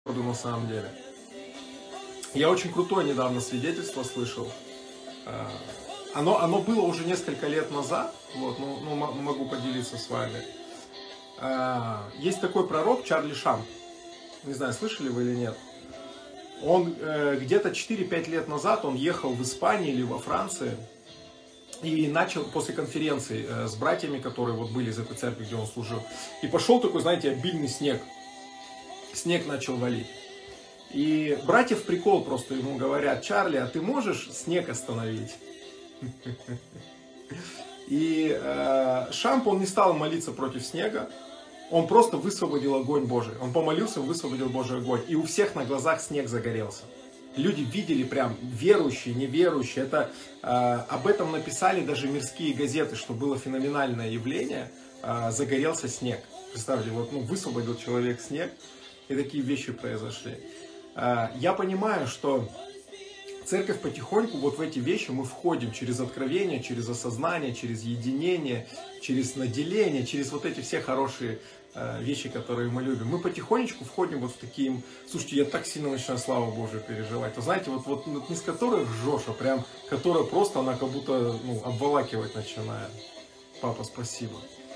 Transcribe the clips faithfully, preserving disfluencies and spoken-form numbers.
на самом деле. Я очень крутое недавно свидетельство слышал. Оно, оно было уже несколько лет назад, вот, ну, ну, могу поделиться с вами. Есть такой пророк Чарли Шамп. Не знаю, слышали вы или нет. Он э, где-то четыре-пять лет назад он ехал в Испании или во Франции и начал после конференции э, с братьями, которые вот были из этой церкви, где он служил. И пошел такой, знаете, обильный снег. Снег начал валить. И братьев прикол просто ему говорят: Чарли, а ты можешь снег остановить? И э, Шамп, он не стал молиться против снега. Он просто высвободил огонь Божий. Он помолился, высвободил Божий огонь. И у всех на глазах снег загорелся. Люди видели прям, верующие, неверующие. Это, э, об этом написали даже мирские газеты, что было феноменальное явление. Э, загорелся снег. Представьте, вот, ну, высвободил человек снег, и такие вещи произошли. Э, я понимаю, что церковь потихоньку, вот в эти вещи мы входим через откровение, через осознание, через единение, через наделение, через вот эти все хорошие э, вещи, которые мы любим. Мы потихонечку входим вот в такие... Слушайте, я так сильно начинаю славу Божию переживать. Вы знаете, вот, вот, вот не с которой ржешь, а прям, которая просто, она как будто, ну, обволакивать начинает. Папа, спасибо.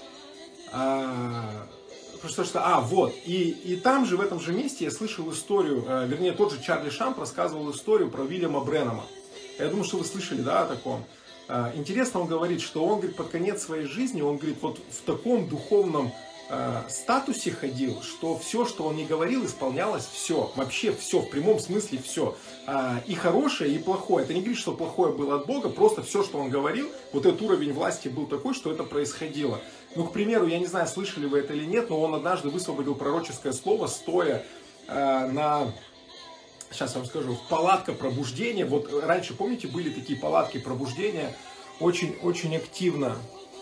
А... Что, что, а, вот, и, и там же, в этом же месте я слышал историю, э, вернее, тот же Чарли Шамп рассказывал историю про Уильяма Бреннама. Я думаю, что вы слышали, да, о таком. Э, интересно, он говорит, что он, говорит, под конец своей жизни, он, говорит, вот в таком духовном э, статусе ходил, что все, что он не говорил, исполнялось все, вообще все, в прямом смысле все. Э, и хорошее, и плохое. Это не говорит, что плохое было от Бога, просто все, что он говорил, вот этот уровень власти был такой, что это происходило. Ну, к примеру, я не знаю, слышали вы это или нет, но он однажды высвободил пророческое слово, стоя э, на, сейчас я вам скажу, палатка пробуждения. Вот раньше, помните, были такие палатки пробуждения, очень-очень активно.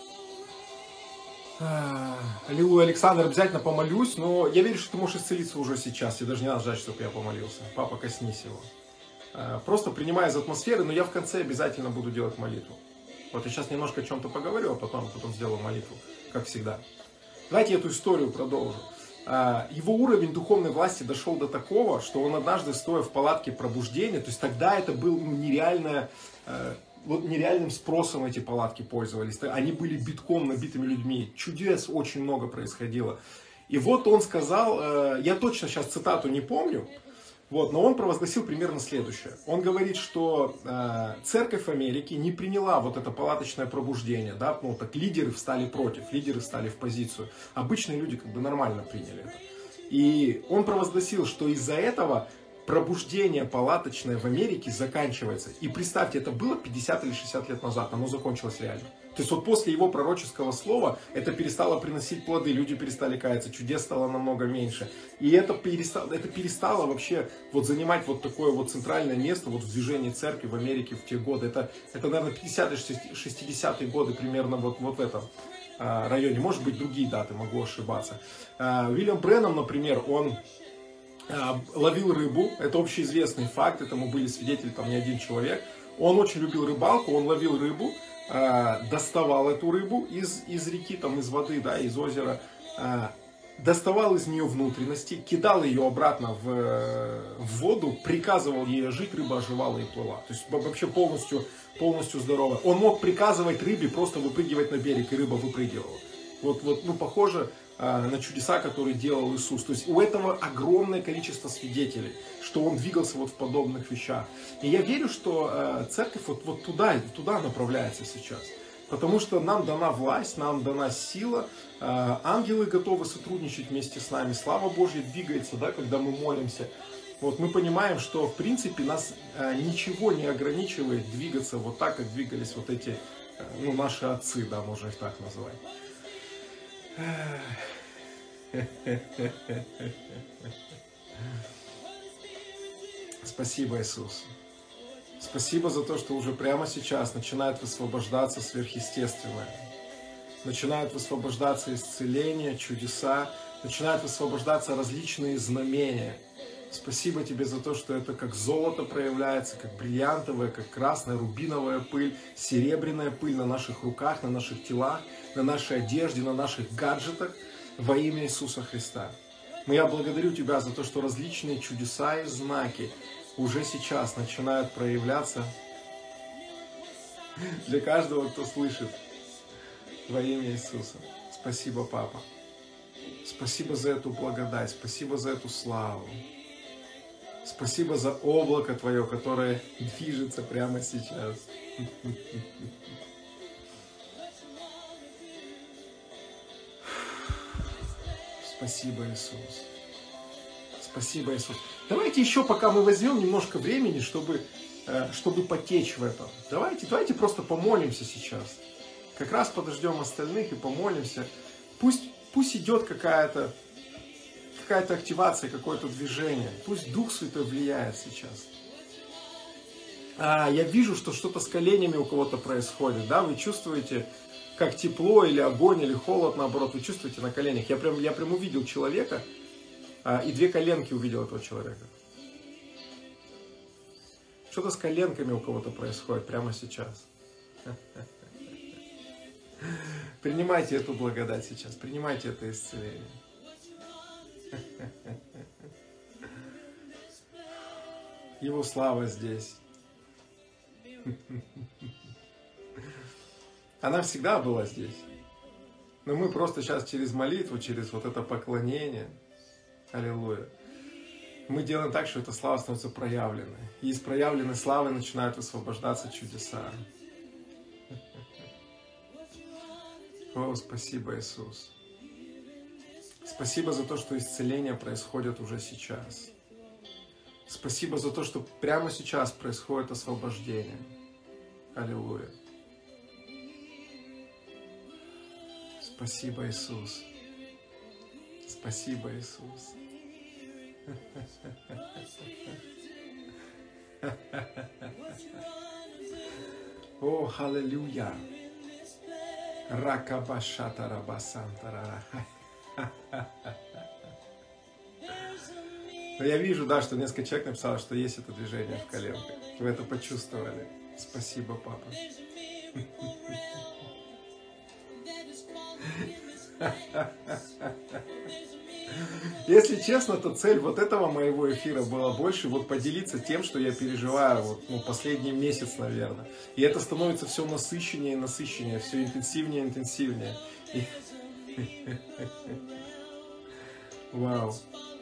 Аллилуйя, Александр, обязательно помолюсь, но я верю, что ты можешь исцелиться уже сейчас, тебе даже не надо ждать, чтобы я помолился. Папа, коснись его. Э, просто принимай из атмосферы, но я в конце обязательно буду делать молитву. Вот я сейчас немножко о чем-то поговорю, а потом, потом сделаю молитву, как всегда. Давайте эту историю продолжу. Его уровень духовной власти дошел до такого, что он однажды, стоя в палатке пробуждения, то есть тогда это был нереально, вот нереальным спросом эти палатки пользовались. Они были битком набитыми людьми, чудес очень много происходило. И вот он сказал, я точно сейчас цитату не помню, вот, но он провозгласил примерно следующее. Он говорит, что э, церковь Америки не приняла вот это палаточное пробуждение, да, ну так лидеры встали против, лидеры встали в позицию. Обычные люди как бы нормально приняли это. И он провозгласил, что из-за этого пробуждение палаточное в Америке заканчивается. И представьте, это было пятьдесят или шестьдесят лет назад, оно закончилось реально. То есть вот после его пророческого слова это перестало приносить плоды, люди перестали каяться, чудес стало намного меньше. И это перестало, это перестало вообще вот занимать вот такое вот центральное место вот в движении церкви в Америке в те годы. Это, это наверное, пятидесятые, шестидесятые годы примерно вот, вот в этом а, районе. Может быть, другие даты, могу ошибаться. А, Уильям Бреннам, например, он а, ловил рыбу. Это общеизвестный факт, этому были свидетели там не один человек. Он очень любил рыбалку, он ловил рыбу, доставал эту рыбу из, из реки, там, из воды, да, из озера, доставал из нее внутренности, кидал ее обратно в, в воду, приказывал ей жить, рыба оживала и плыла. То есть вообще полностью, полностью здоровая. Он мог приказывать рыбе просто выпрыгивать на берег, и рыба выпрыгивала. Вот, вот, ну, похоже на чудеса, которые делал Иисус. То есть у этого огромное количество свидетелей, что Он двигался вот в подобных вещах. И я верю, что церковь вот, вот туда, туда направляется сейчас. Потому что нам дана власть, нам дана сила, ангелы готовы сотрудничать вместе с нами, слава Божья двигается, да, когда мы молимся. Вот мы понимаем, что в принципе нас ничего не ограничивает двигаться вот так, как двигались вот эти, ну, наши отцы, да, можно их так назвать. Спасибо, Иисус. Спасибо за то, что уже прямо сейчас начинает высвобождаться сверхъестественное. Начинают высвобождаться исцеления, чудеса, начинают высвобождаться различные знамения. Спасибо тебе за то, что это как золото проявляется, как бриллиантовая, как красная, рубиновая пыль, серебряная пыль на наших руках, на наших телах, на нашей одежде, на наших гаджетах во имя Иисуса Христа. Но я благодарю Тебя за то, что различные чудеса и знаки уже сейчас начинают проявляться для каждого, кто слышит во имя Иисуса. Спасибо, Папа. Спасибо за эту благодать, спасибо за эту славу. Спасибо за облако Твое, которое движется прямо сейчас. Спасибо, Иисус. Спасибо, Иисус. Давайте еще, пока мы возьмем немножко времени, чтобы, чтобы потечь в этом. Давайте, давайте просто помолимся сейчас. Как раз подождем остальных и помолимся. Пусть, пусть идет какая-то какая-то активация, какое-то движение. Пусть Дух Святой влияет сейчас. А, я вижу, что что-то с коленями у кого-то происходит. Да? Вы чувствуете, как тепло или огонь, или холод, наоборот, вы чувствуете на коленях. Я прям, я прям увидел человека, а, и две коленки увидел этого человека. Что-то с коленками у кого-то происходит прямо сейчас. Принимайте эту благодать сейчас, принимайте это исцеление. Его слава здесь. Она всегда была здесь. Но мы просто сейчас через молитву, через вот это поклонение, аллилуйя, мы делаем так, что эта слава становится проявленной. И из проявленной славы начинают высвобождаться чудеса. О, спасибо, Иисус. Спасибо за то, что исцеление происходит уже сейчас. Спасибо за то, что прямо сейчас происходит освобождение. Аллилуйя. Спасибо, Иисус. Спасибо, Иисус. О, аллилуйя. Ракабашата рабасантара. Но я вижу, да, что несколько человек написало, что есть это движение в коленках. Вы это почувствовали. Спасибо, Папа. Если честно, то цель вот этого моего эфира была больше вот поделиться тем, что я переживаю вот, ну, последний месяц, наверное. И это становится все насыщеннее и насыщеннее, все интенсивнее и интенсивнее. И... Вау.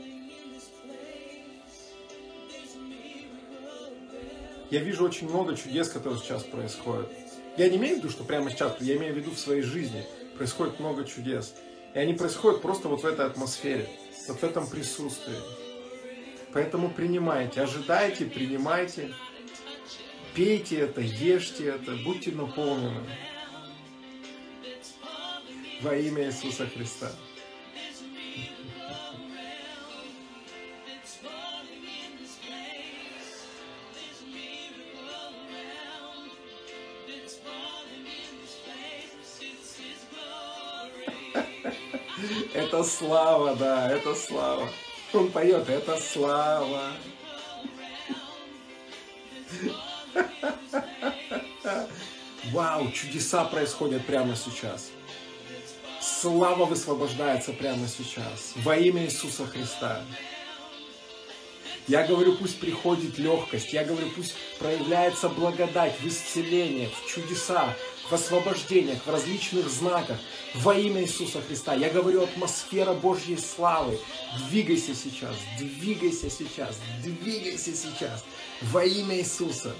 Я вижу очень много чудес, которые сейчас происходят. Я не имею в виду, что прямо сейчас, я имею в виду в своей жизни происходит много чудес. И они происходят просто вот в этой атмосфере, вот в этом присутствии. Поэтому принимайте, ожидайте, принимайте, пейте это, ешьте это, будьте наполнены. Во имя Иисуса Христа. Это слава, да, это слава. Он поет, это слава. Вау, чудеса происходят прямо сейчас. Слава высвобождается прямо сейчас. Во имя Иисуса Христа. Я говорю, пусть приходит легкость. Я говорю, пусть проявляется благодать в исцелениях, в чудесах, в освобождениях, в различных знаках. Во имя Иисуса Христа. Я говорю, атмосфера Божьей славы. Двигайся сейчас, двигайся сейчас, двигайся сейчас. Во имя Иисуса.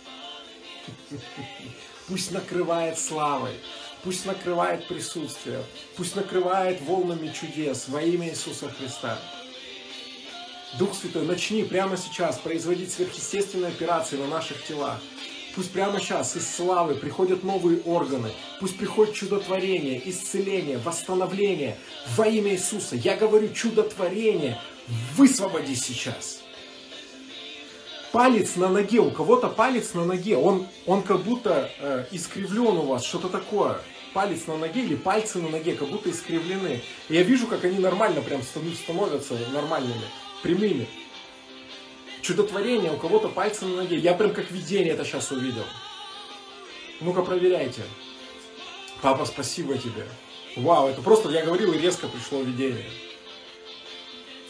Пусть накрывает славой. Пусть накрывает присутствие. Пусть накрывает волнами чудес. Во имя Иисуса Христа. Дух Святой, начни прямо сейчас производить сверхъестественные операции на наших телах. Пусть прямо сейчас из славы приходят новые органы. Пусть приходит чудотворение, исцеление, восстановление. Во имя Иисуса. Я говорю, чудотворение, высвободи сейчас. Палец на ноге, у кого-то палец на ноге, он, он как будто э, искривлен у вас, что-то такое. Палец на ноге или пальцы на ноге как будто искривлены. И я вижу, как они нормально прям становятся нормальными. Прямыми. Чудотворение, у кого-то пальцы на ноге. Я прям как видение это сейчас увидел. Ну-ка проверяйте. Папа, спасибо тебе. Вау, это просто, я говорил, и резко пришло видение.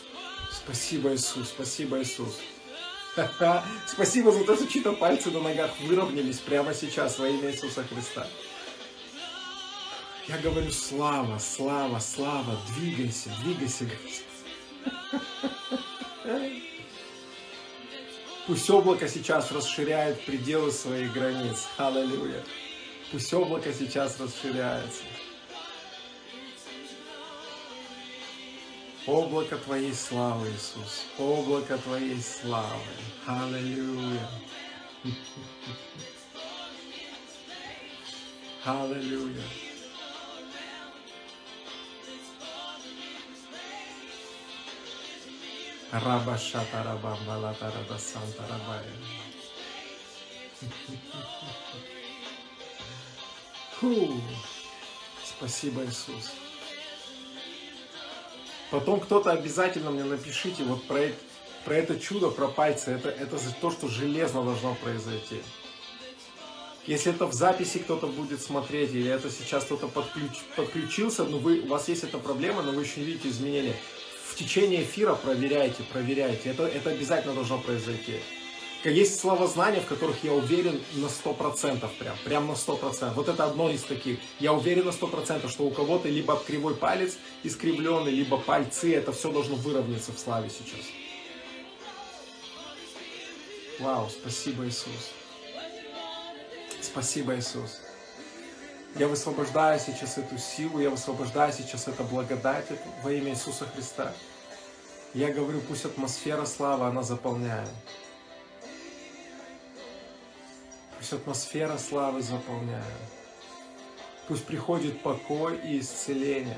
Спасибо, Иисус, спасибо, Иисус. Спасибо за то, что чьи-то пальцы на ногах выровнялись прямо сейчас во имя Иисуса Христа. Я говорю, слава, слава, слава, двигайся, двигайся, Господь. Пусть облако сейчас расширяет пределы своих границ. Аллилуйя. Пусть облако сейчас расширяется. Облако Твоей славы, Иисус. Облако Твоей славы. Аллилуйя. Аллилуйя. Раба шата рабам балата раба санта рабая. Фу. Спасибо, Иисус. Потом кто-то обязательно мне напишите вот про, про это чудо, про пальцы. Это, это то, что железно должно произойти. Если это в записи кто-то будет смотреть, или это сейчас кто-то подключ, подключился, но вы, у вас есть эта проблема, но вы еще не видите изменения. В течение эфира проверяйте, проверяйте. Это, это обязательно должно произойти. Есть словознания, в которых я уверен на сто процентов, прям, прям на сто процентов. Вот это одно из таких. Я уверен на сто процентов, что у кого-то либо кривой палец искривленный, либо пальцы. Это все должно выровняться в славе сейчас. Вау, спасибо, Иисус. Спасибо, Иисус. Я высвобождаю сейчас эту силу, я высвобождаю сейчас эту благодать во имя Иисуса Христа. Я говорю, пусть атмосфера славы, она заполняет. Пусть атмосфера славы заполняет. Пусть приходит покой и исцеление.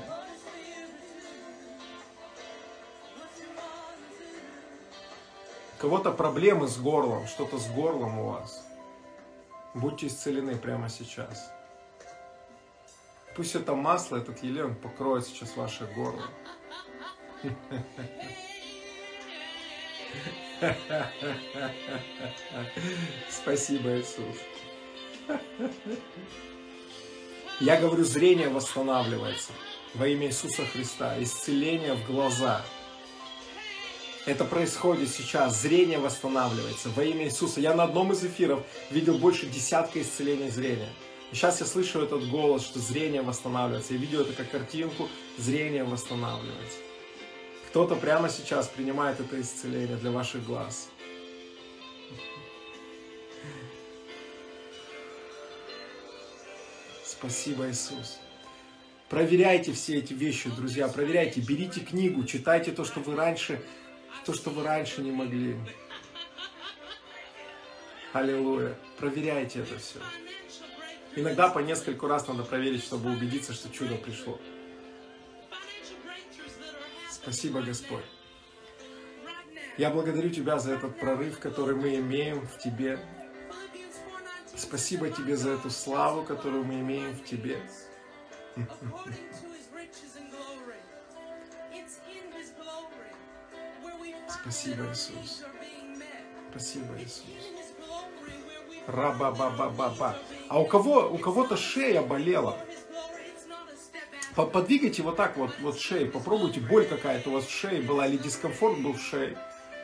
У кого-то проблемы с горлом, что-то с горлом у вас. Будьте исцелены прямо сейчас. Пусть это масло, этот елеон покроет сейчас ваше горло. Спасибо, Иисус. Я говорю, зрение восстанавливается во имя Иисуса Христа. Исцеление в глаза. Это происходит сейчас. Зрение восстанавливается во имя Иисуса. Я на одном из эфиров видел больше десятка исцелений зрения. И сейчас я слышу этот голос, что зрение восстанавливается. Я видел это как картинку, зрение восстанавливается. Кто-то прямо сейчас принимает это исцеление для ваших глаз. Спасибо, Иисус. Проверяйте все эти вещи, друзья, проверяйте. Берите книгу, читайте то, что вы раньше, то, что вы раньше не могли. Аллилуйя. Проверяйте это все. Иногда по нескольку раз надо проверить, чтобы убедиться, что чудо пришло. Спасибо, Господь. Я благодарю Тебя за этот прорыв, который мы имеем в Тебе. Спасибо Тебе за эту славу, которую мы имеем в Тебе. Спасибо, Иисус. Спасибо, Иисус. Раба-ба-ба-ба-ба. А у кого, у кого-то шея болела. Подвигайте вот так вот, вот шею. Попробуйте, боль какая-то у вас в шее была, или дискомфорт был в шее.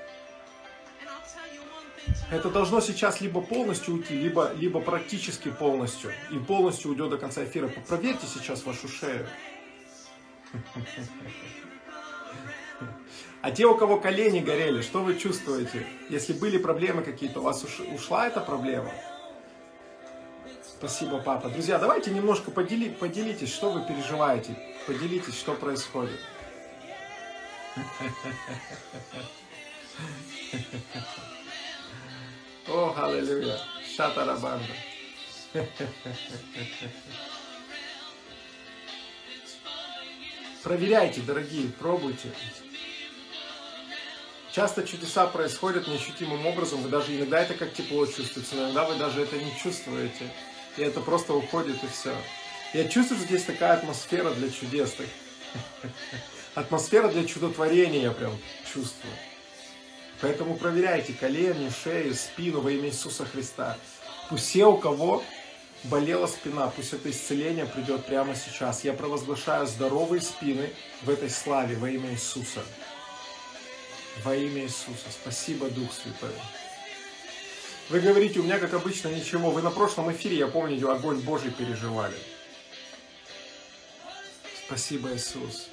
Это должно сейчас либо полностью уйти, либо, либо практически полностью. И полностью уйдет до конца эфира. Проверьте сейчас вашу шею. А те, у кого колени горели, что вы чувствуете? Если были проблемы какие-то, у вас ушла эта проблема? Спасибо, папа. Друзья, давайте немножко подели, поделитесь, что вы переживаете. Поделитесь, что происходит. О, аллилуйя. Шатарабанда. Проверяйте, дорогие, пробуйте. Часто чудеса происходят неощутимым образом, вы даже иногда это как тепло чувствуете, иногда вы даже это не чувствуете, и это просто уходит и все. Я чувствую, что здесь такая атмосфера для чудес, атмосфера для чудотворения я прям чувствую. Поэтому проверяйте колени, шею, спину во имя Иисуса Христа. Пусть все, у кого болела спина, пусть это исцеление придет прямо сейчас. Я провозглашаю здоровые спины в этой славе во имя Иисуса. Во имя Иисуса. Спасибо, Дух Святой. Вы говорите, у меня, как обычно, ничего. Вы на прошлом эфире, я помню, огонь Божий переживали. Спасибо, Иисус.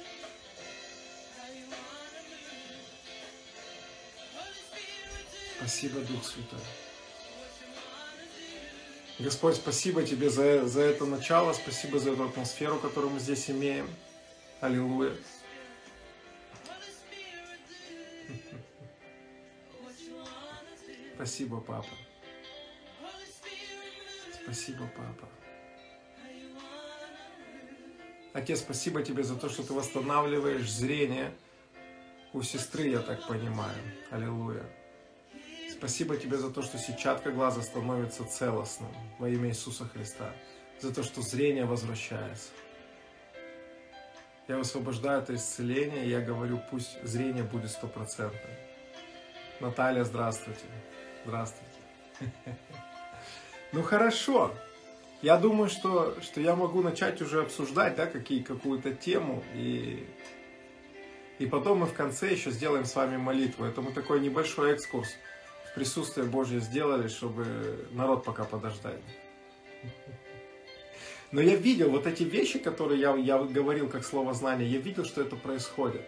Спасибо, Дух Святой. Господь, спасибо Тебе за, за это начало, спасибо за эту атмосферу, которую мы здесь имеем. Аллилуйя. Спасибо, Папа. Спасибо, Папа. Отец, спасибо Тебе за то, что Ты восстанавливаешь зрение у сестры, я так понимаю. Аллилуйя. Спасибо Тебе за то, что сетчатка глаза становится целостным во имя Иисуса Христа. За то, что зрение возвращается. Я высвобождаю это исцеление, и я говорю, пусть зрение будет стопроцентным. Наталья, здравствуйте. Здравствуйте. Ну хорошо. Я думаю, что, что я могу начать уже обсуждать, да, какие, какую-то тему. И, и потом мы в конце еще сделаем с вами молитву. Это мы такой небольшой экскурс в присутствие Божье сделали, чтобы народ пока подождать. Но я видел вот эти вещи, которые я, я говорил как слово знание, я видел, что это происходит.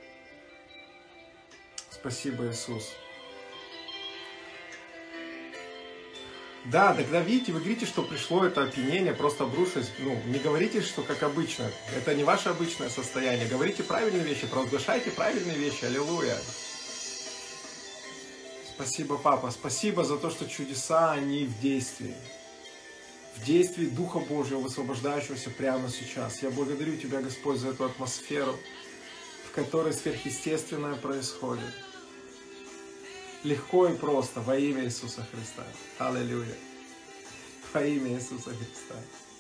Спасибо, Иисус. Да, тогда видите, вы говорите, что пришло это опьянение, просто обрушилось. Ну, не говорите, что как обычно. Это не ваше обычное состояние. Говорите правильные вещи, провозглашайте правильные вещи. Аллилуйя. Спасибо, Папа. Спасибо за то, что чудеса, они в действии. В действии Духа Божьего, высвобождающегося прямо сейчас. Я благодарю Тебя, Господь, за эту атмосферу, в которой сверхъестественное происходит. Легко и просто, во имя Иисуса Христа. Аллилуйя. Во имя Иисуса Христа.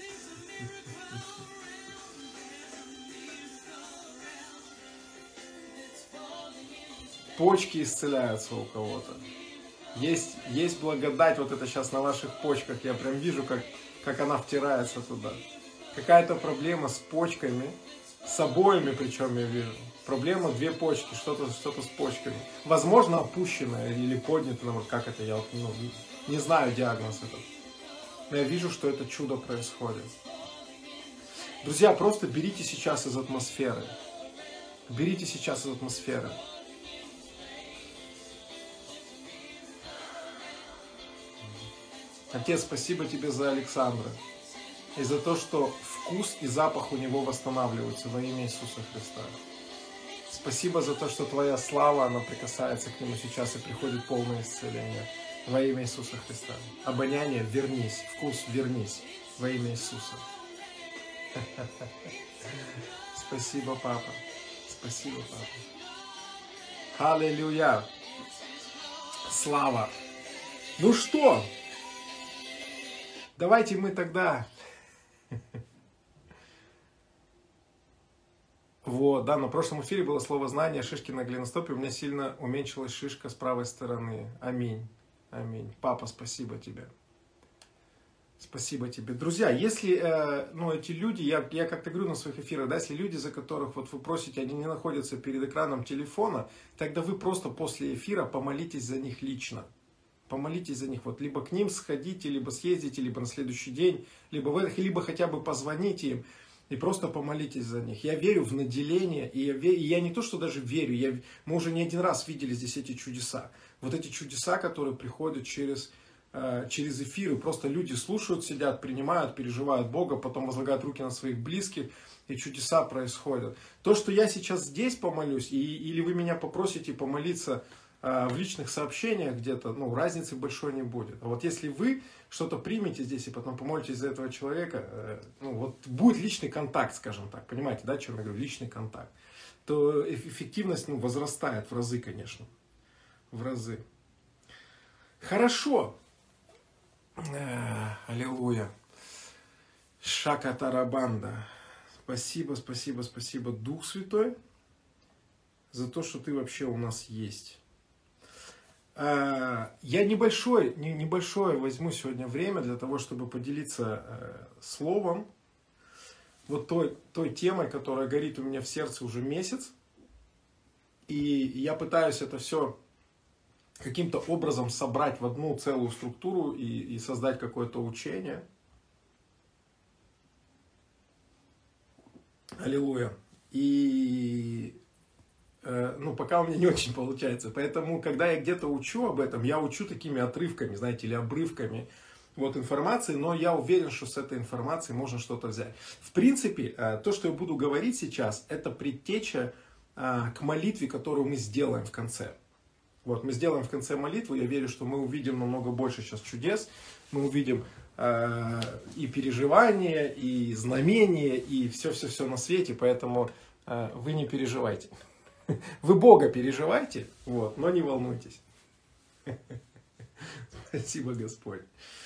Почки исцеляются у кого-то. Есть, есть благодать вот это сейчас на ваших почках. Я прям вижу, как, как она втирается туда. Какая-то проблема с почками, с обоими причем я вижу. Проблема две почки, что-то что-то с почками. Возможно, опущенная или поднятая, вот как это, я ну, не знаю диагноз этот. Но я вижу, что это чудо происходит. Друзья, просто берите сейчас из атмосферы. Берите сейчас из атмосферы. Отец, спасибо Тебе за Александра. И за то, что вкус и запах у него восстанавливаются во имя Иисуса Христа. Спасибо за то, что Твоя слава, она прикасается к нему сейчас и приходит полное исцеление во имя Иисуса Христа. Обоняние, вернись. Вкус, вернись во имя Иисуса. Спасибо, Папа. Спасибо, Папа. Аллилуйя. Слава. Ну что? Давайте мы тогда... Вот, да, на прошлом эфире было слово знание, шишки на голеностопе, у меня сильно уменьшилась шишка с правой стороны. Аминь, аминь. Папа, спасибо Тебе. Спасибо Тебе. Друзья, если, э, ну, эти люди, я, я как-то говорю на своих эфирах, да, если люди, за которых вот вы просите, они не находятся перед экраном телефона, тогда вы просто после эфира помолитесь за них лично. Помолитесь за них, вот, либо к ним сходите, либо съездите, либо на следующий день, либо, в, либо хотя бы позвоните им. И просто помолитесь за них. Я верю в наделение, и я, верю, и я не то, что даже верю, я, мы уже не один раз видели здесь эти чудеса. Вот эти чудеса, которые приходят через, э, через эфиры. Просто люди слушают, сидят, принимают, переживают Бога, потом возлагают руки на своих близких, и чудеса происходят. То, что я сейчас здесь помолюсь, и, или вы меня попросите помолиться э, в личных сообщениях где-то, ну, разницы большой не будет. А вот если вы что-то примете здесь и потом помолитесь за этого человека, ну вот будет личный контакт, скажем так, понимаете, да, о чем я говорю, личный контакт, то эффективность, ну, возрастает в разы, конечно, в разы. Хорошо. Аллилуйя. Шака тарабанда. Спасибо, спасибо, спасибо, Дух Святой, за то, что Ты вообще у нас есть. Я небольшой, небольшое возьму сегодня время для того, чтобы поделиться словом, вот той, той темой, которая горит у меня в сердце уже месяц. И я пытаюсь это все каким-то образом собрать в одну целую структуру и, и создать какое-то учение. Аллилуйя. И э, ну, пока у меня не очень получается. Поэтому, когда я где-то учу об этом, я учу такими отрывками, знаете, или обрывками вот информации, но я уверен, что с этой информацией можно что-то взять. В принципе, э, то, что я буду говорить сейчас, это предтеча э, к молитве, которую мы сделаем в конце. Вот, мы сделаем в конце молитву, я верю, что мы увидим намного больше сейчас чудес, мы увидим э, и переживания, и знамения, и все-все-все на свете, поэтому э, вы не переживайте. Вы Бога переживайте, вот, но не волнуйтесь. Спасибо, Господь.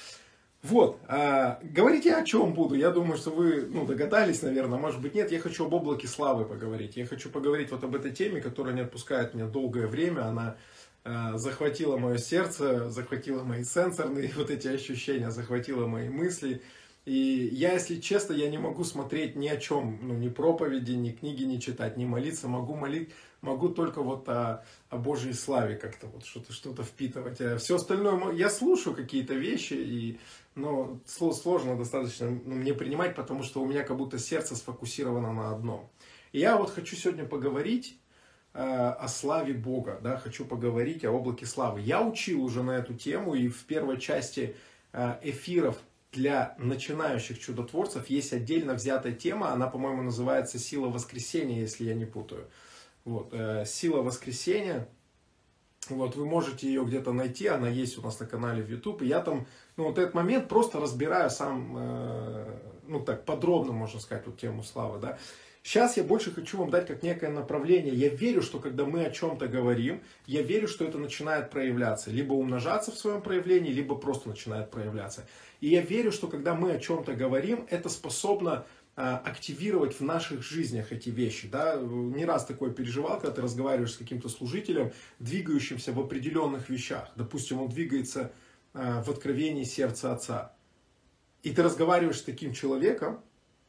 Вот, а, говорить я о чем буду, я думаю, что вы ну, догадались, наверное, может быть нет, я хочу об облаке славы поговорить, я хочу поговорить вот об этой теме, которая не отпускает меня долгое время, она а, захватила мое сердце, захватила мои сенсорные вот эти ощущения, захватила мои мысли, и я, если честно, я не могу смотреть ни о чем, ну, ни проповеди, ни книги не читать, ни молиться, могу молить, могу только вот о, о Божьей славе как-то вот что-то что-то впитывать. А все остальное, я слушаю какие-то вещи, и, но сложно достаточно ну, мне принимать, потому что у меня как будто сердце сфокусировано на одном. И я вот хочу сегодня поговорить э, о славе Бога, да, хочу поговорить о облаке славы. Я учил уже на эту тему, и в первой части э, эфиров для начинающих чудотворцев есть отдельно взятая тема, она, по-моему, называется «Сила воскресения», если я не путаю. Вот, э, «Сила воскресения», вот, вы можете ее где-то найти, она есть у нас на канале в YouTube, и я там, ну, вот этот момент просто разбираю сам, э, ну, так, подробно, можно сказать, вот тему славы, да. Сейчас я больше хочу вам дать как некое направление. Я верю, что когда мы о чем-то говорим, я верю, что это начинает проявляться. Либо умножаться в своем проявлении, либо просто начинает проявляться. И я верю, что когда мы о чем-то говорим, это способно а, активировать в наших жизнях эти вещи. Да? Не раз такое переживал, когда ты разговариваешь с каким-то служителем, двигающимся в определенных вещах. Допустим, он двигается а, в откровении сердца Отца. И ты разговариваешь с таким человеком,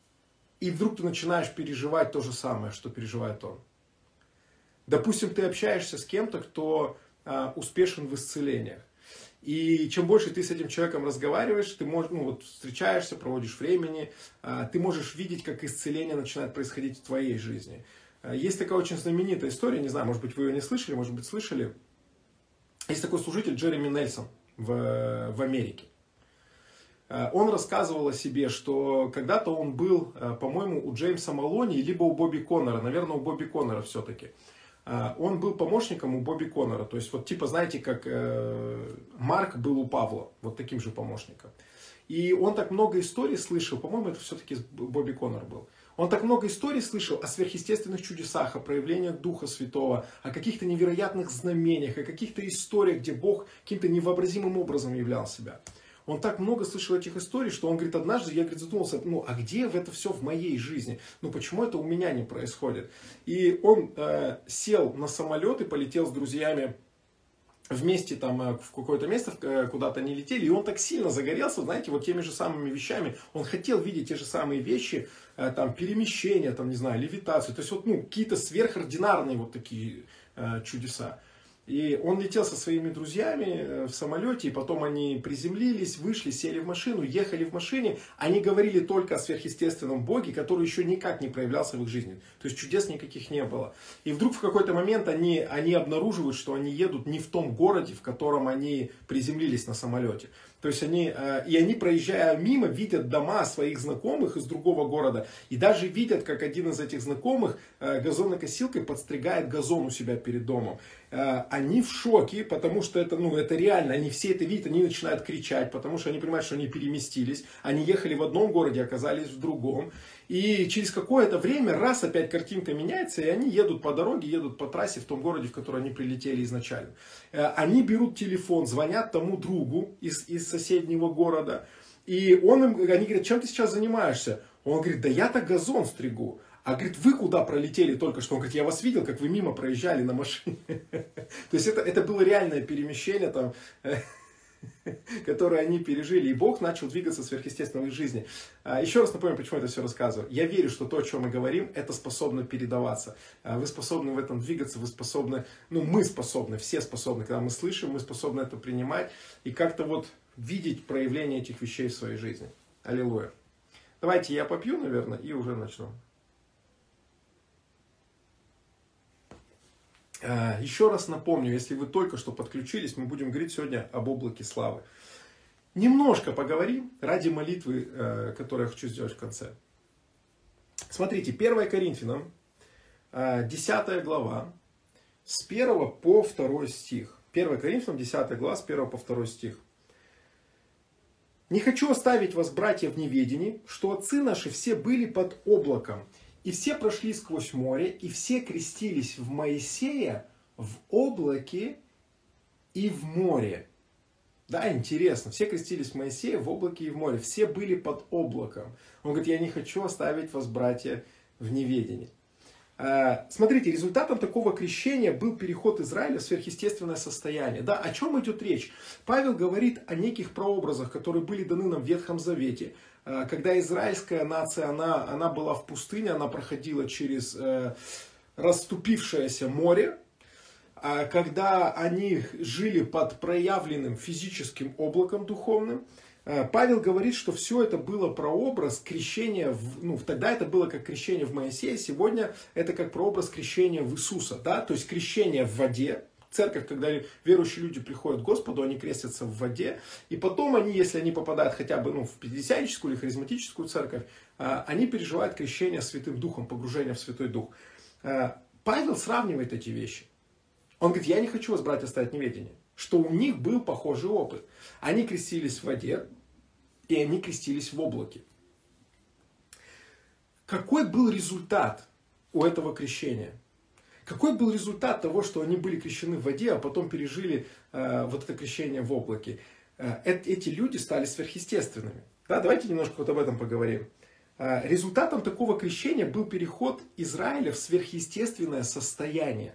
и вдруг ты начинаешь переживать то же самое, что переживает он. Допустим, ты общаешься с кем-то, кто а, успешен в исцелениях. И чем больше ты с этим человеком разговариваешь, ты можешь, ну, вот, встречаешься, проводишь времени, а, ты можешь видеть, как исцеление начинает происходить в твоей жизни. А, есть такая очень знаменитая история, не знаю, может быть, вы ее не слышали, может быть, слышали. Есть такой служитель Джереми Нельсон в, в Америке. Он рассказывал о себе, что когда-то он был, по-моему, у Джеймса Малони, либо у Бобби Коннора, наверное, у Бобби Коннора все-таки. Он был помощником у Бобби Коннора, то есть вот типа, знаете, как Марк был у Павла, вот таким же помощником. И он так много историй слышал, по-моему, это все-таки Бобби Коннор был. Он так много историй слышал о сверхъестественных чудесах, о проявлениях Духа Святого, о каких-то невероятных знамениях, о каких-то историях, где Бог каким-то невообразимым образом являл себя. Он так много слышал этих историй, что он говорит, однажды я, говорит, задумался, ну а где в это все в моей жизни? Ну почему это у меня не происходит? И он э, сел на самолет и полетел с друзьями вместе там э, в какое-то место, э, куда-то они летели, и он так сильно загорелся, знаете, вот теми же самыми вещами. Он хотел видеть те же самые вещи, э, там перемещения, там, не знаю, левитацию, то есть вот, ну, какие-то сверхординарные вот такие э, чудеса. И он летел со своими друзьями в самолете, и потом они приземлились, вышли, сели в машину, ехали в машине. Они говорили только о сверхъестественном Боге, который еще никак не проявлялся в их жизни. То есть чудес никаких не было. И вдруг в какой-то момент они, они обнаруживают, что они едут не в том городе, в котором они приземлились на самолете. То есть они, и они, проезжая мимо, видят дома своих знакомых из другого города. И даже видят, как один из этих знакомых газонокосилкой подстригает газон у себя перед домом. Они в шоке, потому что это, ну, это реально. Они все это видят, они начинают кричать, потому что они понимают, что они переместились. Они ехали в одном городе, оказались в другом. И через какое-то время раз опять картинка меняется, и они едут по дороге, едут по трассе в том городе, в который они прилетели изначально. Они берут телефон, звонят тому другу из, из соседнего города, и он им, они говорят, чем ты сейчас занимаешься? Он говорит, да я-то газон стригу. А говорит, вы куда пролетели только что? Он говорит, я вас видел, как вы мимо проезжали на машине. То есть это, это было реальное перемещение там. которые они пережили, и Бог начал двигаться сверхъестественно в их жизни. Еще раз напомню, почему я это все рассказываю. Я верю, что то, о чем мы говорим, это способно передаваться. Вы способны в этом двигаться, вы способны, ну мы способны, все способны, когда мы слышим, мы способны это принимать и как-то вот видеть проявление этих вещей в своей жизни. Аллилуйя. Давайте я попью, наверное, и уже начну. Еще раз напомню, если вы только что подключились, мы будем говорить сегодня об облаке славы. Немножко поговорим ради молитвы, которую я хочу сделать в конце. Смотрите, первое Коринфянам, десятая глава, с первого по второй стих. первое Коринфянам, десятая глава, с первого по второй стих. «Не хочу оставить вас, братья, в неведении, что отцы наши все были под облаком, и все прошли сквозь море, и все крестились в Моисея в облаке и в море». Да, интересно. Все крестились в Моисея в облаке и в море. Все были под облаком. Он говорит, я не хочу оставить вас, братья, в неведении. Смотрите, результатом такого крещения был переход Израиля в сверхъестественное состояние. Да, о чем идет речь? Павел говорит о неких прообразах, которые были даны нам в Ветхом Завете. Когда израильская нация, она, она была в пустыне, она проходила через э, расступившееся море. А когда они жили под проявленным физическим облаком духовным, Павел говорит, что все это было прообраз крещения, в, ну тогда это было как крещение в Моисея, сегодня это как прообраз крещения в Иисуса, да, то есть крещение в воде. Церковь, когда верующие люди приходят к Господу, они крестятся в воде, и потом они, если они попадают хотя бы ну, в пятидесятническую или харизматическую церковь, они переживают крещение Святым Духом, погружение в Святой Дух. Павел сравнивает эти вещи. Он говорит, я не хочу вас, братья, оставить в неведении, что у них был похожий опыт. Они крестились в воде, и они крестились в облаке. Какой был результат у этого крещения? Какой был результат того, что они были крещены в воде, а потом пережили э, вот это крещение в облаке? Э, эти люди стали сверхъестественными. Да, давайте немножко вот об этом поговорим. Э, результатом такого крещения был переход Израиля в сверхъестественное состояние.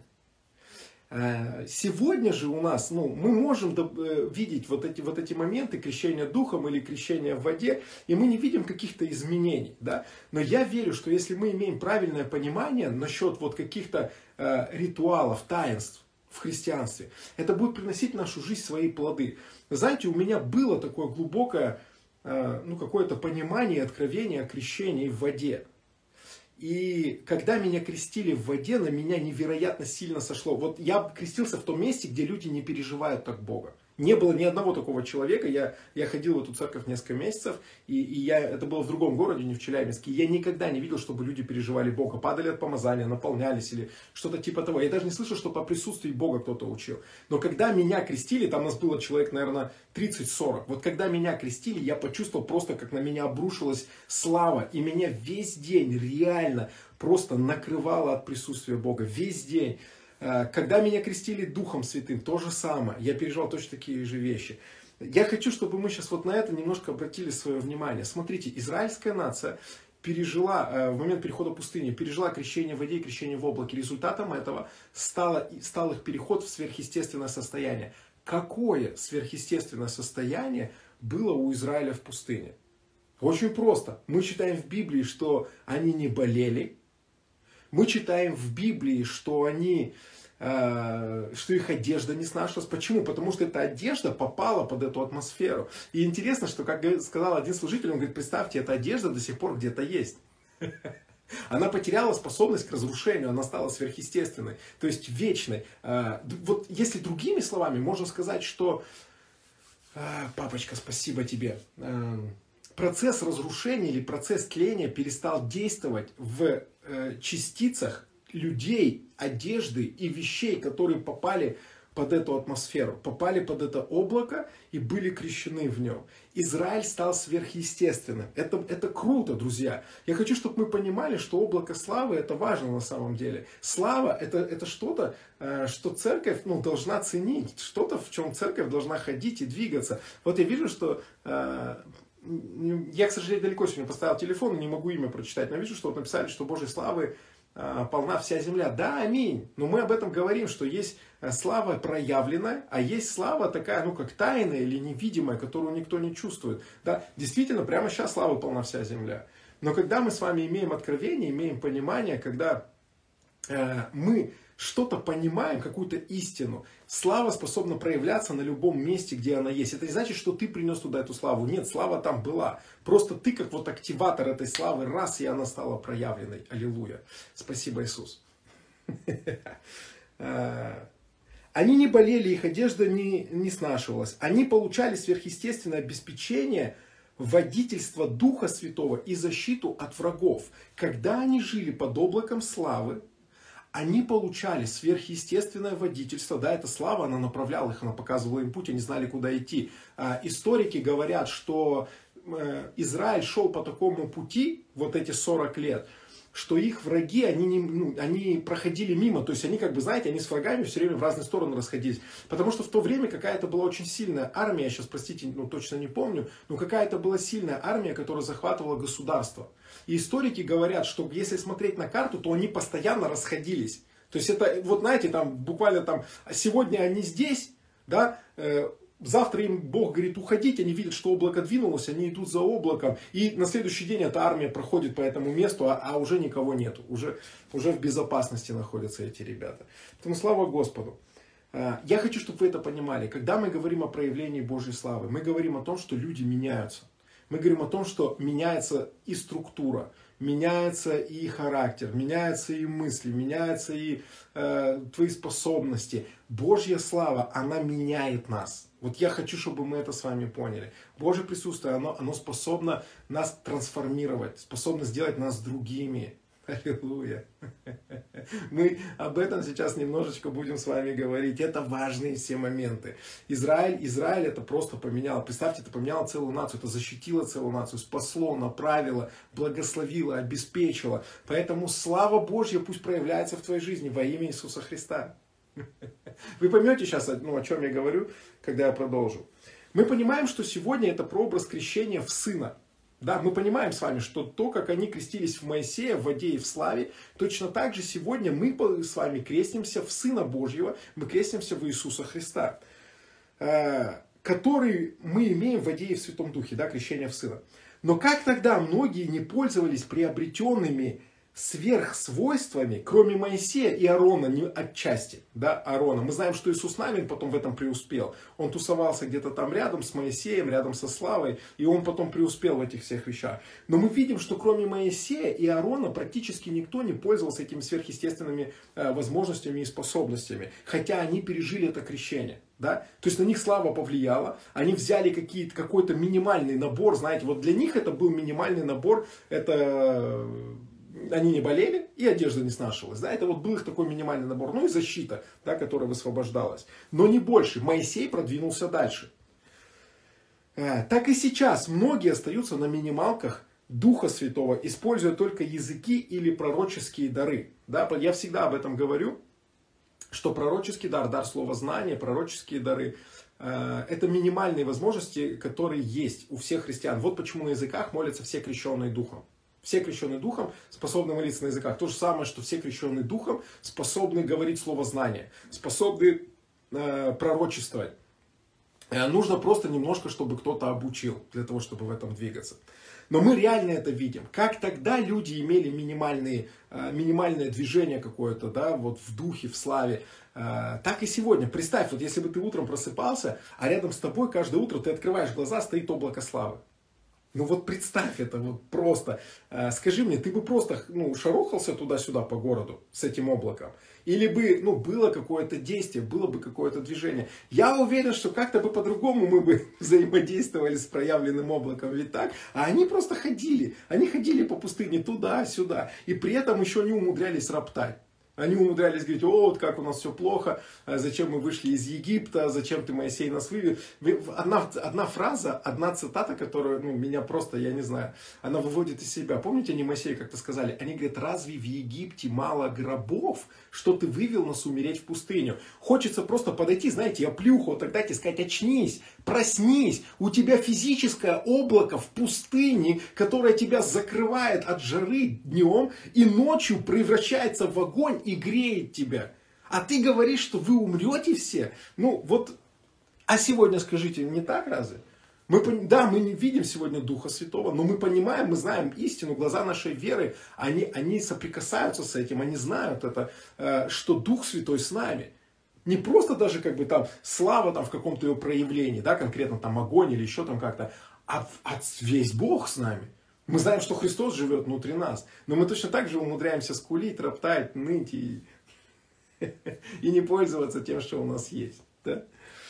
Сегодня же у нас, ну, мы можем видеть вот эти, вот эти моменты крещения духом или крещения в воде, и мы не видим каких-то изменений, да. Но я верю, что если мы имеем правильное понимание насчет вот каких-то э, ритуалов, таинств в христианстве, это будет приносить в нашу жизнь свои плоды. Знаете, у меня было такое глубокое, э, ну, какое-то понимание, откровение о крещении в воде. И когда меня крестили в воде, на меня невероятно сильно сошло. Вот я крестился в том месте, где люди не переживают так Бога. Не было ни одного такого человека. Я, я ходил в эту церковь несколько месяцев, и, и я, это было в другом городе, не в Челябинске. И я никогда не видел, чтобы люди переживали Бога, падали от помазания, наполнялись или что-то типа того. Я даже не слышал, что по присутствии Бога кто-то учил. Но когда меня крестили, там нас было человек, наверное, тридцать-сорок. Вот когда меня крестили, я почувствовал просто, как на меня обрушилась слава. И меня весь день реально просто накрывало от присутствия Бога. Весь день. Когда меня крестили Духом Святым, то же самое. Я переживал точно такие же вещи. Я хочу, чтобы мы сейчас вот на это немножко обратили свое внимание. Смотрите, израильская нация пережила, в момент перехода пустыни, пережила крещение в воде и крещение в облаке. Результатом этого стало, стал их переход в сверхъестественное состояние. Какое сверхъестественное состояние было у Израиля в пустыне? Очень просто. Мы читаем в Библии, что они не болели. Мы читаем в Библии, что они, э, что их одежда не снашивалась. Почему? Потому что эта одежда попала под эту атмосферу. И интересно, что, как сказал один служитель, он говорит, представьте, эта одежда до сих пор где-то есть. Она потеряла способность к разрушению, она стала сверхъестественной, то есть вечной. Вот если другими словами, можно сказать, что, папочка, спасибо тебе, процесс разрушения или процесс тления перестал действовать в частицах людей, одежды и вещей, которые попали под эту атмосферу, попали под это облако и были крещены в нем. Израиль стал сверхъестественным. Это, это круто, друзья. Я хочу, чтобы мы понимали, что облако славы это важно на самом деле. Слава это, это что-то, что церковь ну, должна ценить, что-то, в чем церковь должна ходить и двигаться. Вот я вижу, что... Я, к сожалению, далеко сегодня поставил телефон и не могу имя прочитать, но вижу, что вот написали, что Божьей славы полна вся земля. Да, аминь. Но мы об этом говорим, что есть слава проявленная, а есть слава такая, ну, как тайная или невидимая, которую никто не чувствует. Да, действительно, прямо сейчас слава полна вся земля. Но когда мы с вами имеем откровение, имеем понимание, когда э, мы что-то понимаем, какую-то истину, слава способна проявляться на любом месте, где она есть. Это не значит, что ты принес туда эту славу. Нет, слава там была. Просто ты как вот активатор этой славы, раз, и она стала проявленной. Аллилуйя. Спасибо, Иисус. Они не болели, их одежда не, не снашивалась. Они получали сверхъестественное обеспечение, водительство Духа Святого и защиту от врагов. Когда они жили под облаком славы, они получали сверхъестественное водительство. Да, эта слава, она направляла их, она показывала им путь, они знали, куда идти. Историки говорят, что Израиль шел по такому пути, вот эти сорок лет, что их враги, они, не, ну, они проходили мимо. То есть они, как бы, знаете, они с врагами все время в разные стороны расходились. Потому что в то время какая-то была очень сильная армия, сейчас, простите, ну, точно не помню, но какая-то была сильная армия, которая захватывала государство. И историки говорят, что если смотреть на карту, то они постоянно расходились. То есть это, вот знаете, там буквально там, сегодня они здесь, да, э, завтра им Бог говорит уходить, они видят, что облако двинулось, они идут за облаком. И на следующий день эта армия проходит по этому месту, а, а уже никого нету. Уже, уже в безопасности находятся эти ребята. Поэтому слава Господу. Я хочу, чтобы вы это понимали. Когда мы говорим о проявлении Божьей славы, мы говорим о том, что люди меняются. Мы говорим о том, что меняется и структура, меняется и характер, меняются и мысли, меняются и э, твои способности. Божья слава, она меняет нас. Вот я хочу, чтобы мы это с вами поняли. Божье присутствие, оно, оно способно нас трансформировать, способно сделать нас другими. Аллилуйя. Мы об этом сейчас немножечко будем с вами говорить. Это важные все моменты. Израиль, Израиль это просто поменяло. Представьте, это поменяло целую нацию. Это защитило целую нацию, спасло, направило, благословило, обеспечило. Поэтому слава Божья пусть проявляется в твоей жизни во имя Иисуса Христа. Вы поймете сейчас, ну, о чем я говорю, когда я продолжу. Мы понимаем, что сегодня это прообраз крещения в Сына. Да, мы понимаем с вами, что то, как они крестились в Моисея, в воде и в славе, точно так же сегодня мы с вами крестимся в Сына Божьего, мы крестимся в Иисуса Христа, который мы имеем в воде и в Святом Духе, да, крещение в Сына. Но как тогда многие не пользовались приобретенными сверхсвойствами, кроме Моисея и Аарона, не отчасти, да, Аарона. Мы знаем, что Иисус Навин потом в этом преуспел. Он тусовался где-то там рядом с Моисеем, рядом со Славой, и он потом преуспел в этих всех вещах. Но мы видим, что кроме Моисея и Аарона практически никто не пользовался этими сверхъестественными э, возможностями и способностями, хотя они пережили это крещение. Да? То есть на них слава повлияла, они взяли какие-то, какой-то минимальный набор, знаете, вот для них это был минимальный набор, это... Они не болели, и одежда не снашивалась. Да? Это вот был их такой минимальный набор. Ну и защита, да, которая высвобождалась. Но не больше. Моисей продвинулся дальше. Так и сейчас многие остаются на минималках Духа Святого, используя только языки или пророческие дары. Да? Я всегда об этом говорю, что пророческий дар, дар слова знания, пророческие дары, это минимальные возможности, которые есть у всех христиан. Вот почему на языках молятся все крещенные Духом. Все крещенные Духом способны молиться на языках. То же самое, что все крещенные Духом способны говорить слово знания, способны э, пророчествовать. Э, нужно просто немножко, чтобы кто-то обучил, для того, чтобы в этом двигаться. Но мы реально это видим. Как тогда люди имели минимальные, э, минимальное движение какое-то, да, вот в духе, в славе, э, так и сегодня. Представь, вот если бы ты утром просыпался, а рядом с тобой каждое утро ты открываешь глаза, стоит облако славы. Ну вот представь это вот просто. Скажи мне, ты бы просто ну, шарохался туда-сюда по городу с этим облаком? Или бы ну, было какое-то действие, было бы какое-то движение? Я уверен, что как-то бы по-другому мы бы взаимодействовали с проявленным облаком. Ведь так? А они просто ходили. Они ходили по пустыне туда-сюда. И при этом еще не умудрялись роптать. Они умудрялись говорить, о, вот как у нас все плохо, зачем мы вышли из Египта, зачем ты, Моисей, нас вывел. Одна, одна фраза, одна цитата, которая ну, меня просто, я не знаю, она выводит из себя. Помните, они Моисею как-то сказали, они говорят, разве в Египте мало гробов, что ты вывел нас умереть в пустыню. Хочется просто подойти, знаете, я плюху вот тогда тебе сказать, очнись, проснись. У тебя физическое облако в пустыне, которое тебя закрывает от жары днем и ночью превращается в огонь и греет тебя. А ты говоришь, что вы умрете все? Ну вот, а сегодня скажите, не так разве? Мы, да, мы не видим сегодня Духа Святого, но мы понимаем, мы знаем истину, глаза нашей веры, они, они соприкасаются с этим, они знают это, что Дух Святой с нами. Не просто даже как бы там слава там в каком-то ее проявлении, да, конкретно там огонь или еще там как-то, а, а весь Бог с нами. Мы знаем, что Христос живет внутри нас, но мы точно так же умудряемся скулить, роптать, ныть и, и не пользоваться тем, что у нас есть. Да?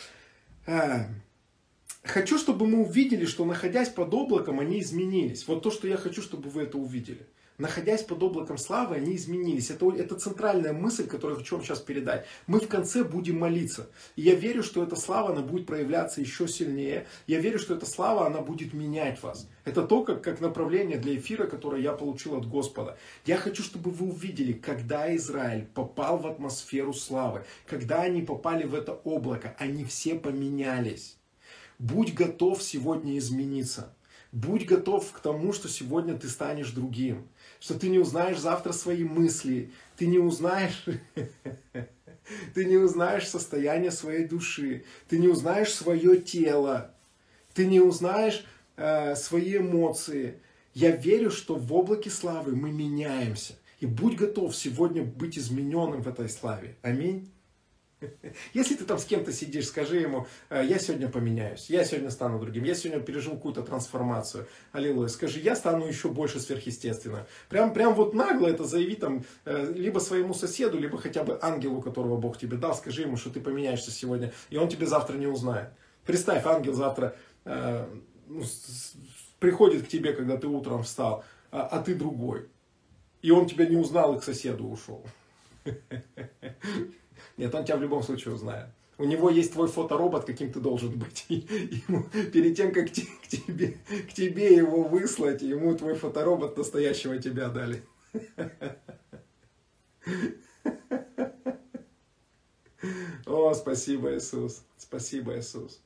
Хочу, чтобы мы увидели, что находясь под облаком, они изменились. Вот то, что я хочу, чтобы вы это увидели. Находясь под облаком славы, они изменились. Это, это центральная мысль, которую я хочу вам сейчас передать. Мы в конце будем молиться. И я верю, что эта слава, она будет проявляться еще сильнее. Я верю, что эта слава, она будет менять вас. Это то, как, как направление для эфира, которое я получил от Господа. Я хочу, чтобы вы увидели, когда Израиль попал в атмосферу славы, когда они попали в это облако, они все поменялись. Будь готов сегодня измениться. Будь готов к тому, что сегодня ты станешь другим. Что ты не узнаешь завтра свои мысли. Ты не узнаешь, ты не узнаешь состояние своей души. Ты не узнаешь свое тело. Ты не узнаешь э, свои эмоции. Я верю, что в облаке славы мы меняемся. И будь готов сегодня быть измененным в этой славе. Аминь. Если ты там с кем-то сидишь, скажи ему, я сегодня поменяюсь, я сегодня стану другим, я сегодня переживу какую-то трансформацию. Аллилуйя. Скажи, я стану еще больше сверхъестественным. Прям, прям вот нагло это заяви там, либо своему соседу, либо хотя бы ангелу, которого Бог тебе дал. Скажи ему, что ты поменяешься сегодня, и он тебе завтра не узнает. Представь, ангел завтра э, приходит к тебе, когда ты утром встал, а, а ты другой. И он тебя не узнал и к соседу ушел. Нет, он тебя в любом случае узнает. У него есть твой фоторобот, каким ты должен быть. И ему, перед тем, как к тебе, к тебе его выслать, ему твой фоторобот настоящего тебя дали. О, спасибо, Иисус. Спасибо, Иисус.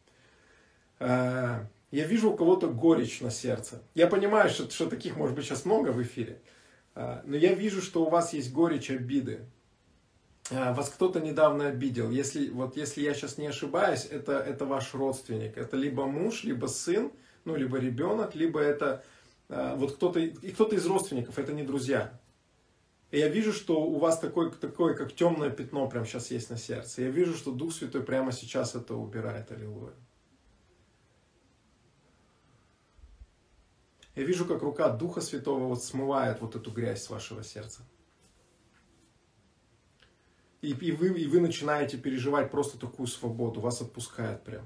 Я вижу у кого-то горечь на сердце. Я понимаю, что, что таких, может быть, сейчас много в эфире. Но я вижу, что у вас есть горечь обиды. Вас кто-то недавно обидел. Если, вот, если я сейчас не ошибаюсь, это, это ваш родственник. Это либо муж, либо сын, ну, либо ребенок, либо это вот кто-то, и кто-то из родственников, это не друзья. И я вижу, что у вас такое, такое, как темное пятно прямо сейчас есть на сердце. Я вижу, что Дух Святой прямо сейчас это убирает. Аллилуйя. Я вижу, как рука Духа Святого вот смывает вот эту грязь с вашего сердца. И, и, вы, и вы начинаете переживать просто такую свободу. Вас отпускает прям.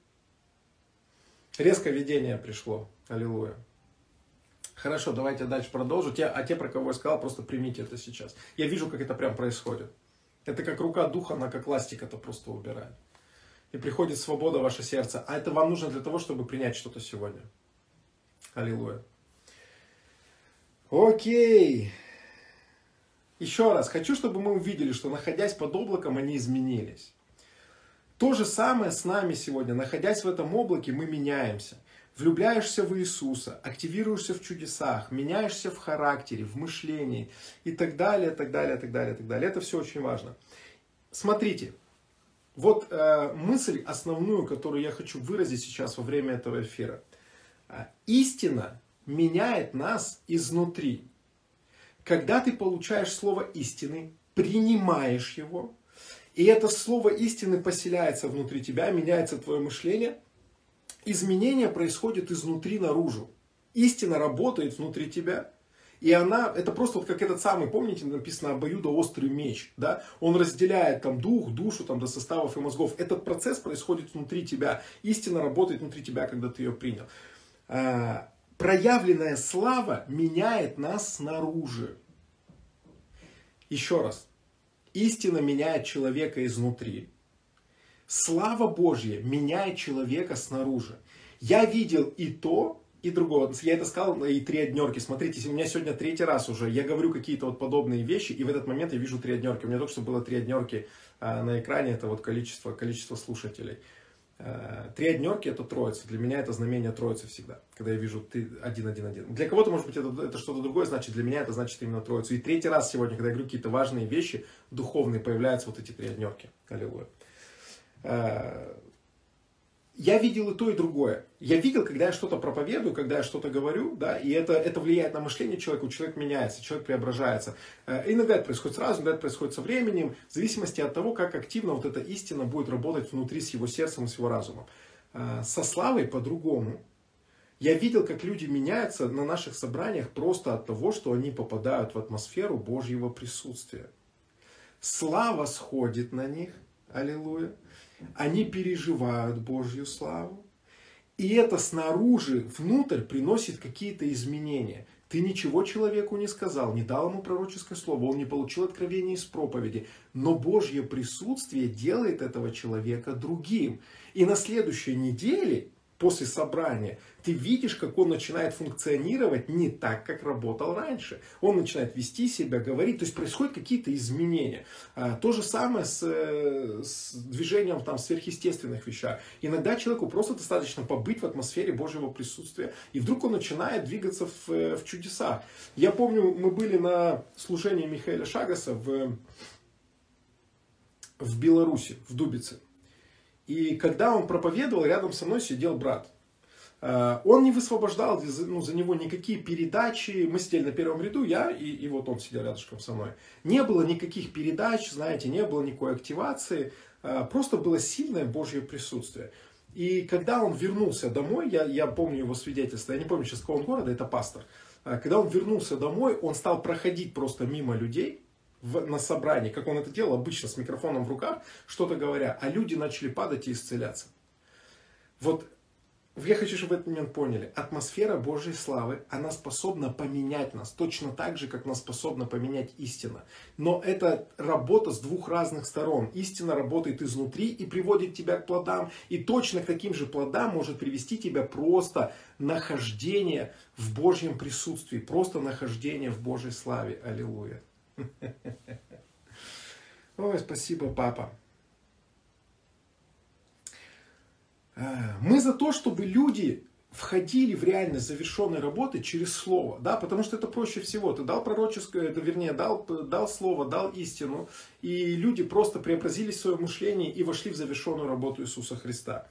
Резкое видение пришло. Аллилуйя. Хорошо, давайте дальше продолжу. Те, а те, про кого я сказал, просто примите это сейчас. Я вижу, как это прям происходит. Это как рука Духа, она как ластик это просто убирает. И приходит свобода в ваше сердце. А это вам нужно для того, чтобы принять что-то сегодня. Аллилуйя. Окей. Еще раз, хочу, чтобы мы увидели, что находясь под облаком, они изменились. То же самое с нами сегодня. Находясь в этом облаке, мы меняемся. Влюбляешься в Иисуса, активируешься в чудесах, меняешься в характере, в мышлении и так далее, так далее, так далее, так далее. Это все очень важно. Смотрите, вот э, мысль основную, которую я хочу выразить сейчас во время этого эфира. Истина меняет нас изнутри. Когда ты получаешь слово истины, принимаешь его, и это слово истины поселяется внутри тебя, меняется твое мышление, изменение происходит изнутри наружу. Истина работает внутри тебя, и она, это просто вот как этот самый, помните, написано обоюдоострый меч, да? Он разделяет там дух, душу там, до составов и мозгов. Этот процесс происходит внутри тебя. Истина работает внутри тебя, когда ты ее принял. Проявленная слава меняет нас снаружи. Еще раз. Истина меняет человека изнутри. Слава Божья меняет человека снаружи. Я видел и то, и другое. Я это сказал, и три однерки. Смотрите, у меня сегодня третий раз уже. Я говорю какие-то вот подобные вещи, и в этот момент я вижу три однерки. У меня только что было три однерки а, на экране. Это вот количество, количество слушателей. А, три однерки это троица. Для меня это знамение троицы всегда. Когда я вижу ты один, один, один. Для кого-то, может быть, это, это что-то другое значит. Для меня это значит именно троицу. И третий раз сегодня, когда я говорю какие-то важные вещи, духовные, появляются вот эти три однерки. Аллилуйя. А, Я видел и то, и другое. Я видел, когда я что-то проповедую, когда я что-то говорю, да, и это, это влияет на мышление человека, человек меняется, человек преображается. Иногда это происходит сразу, иногда это происходит со временем, в зависимости от того, как активно вот эта истина будет работать внутри с его сердцем и с его разумом. Со славой по-другому. Я видел, как люди меняются на наших собраниях просто от того, что они попадают в атмосферу Божьего присутствия. Слава сходит на них, аллилуйя. Они переживают Божью славу. И это снаружи, внутрь приносит какие-то изменения. Ты ничего человеку не сказал, не дал ему пророческое слово, он не получил откровения из проповеди. Но Божье присутствие делает этого человека другим. И на следующей неделе, после собрания, ты видишь, как он начинает функционировать не так, как работал раньше. Он начинает вести себя, говорить, то есть происходят какие-то изменения. То же самое с, с движением там, сверхъестественных вещей. Иногда человеку просто достаточно побыть в атмосфере Божьего присутствия, и вдруг он начинает двигаться в, в чудесах. Я помню, мы были на служении Михаэля Шагаса в, в Беларуси, в Дубице. И когда он проповедовал, рядом со мной сидел брат. Он не высвобождал ну, за него никакие передачи. Мы сидели на первом ряду, я и, и вот он сидел рядышком со мной. Не было никаких передач, знаете, не было никакой активации. Просто было сильное Божье присутствие. И когда он вернулся домой, я, я помню его свидетельство, я не помню сейчас какого он города, это пастор. Когда он вернулся домой, он стал проходить просто мимо людей в, на собрании, как он это делал обычно с микрофоном в руках, что-то говоря, а люди начали падать и исцеляться. Вот я хочу, чтобы в этот момент поняли, атмосфера Божьей славы, она способна поменять нас, точно так же, как нас способна поменять истина. Но это работа с двух разных сторон. Истина работает изнутри и приводит тебя к плодам, и точно к таким же плодам может привести тебя просто нахождение в Божьем присутствии, просто нахождение в Божьей славе. Аллилуйя. Ой, спасибо, папа. Мы за то, чтобы люди входили в реальность завершенной работы через слово, да, потому что это проще всего. Ты дал пророческое, это, вернее, дал, дал слово, дал истину, и люди просто преобразились в своем мышлении и вошли в завершенную работу Иисуса Христа.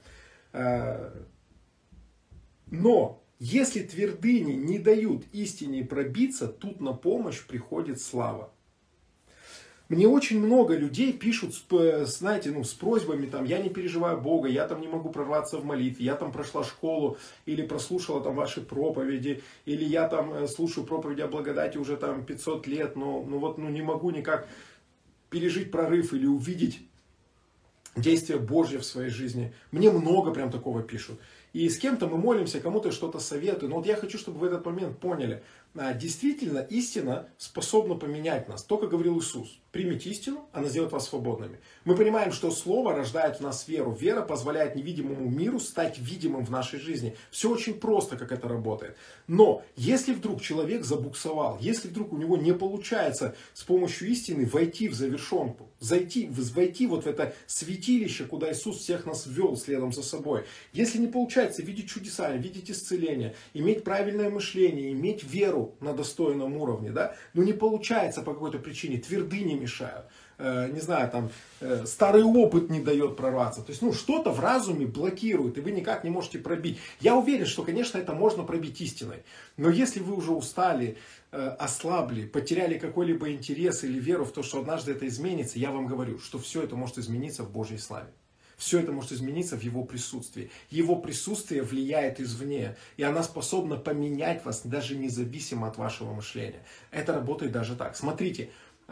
Но если твердыни не дают истине пробиться, тут на помощь приходит слава. Мне очень много людей пишут, знаете, ну, с просьбами, там, я не переживаю Бога, я там не могу прорваться в молитве, я там прошла школу, или прослушала там ваши проповеди, или я там слушаю проповеди о благодати уже там пятьсот лет, но ну, вот, ну, не могу никак пережить прорыв или увидеть действие Божье в своей жизни. Мне много прям такого пишут. И с кем-то мы молимся, кому-то что-то советую. Но вот я хочу, чтобы в этот момент поняли, действительно истина способна поменять нас. То, как говорил Иисус. Примите истину, она сделает вас свободными. Мы понимаем, что Слово рождает в нас веру. Вера позволяет невидимому миру стать видимым в нашей жизни. Все очень просто, как это работает. Но если вдруг человек забуксовал, если вдруг у него не получается с помощью истины войти в завершенку, зайти, войти вот в это святилище, куда Иисус всех нас ввел следом за собой. Если не получается видеть чудеса, видеть исцеление, иметь правильное мышление, иметь веру на достойном уровне, да, но не получается по какой-то причине, твердыни мешают, э, не знаю, там, э, старый опыт не дает прорваться, то есть, ну, что-то в разуме блокирует, и вы никак не можете пробить. Я уверен, что, конечно, это можно пробить истиной, но если вы уже устали, э, ослабли, потеряли какой-либо интерес или веру в то, что однажды это изменится, я вам говорю, что все это может измениться в Божьей славе. Все это может измениться в Его присутствии. Его присутствие влияет извне, и она способна поменять вас даже независимо от вашего мышления. Это работает даже так. Смотрите,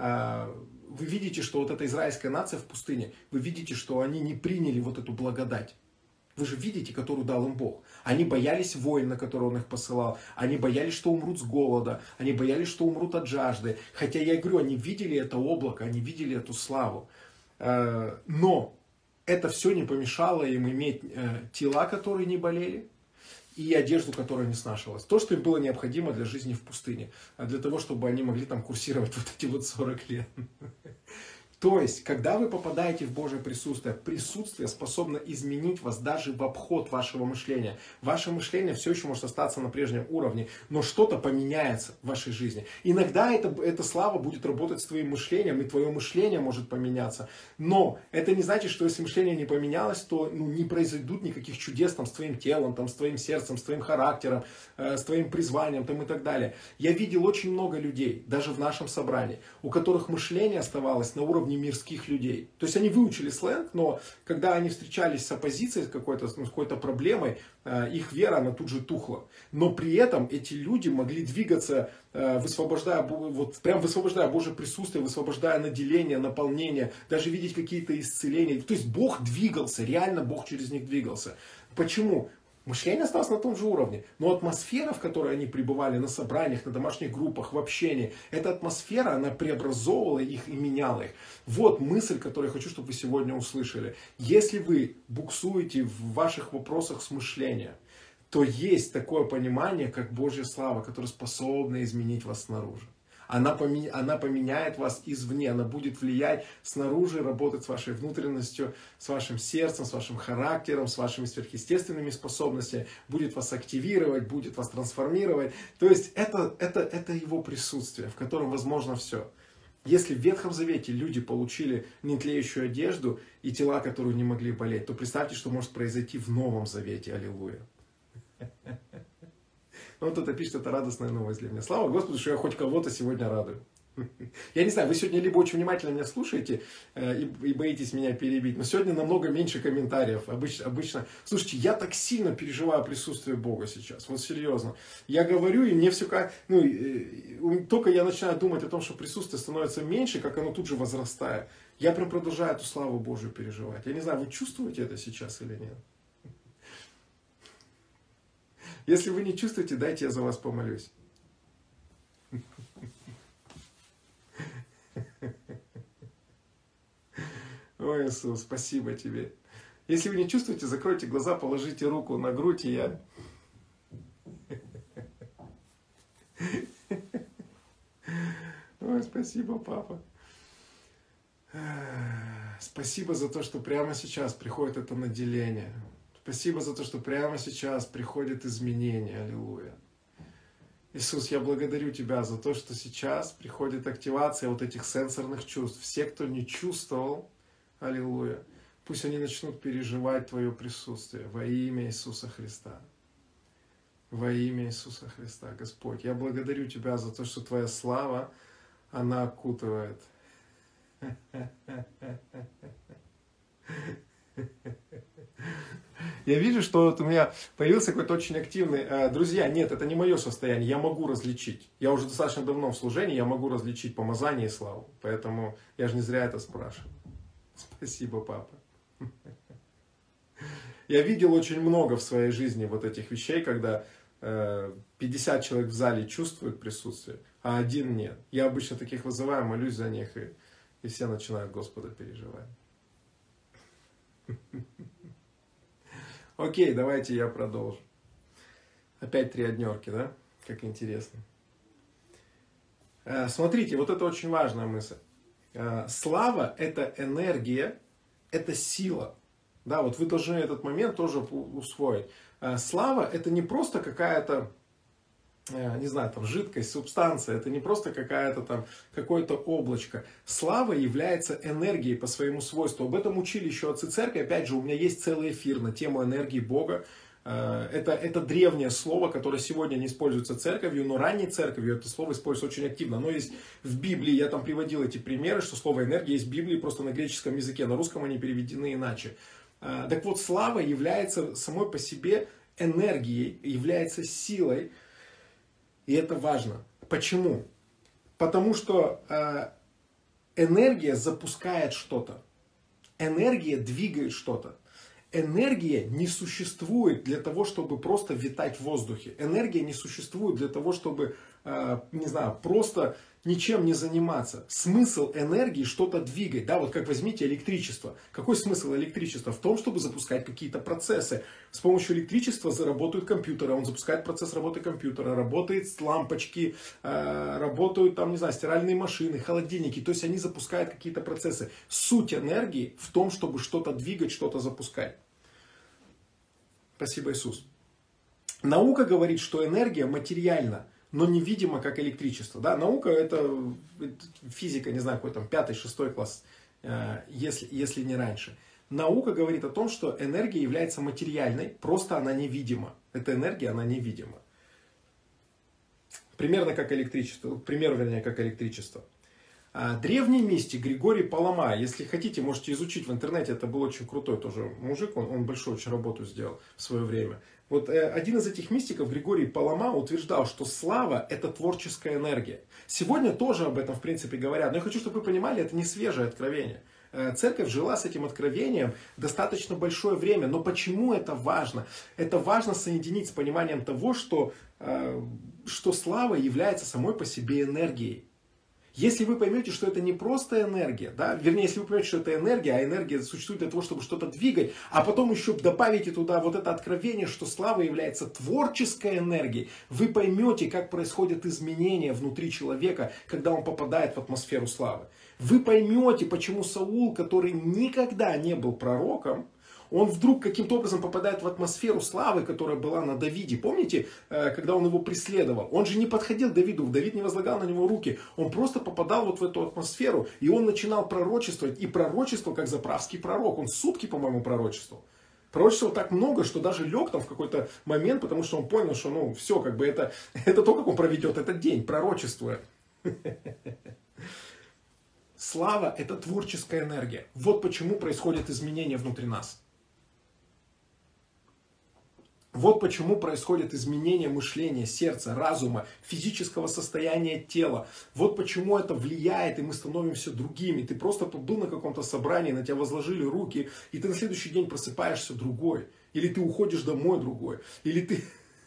вы видите, что вот эта израильская нация в пустыне, вы видите, что они не приняли вот эту благодать. Вы же видите, которую дал им Бог. Они боялись войн, на которые Он их посылал. Они боялись, что умрут с голода. Они боялись, что умрут от жажды. Хотя я говорю, они видели это облако, они видели эту славу. Но это все не помешало им иметь тела, которые не болели, и одежду, которая не снашивалась. То, что им было необходимо для жизни в пустыне, а для того, чтобы они могли там курсировать вот эти вот сорок лет. То есть, когда вы попадаете в Божье присутствие, присутствие способно изменить вас даже в обход вашего мышления. Ваше мышление все еще может остаться на прежнем уровне, но что-то поменяется в вашей жизни. Иногда это, эта слава будет работать с твоим мышлением, и твое мышление может поменяться. Но это не значит, что если мышление не поменялось, то ну, не произойдут никаких чудес там, с твоим телом, там, с твоим сердцем, с твоим характером, э, с твоим призванием там, и так далее. Я видел очень много людей, даже в нашем собрании, у которых мышление оставалось на уровне мирских людей. То есть они выучили сленг, но когда они встречались с оппозицией, с какой-то, с какой-то проблемой, их вера, она тут же тухла. Но при этом эти люди могли двигаться, высвобождая, вот, прям высвобождая Божье присутствие, высвобождая наделение, наполнение, даже видеть какие-то исцеления. То есть Бог двигался, реально Бог через них двигался. Почему? Мышление осталось на том же уровне, но атмосфера, в которой они пребывали на собраниях, на домашних группах, в общении, эта атмосфера, она преобразовывала их и меняла их. Вот мысль, которую я хочу, чтобы вы сегодня услышали. Если вы буксуете в ваших вопросах с мышлением, то есть такое понимание, как Божья слава, которая способна изменить вас снаружи. Она, поменя... она поменяет вас извне, она будет влиять снаружи, работать с вашей внутренностью, с вашим сердцем, с вашим характером, с вашими сверхъестественными способностями, будет вас активировать, будет вас трансформировать. То есть это, это, это его присутствие, в котором возможно все. Если в Ветхом Завете люди получили нетлеющую одежду и тела, которые не могли болеть, то представьте, что может произойти в Новом Завете. Аллилуйя. Ну, вот кто-то пишет, это радостная новость для меня. Слава Господу, что я хоть кого-то сегодня радую. Я не знаю, вы сегодня либо очень внимательно меня слушаете э, и, и боитесь меня перебить, но сегодня намного меньше комментариев. Обычно, обычно, слушайте, я так сильно переживаю присутствие Бога сейчас, вот серьезно. Я говорю, и мне все как, ну, э, только я начинаю думать о том, что присутствие становится меньше, как оно тут же возрастает. Я прям продолжаю эту славу Божию переживать. Я не знаю, вы чувствуете это сейчас или нет? Если вы не чувствуете, дайте я за вас помолюсь. Ой, Иисус, спасибо тебе. Если вы не чувствуете, закройте глаза, положите руку на грудь, и я... Ой, спасибо, папа. Спасибо за то, что прямо сейчас приходит это наделение. Спасибо за то, что прямо сейчас приходит изменение. Аллилуйя. Иисус, я благодарю Тебя за то, что сейчас приходит активация вот этих сенсорных чувств. Все, кто не чувствовал, аллилуйя, пусть они начнут переживать Твое присутствие во имя Иисуса Христа. Во имя Иисуса Христа, Господь. Я благодарю Тебя за то, что Твоя слава, она окутывает. Я вижу, что вот у меня появился какой-то очень активный... Друзья, нет, это не мое состояние, я могу различить. Я уже достаточно давно в служении, я могу различить помазание и славу. Поэтому я же не зря это спрашиваю. Спасибо, папа. Я видел очень много в своей жизни вот этих вещей, когда пятьдесят человек в зале чувствуют присутствие, а один нет. Я обычно таких вызываю, молюсь за них, и, и все начинают Господа переживать. Окей, давайте я продолжу. Опять три однерки, да? Как интересно. Смотрите, вот это очень важная мысль. Слава – это энергия, это сила. Да, вот вы должны этот момент тоже усвоить. Слава – это не просто какая-то, не знаю, там, жидкость, субстанция, это не просто какая-то там, какое-то облачко. Слава является энергией по своему свойству. Об этом учили еще отцы церкви. Опять же, у меня есть целый эфир на тему энергии Бога. Это, это древнее слово, которое сегодня не используется церковью, но ранней церковью это слово используется очень активно. Оно есть в Библии, я там приводил эти примеры, что слово энергия есть в Библии, просто на греческом языке, на русском они переведены иначе. Так вот, слава является самой по себе энергией, является силой. И это важно. Почему? Потому что э, энергия запускает что-то. Энергия двигает что-то. Энергия не существует для того, чтобы просто витать в воздухе. Энергия не существует для того, чтобы не знаю, просто ничем не заниматься. Смысл энергии что-то двигать. Да, вот как возьмите электричество. Какой смысл электричества? В том, чтобы запускать какие-то процессы. С помощью электричества заработают компьютеры. Он запускает процесс работы компьютера. Работают лампочки, работают там, не знаю, стиральные машины, холодильники. То есть они запускают какие-то процессы. Суть энергии в том, чтобы что-то двигать, что-то запускать. Спасибо, Иисус. Наука говорит, что энергия материальна, но невидимо, как электричество. Да? Наука это, это физика, не знаю, какой там, пятый, шестой класс, э, если, если не раньше. Наука говорит о том, что энергия является материальной, просто она невидима. Эта энергия, она невидима. Примерно как электричество, пример, вернее, как электричество. А древний мистик Григорий Палама, если хотите, можете изучить в интернете, это был очень крутой тоже мужик, он, он большую очень работу сделал в свое время. Вот э, один из этих мистиков, Григорий Палама, утверждал, что слава – это творческая энергия. Сегодня тоже об этом, в принципе, говорят, но я хочу, чтобы вы понимали, это не свежее откровение. Э, церковь жила с этим откровением достаточно большое время, но почему это важно? Это важно соединить с пониманием того, что, э, что слава является самой по себе энергией. Если вы поймете, что это не просто энергия, да, вернее, если вы поймете, что это энергия, а энергия существует для того, чтобы что-то двигать, а потом еще добавите туда вот это откровение, что слава является творческой энергией, вы поймете, как происходят изменения внутри человека, когда он попадает в атмосферу славы. Вы поймете, почему Саул, который никогда не был пророком, он вдруг каким-то образом попадает в атмосферу славы, которая была на Давиде. Помните, когда он его преследовал? Он же не подходил к Давиду, Давид не возлагал на него руки. Он просто попадал вот в эту атмосферу, и он начинал пророчествовать. И пророчествовал как заправский пророк. Он сутки, по-моему, пророчествовал. Пророчествовал так много, что даже лег там в какой-то момент, потому что он понял, что ну все, как бы это, это то, как он проведет этот день, пророчествуя. Слава – это творческая энергия. Вот почему происходят изменения внутри нас. Вот почему происходят изменения мышления, сердца, разума, физического состояния тела. Вот почему это влияет, и мы становимся другими. Ты просто был на каком-то собрании, на тебя возложили руки, и ты на следующий день просыпаешься другой. Или ты уходишь домой другой. Или ты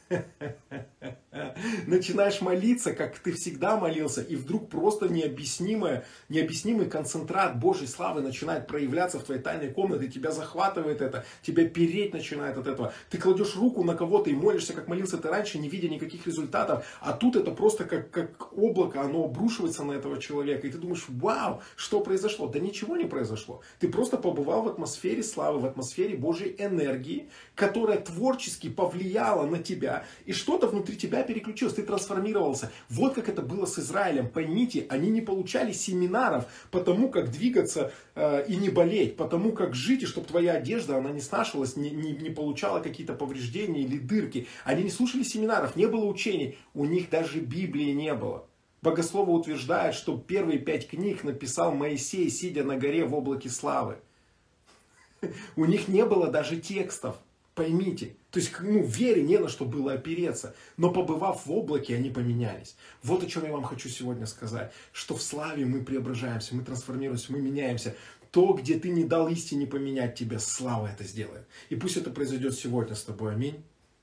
начинаешь молиться, как ты всегда молился, и вдруг просто необъяснимое, необъяснимый концентрат Божьей славы начинает проявляться в твоей тайной комнате, тебя захватывает это, тебя переть начинает от этого. Ты кладешь руку на кого-то и молишься, как молился ты раньше, не видя никаких результатов, а тут это просто как, как облако, оно обрушивается на этого человека, и ты думаешь, вау, что произошло? Да ничего не произошло. Ты просто побывал в атмосфере славы, в атмосфере Божьей энергии, которая творчески повлияла на тебя, и что-то внутри тебя переключилось, ты трансформировался. Вот как это было с Израилем. Поймите, они не получали семинаров по тому, как двигаться э, и не болеть, по тому, как жить, и чтобы твоя одежда, она не снашивалась, не, не, не получала какие-то повреждения или дырки. Они не слушали семинаров, не было учений, у них даже Библии не было. Богословы утверждают, что первые пять книг написал Моисей, сидя на горе в облаке славы. У них не было даже текстов. Поймите, то есть, ну, вере не на что было опереться, но побывав в облаке, они поменялись. Вот о чем я вам хочу сегодня сказать, что в славе мы преображаемся, мы трансформируемся, мы меняемся. То, где ты не дал истине поменять тебя, слава это сделает. И пусть это произойдет сегодня с тобой, аминь.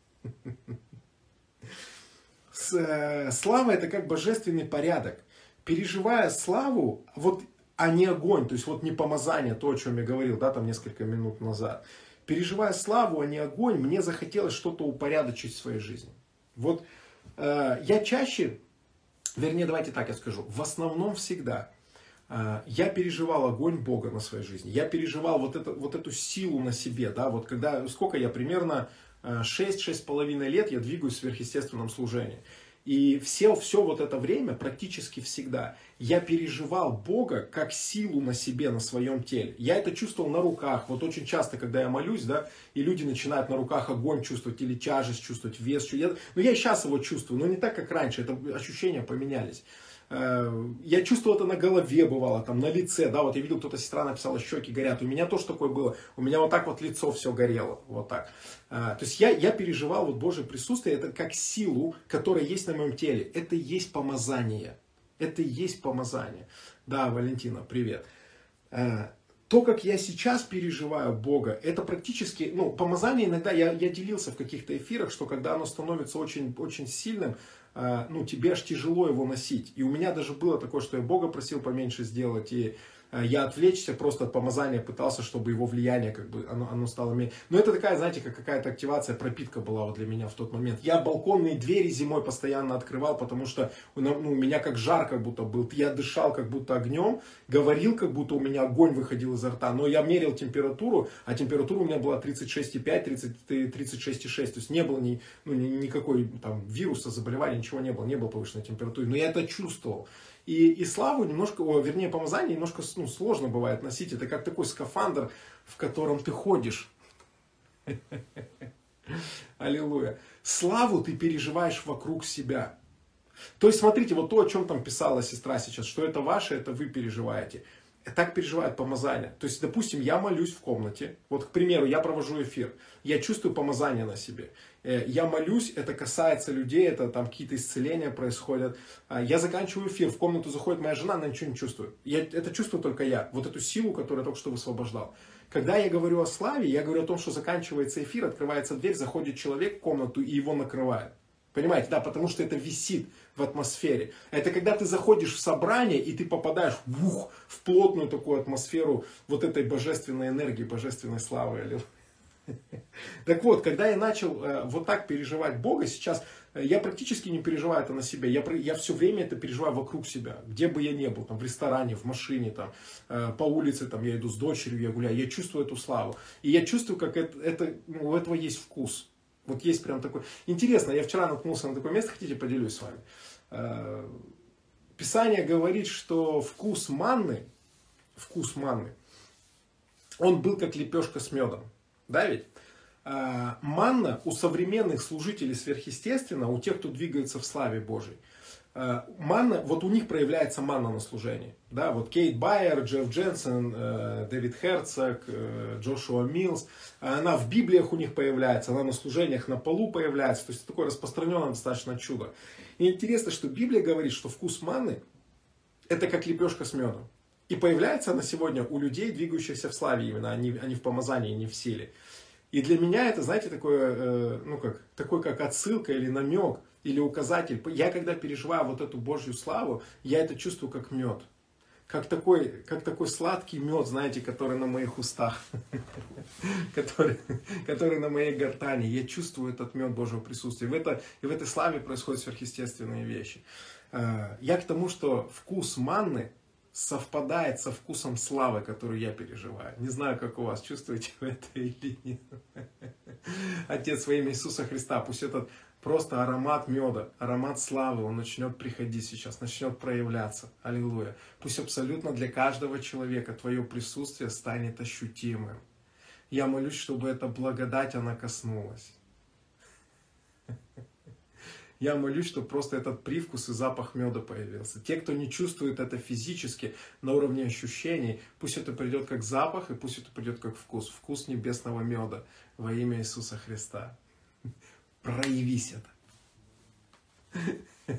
Слава это как божественный порядок. Переживая славу, вот, а не огонь, то есть вот не помазание, то, о чем я говорил, да, там несколько минут назад. Переживая славу, а не огонь, мне захотелось что-то упорядочить в своей жизни. Вот э, я чаще, вернее, давайте так я скажу, в основном всегда э, я переживал огонь Бога на своей жизни. Я переживал вот, это, вот эту силу на себе, да, вот когда, сколько я, примерно шесть-шесть с половиной лет я двигаюсь в сверхъестественном служении. И все, все вот это время, практически всегда, я переживал Бога как силу на себе, на своем теле. Я это чувствовал на руках. Вот очень часто, когда я молюсь, да, и люди начинают на руках огонь чувствовать, или тяжесть чувствовать, вес. Я, ну, я и сейчас его чувствую, но не так, как раньше. Это ощущения поменялись. Я чувствовал это на голове, бывало, там, на лице, да, вот я видел, кто-то, сестра написала, щеки горят, у меня тоже такое было, у меня вот так вот лицо все горело, вот так. То есть я, я переживал вот Божье присутствие, это как силу, которая есть на моем теле, это и есть помазание, это и есть помазание. Да, Валентина, привет. то, как я сейчас переживаю Бога, это практически, ну, помазание иногда, я, я делился в каких-то эфирах, что когда оно становится очень, очень сильным, э, ну, тебе аж тяжело его носить. И у меня даже было такое, что я Бога просил поменьше сделать, и э, я отвлечься просто от помазания пытался, чтобы его влияние, как бы, оно, оно стало меньше. Но это такая, знаете, как какая-то активация, пропитка была вот для меня в тот момент. Я балконные двери зимой постоянно открывал, потому что ну, у меня как жар как будто был. Я дышал как будто огнем, говорил, как будто у меня огонь выходил изо рта. Но я мерил температуру, а температура у меня была тридцать шесть и пять, тридцать шесть и шесть. То есть не было ни, ну, ни, никакой там вируса, заболевания, ничего не было. Не было повышенной температуры. Но я это чувствовал. И, и славу немножко, о, вернее, помазание немножко ну, сложно бывает носить. Это как такой скафандр, в котором ты ходишь. Аллилуйя. Славу ты переживаешь вокруг себя. То есть, смотрите, вот то, о чем там писала сестра сейчас, что это ваше, это вы переживаете. Так переживает помазание. То есть, допустим, я молюсь в комнате. Вот, к примеру, я провожу эфир. Я чувствую помазание на себе. Я молюсь, это касается людей, это там какие-то исцеления происходят. Я заканчиваю эфир, в комнату заходит моя жена, она ничего не чувствует. Я, это чувствую только я. Вот эту силу, которую я только что высвобождал. Когда я говорю о славе, я говорю о том, что заканчивается эфир, открывается дверь, заходит человек в комнату и его накрывает. Понимаете, да, потому что это висит в атмосфере. Это когда ты заходишь в собрание, и ты попадаешь в, ух, в плотную такую атмосферу вот этой божественной энергии, божественной славы. Так вот, когда я начал э, вот так переживать Бога, сейчас э, я практически не переживаю это на себе. Я, я все время это переживаю вокруг себя. Где бы я ни был, там, в ресторане, в машине, там, э, по улице, там, я иду с дочерью, я гуляю. Я чувствую эту славу. И я чувствую, как это, это, ну, у этого есть вкус. Вот есть прям такой... Интересно, я вчера наткнулся на такое место, хотите, поделюсь с вами. Писание говорит, что вкус манны, вкус манны, он был как лепешка с медом. Да ведь? Манна у современных служителей сверхъестественно, у тех, кто двигается в славе Божьей, манна, вот у них проявляется манна на служении. Да, вот Кейт Байер, Джефф Дженсен, Дэвид Херцог, Джошуа Милс. Она в Библиях у них появляется, она на служениях на полу появляется. То есть это такое распространенное достаточно чудо. И интересно, что Библия говорит, что вкус манны это как лепешка с медом. И появляется она сегодня у людей, двигающихся в славе именно, а не, а не в помазании, не в силе. И для меня это, знаете, такое, ну как, такой как отсылка или намек, или указатель. Я когда переживаю вот эту Божью славу, я это чувствую как мед. Как такой, как такой сладкий мед, знаете, который на моих устах, который, который на моей гортани. Я чувствую этот мед Божьего присутствия. И в, это, и в этой славе происходят сверхъестественные вещи. Я к тому, что вкус манны совпадает со вкусом славы, которую я переживаю. Не знаю, как у вас, чувствуете вы это или нет. Отец, во имя Иисуса Христа, пусть этот просто аромат меда, аромат славы, он начнет приходить сейчас, начнет проявляться. Аллилуйя. Пусть абсолютно для каждого человека твое присутствие станет ощутимым. Я молюсь, чтобы эта благодать, она коснулась. Я молюсь, чтобы просто этот привкус и запах меда появился. Те, кто не чувствует это физически, на уровне ощущений, пусть это придет как запах, и пусть это придет как вкус. Вкус небесного меда во имя Иисуса Христа. Проявись это.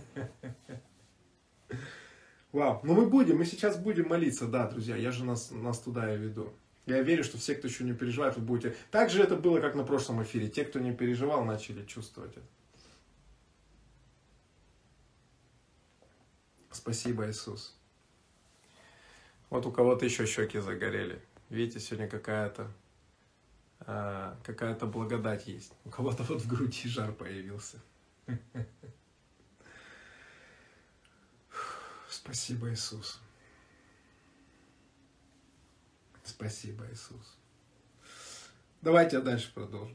Вау. Ну мы будем, мы сейчас будем молиться, да, друзья, я же нас, нас туда и веду. Я верю, что все, кто еще не переживает, вы будете... Так же это было, как на прошлом эфире. Те, кто не переживал, начали чувствовать это. Спасибо, Иисус. Вот у кого-то еще щеки загорели. Видите, сегодня какая-то э, какая-то благодать есть. У кого-то вот в груди жар появился. Спасибо, Иисус. Спасибо, Иисус. Давайте я дальше продолжу.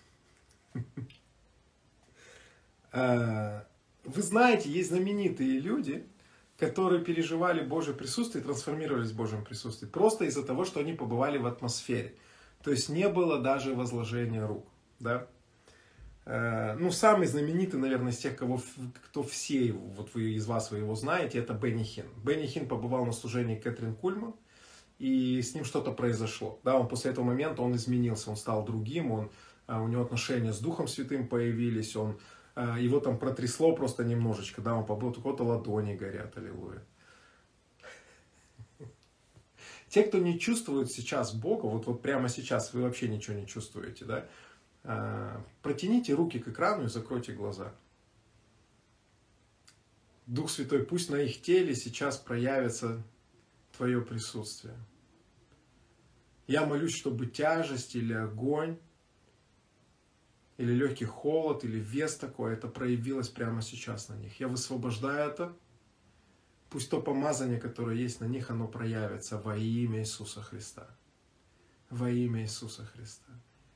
Вы знаете, есть знаменитые люди, которые переживали Божье присутствие и трансформировались в Божьем присутствии. Просто из-за того, что они побывали в атмосфере. То есть не было даже возложения рук. Да? Ну, самый знаменитый, наверное, из тех, кого, кто все, вот вы из вас вы его знаете, это Бенни Хин. Бенни Хин побывал на служении Кэтрин Кульман, и с ним что-то произошло. Да, он после этого момента он изменился, он стал другим, он, у него отношения с Духом Святым появились, он, его там протрясло просто немножечко, да, он побыл, у кого-то ладони горят, аллилуйя. Те, кто не чувствует сейчас Бога, вот, вот прямо сейчас вы вообще ничего не чувствуете, да? А, протяните руки к экрану и закройте глаза. Дух Святой, пусть на их теле сейчас проявится Твое присутствие. Я молюсь, чтобы тяжесть или огонь, или легкий холод, или вес такой, это проявилось прямо сейчас на них. Я высвобождаю это. Пусть то помазание, которое есть на них, оно проявится во имя Иисуса Христа. Во имя Иисуса Христа.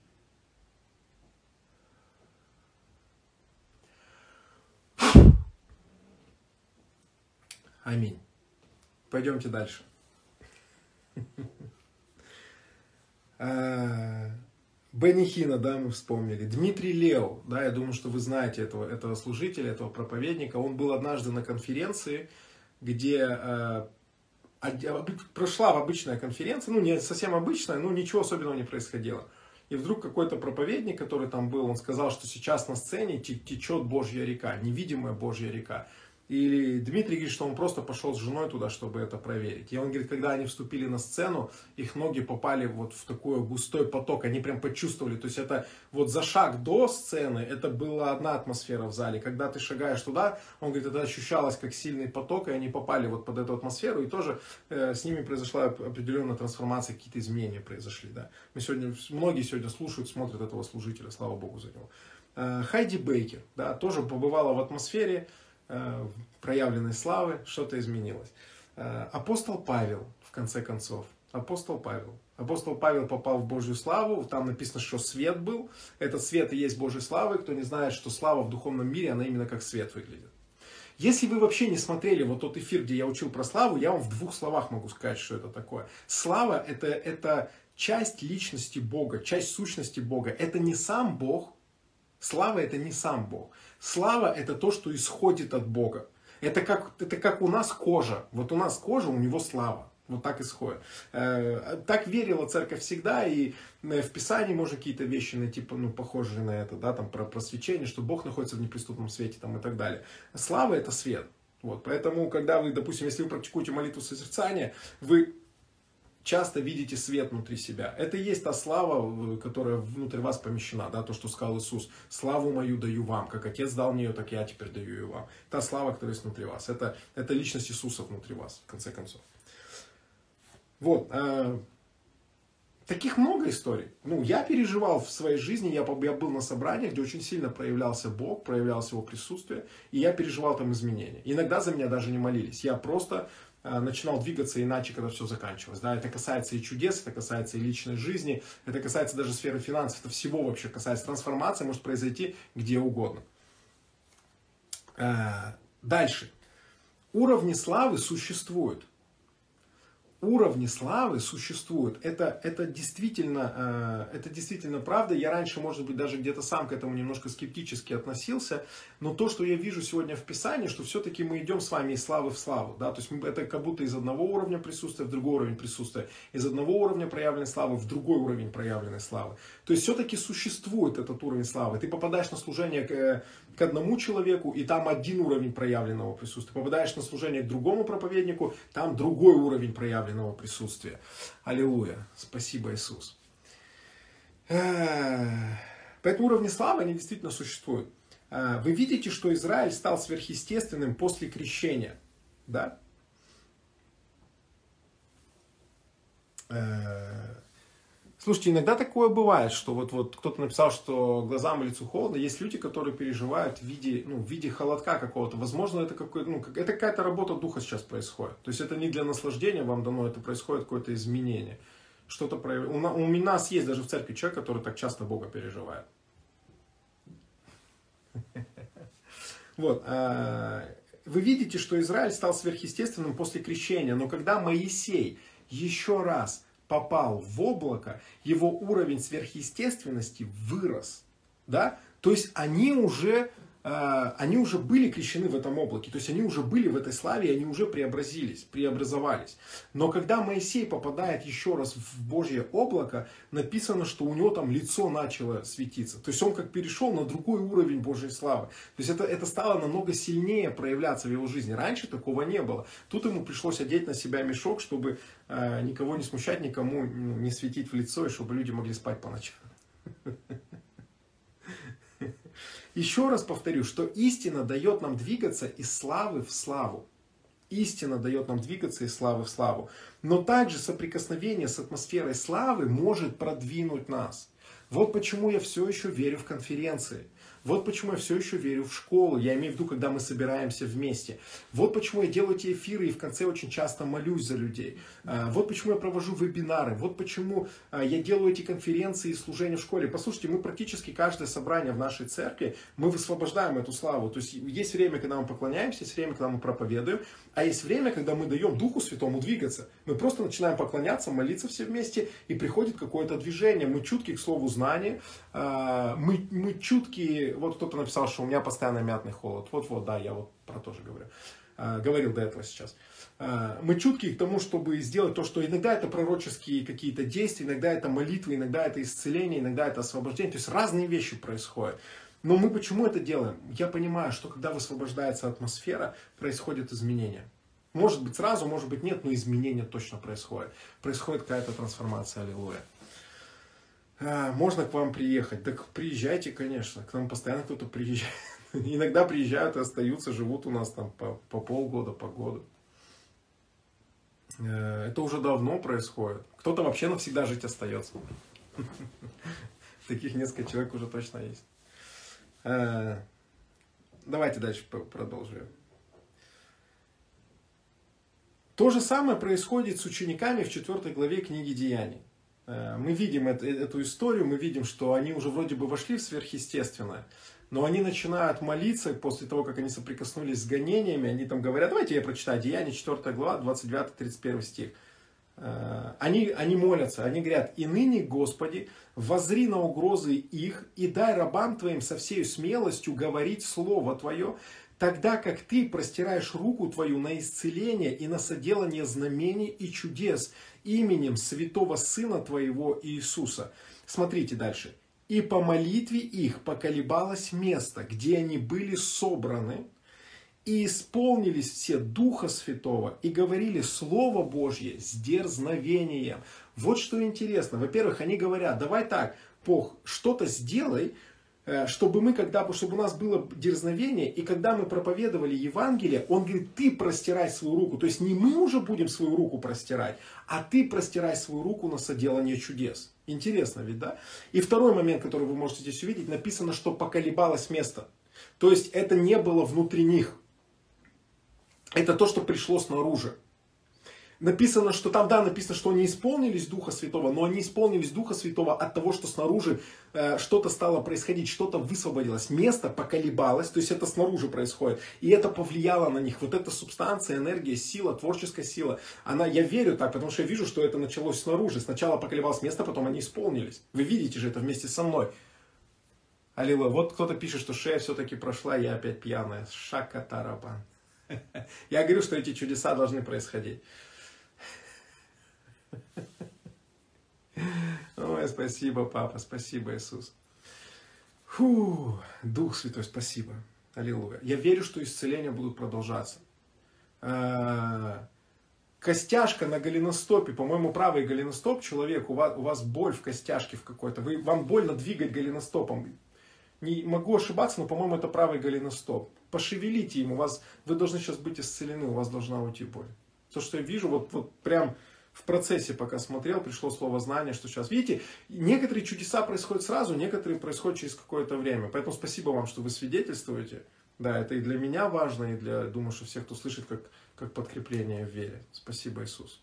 Аминь. Пойдемте дальше. Бенни Хинна, да, мы вспомнили. Дмитрий Лео, да, я думаю, что вы знаете этого, этого служителя, этого проповедника. Он был однажды на конференции, где э, прошла обычная конференция, ну не совсем обычная, но ничего особенного не происходило. И вдруг какой-то проповедник, который там был, он сказал, что сейчас на сцене течет Божья река, невидимая Божья река. И Дмитрий говорит, что он просто пошел с женой туда, чтобы это проверить. И он говорит, когда они вступили на сцену, их ноги попали вот в такой густой поток, они прям почувствовали. То есть это вот за шаг до сцены, это была одна атмосфера в зале. Когда ты шагаешь туда, он говорит, это ощущалось как сильный поток, и они попали вот под эту атмосферу. И тоже э, с ними произошла определенная трансформация, какие-то изменения произошли. Да. Мы сегодня, многие сегодня слушают, смотрят этого служителя, слава Богу за него. Э, Хайди Бейкер, да, тоже побывала в атмосфере проявленной славы, что-то изменилось. Апостол Павел, в конце концов, апостол Павел. Апостол Павел попал в Божью славу, там написано, что свет был. Этот свет и есть Божьей славы. Кто не знает, что слава в духовном мире, она именно как свет выглядит. Если вы вообще не смотрели вот тот эфир, где я учил про славу, я вам в двух словах могу сказать, что это такое. Слава это, это часть личности Бога, часть сущности Бога. Это не сам Бог. Слава это не сам Бог. Слава это то, что исходит от Бога. Это как, это как у нас кожа. Вот у нас кожа, у него слава. Вот так исходит. Так верила церковь всегда, и в Писании можно какие-то вещи найти, ну, похожие на это, да, там, про просвещение, что Бог находится в неприступном свете там, и так далее. Слава это свет. Вот. Поэтому, когда вы, допустим, если вы практикуете молитву созерцания, вы часто видите свет внутри себя. Это и есть та слава, которая внутрь вас помещена, да, то, что сказал Иисус. Славу мою даю вам, как Отец дал мне ее, так я теперь даю ее вам. Та слава, которая есть внутри вас. Это, это личность Иисуса внутри вас, в конце концов. Вот. Э, таких много историй. Ну, я переживал в своей жизни, я, я был на собраниях, где очень сильно проявлялся Бог, проявлялось Его присутствие, и я переживал там изменения. Иногда за меня даже не молились. Я просто начинал двигаться иначе, когда все заканчивалось. Да, это касается и чудес, это касается и личной жизни, это касается даже сферы финансов, это всего вообще касается. Трансформация может произойти где угодно. Дальше. Уровни славы существуют. Уровни славы существуют. Это, это, действительно, это действительно правда. Я раньше, может быть, даже где-то сам к этому немножко скептически относился. Но то, что я вижу сегодня в Писании, что все-таки мы идем с вами из славы в славу. Да? То есть это как будто из одного уровня присутствия в другой уровень присутствия. Из одного уровня проявленной славы в другой уровень проявленной славы. То есть все-таки существует этот уровень славы. Ты попадаешь на служение к, к одному человеку, и там один уровень проявленного присутствия. Попадаешь на служение к другому проповеднику, там другой уровень проявленного присутствия. Аллилуйя. Спасибо, Иисус. Поэтому уровни славы, они действительно существуют. Вы видите, что Израиль стал сверхъестественным после крещения. Да? Слушайте, иногда такое бывает, что вот, вот кто-то написал, что глазам и лицу холодно. Есть люди, которые переживают в виде, ну, в виде холодка какого-то. Возможно, это, какой, ну, это какая-то работа духа сейчас происходит. То есть это не для наслаждения вам дано, это происходит какое-то изменение. Что-то прояв... у, у нас есть даже в церкви человек, который так часто Бога переживает. Вот. Вы видите, что Израиль стал сверхъестественным после крещения. Но когда Моисей еще раз попал в облако, его уровень сверхъестественности вырос. Да? То есть они уже они уже были крещены в этом облаке, то есть они уже были в этой славе, и они уже преобразились, преобразовались. Но когда Моисей попадает еще раз в Божье облако, написано, что у него там лицо начало светиться. То есть он как перешел на другой уровень Божьей славы. То есть это, это стало намного сильнее проявляться в его жизни. Раньше такого не было. Тут ему пришлось одеть на себя мешок, чтобы э, никого не смущать, никому не светить в лицо, и чтобы люди могли спать по ночам. Еще раз повторю, что истина дает нам двигаться из славы в славу. Истина дает нам двигаться из славы в славу. Но также соприкосновение с атмосферой славы может продвинуть нас. Вот почему я все еще верю в конференции. Вот почему я все еще верю в школу. Я имею в виду, когда мы собираемся вместе. Вот почему я делаю эти эфиры и в конце очень часто молюсь за людей. Вот почему я провожу вебинары. Вот почему я делаю эти конференции и служения в школе. Послушайте, мы практически каждое собрание в нашей церкви, мы высвобождаем эту славу. То есть есть время, когда мы поклоняемся, есть время, когда мы проповедуем, а есть время, когда мы даем Духу Святому двигаться. Мы просто начинаем поклоняться, молиться все вместе, и приходит какое-то движение. Мы чутки к слову знания, мы, мы чутки. Вот кто-то написал, что у меня постоянно мятный холод. Вот-вот, да, я вот про то же говорю. Говорил до этого сейчас. Мы чутки к тому, чтобы сделать то, что иногда это пророческие какие-то действия, иногда это молитвы, иногда это исцеление, иногда это освобождение. То есть разные вещи происходят. Но мы почему это делаем? Я понимаю, что когда высвобождается атмосфера, происходят изменения. Может быть сразу, может быть нет, но изменения точно происходят. Происходит какая-то трансформация, аллилуйя. Можно к вам приехать? Так приезжайте, конечно. К нам постоянно кто-то приезжает. Иногда приезжают и остаются, живут у нас там по, по полгода, по году. Это уже давно происходит. Кто-то вообще навсегда жить остается. Таких несколько человек уже точно есть. Давайте дальше продолжим. То же самое происходит с учениками в четвёртой главе книги Деяний. Мы видим эту, эту историю, мы видим, что они уже вроде бы вошли в сверхъестественное, но они начинают молиться после того, как они соприкоснулись с гонениями, они там говорят, давайте я прочитаю, Деяния четвёртая глава, двадцать девятый тридцать первый стих. Они, они молятся, они говорят, «И ныне, Господи, воззри на угрозы их, и дай рабам Твоим со всей смелостью говорить Слово Твое, тогда как Ты простираешь руку Твою на исцеление и на соделание знамений и чудес именем святого Сына Твоего Иисуса». Смотрите дальше. «И по молитве их поколебалось место, где они были собраны, и исполнились все Духа Святого, и говорили Слово Божье с дерзновением». Вот что интересно. Во-первых, они говорят, давай так, Бог, что-то сделай, чтобы мы, когда, чтобы у нас было дерзновение, и когда мы проповедовали Евангелие, он говорит, ты простирай свою руку. То есть не мы уже будем свою руку простирать, а ты простирай свою руку на соделание чудес. Интересно ведь, да? И второй момент, который вы можете здесь увидеть, написано, что поколебалось место. То есть это не было внутри них. Это то, что пришло снаружи. Написано, что там, да, написано, что они исполнились Духа Святого, но они исполнились Духа Святого от того, что снаружи э, что-то стало происходить, что-то высвободилось, место поколебалось, то есть это снаружи происходит, и это повлияло на них. Вот эта субстанция, энергия, сила, творческая сила, она, я верю так, потому что я вижу, что это началось снаружи. Сначала поколебалось место, потом они исполнились. Вы видите же это вместе со мной. Аллилуйя. Вот кто-то пишет, что шея все-таки прошла, я опять пьяная. Шакатарабан. Я говорю, что эти чудеса должны происходить. Ой, спасибо, Папа, спасибо, Иисус. Фу, Дух Святой, спасибо. Аллилуйя. Я верю, что исцеления будут продолжаться. Костяшка на голеностопе, по-моему, правый голеностоп, человек, у вас, у вас боль в костяшке в какой-то, вы, вам больно двигать голеностопом. Не могу ошибаться, но, по-моему, это правый голеностоп. Пошевелите им, у вас, вы должны сейчас быть исцелены, у вас должна уйти боль. То, что я вижу, вот, вот прям в процессе, пока смотрел, пришло слово знание, что сейчас, видите, некоторые чудеса происходят сразу, некоторые происходят через какое-то время. Поэтому спасибо вам, что вы свидетельствуете. Да, это и для меня важно, и для, думаю, что всех, кто слышит, как, как подкрепление в вере. Спасибо, Иисус.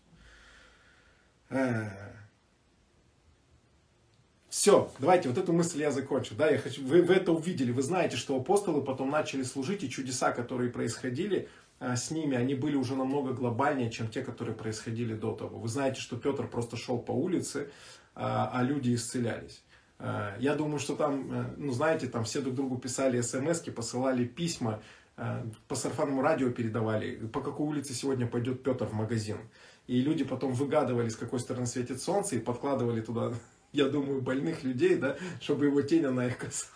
Все, давайте, вот эту мысль я закончу. Да, я хочу, вы, вы это увидели, вы знаете, что апостолы потом начали служить, и чудеса, которые происходили а, с ними, они были уже намного глобальнее, чем те, которые происходили до того. Вы знаете, что Петр просто шел по улице, а, а люди исцелялись. Я думаю, что там, ну знаете, там все друг другу писали смски, посылали письма, по сарафанному радио передавали, по какой улице сегодня пойдет Петр в магазин. И люди потом выгадывали, с какой стороны светит солнце, и подкладывали туда, я думаю, больных людей, да, чтобы его тень на их касалась.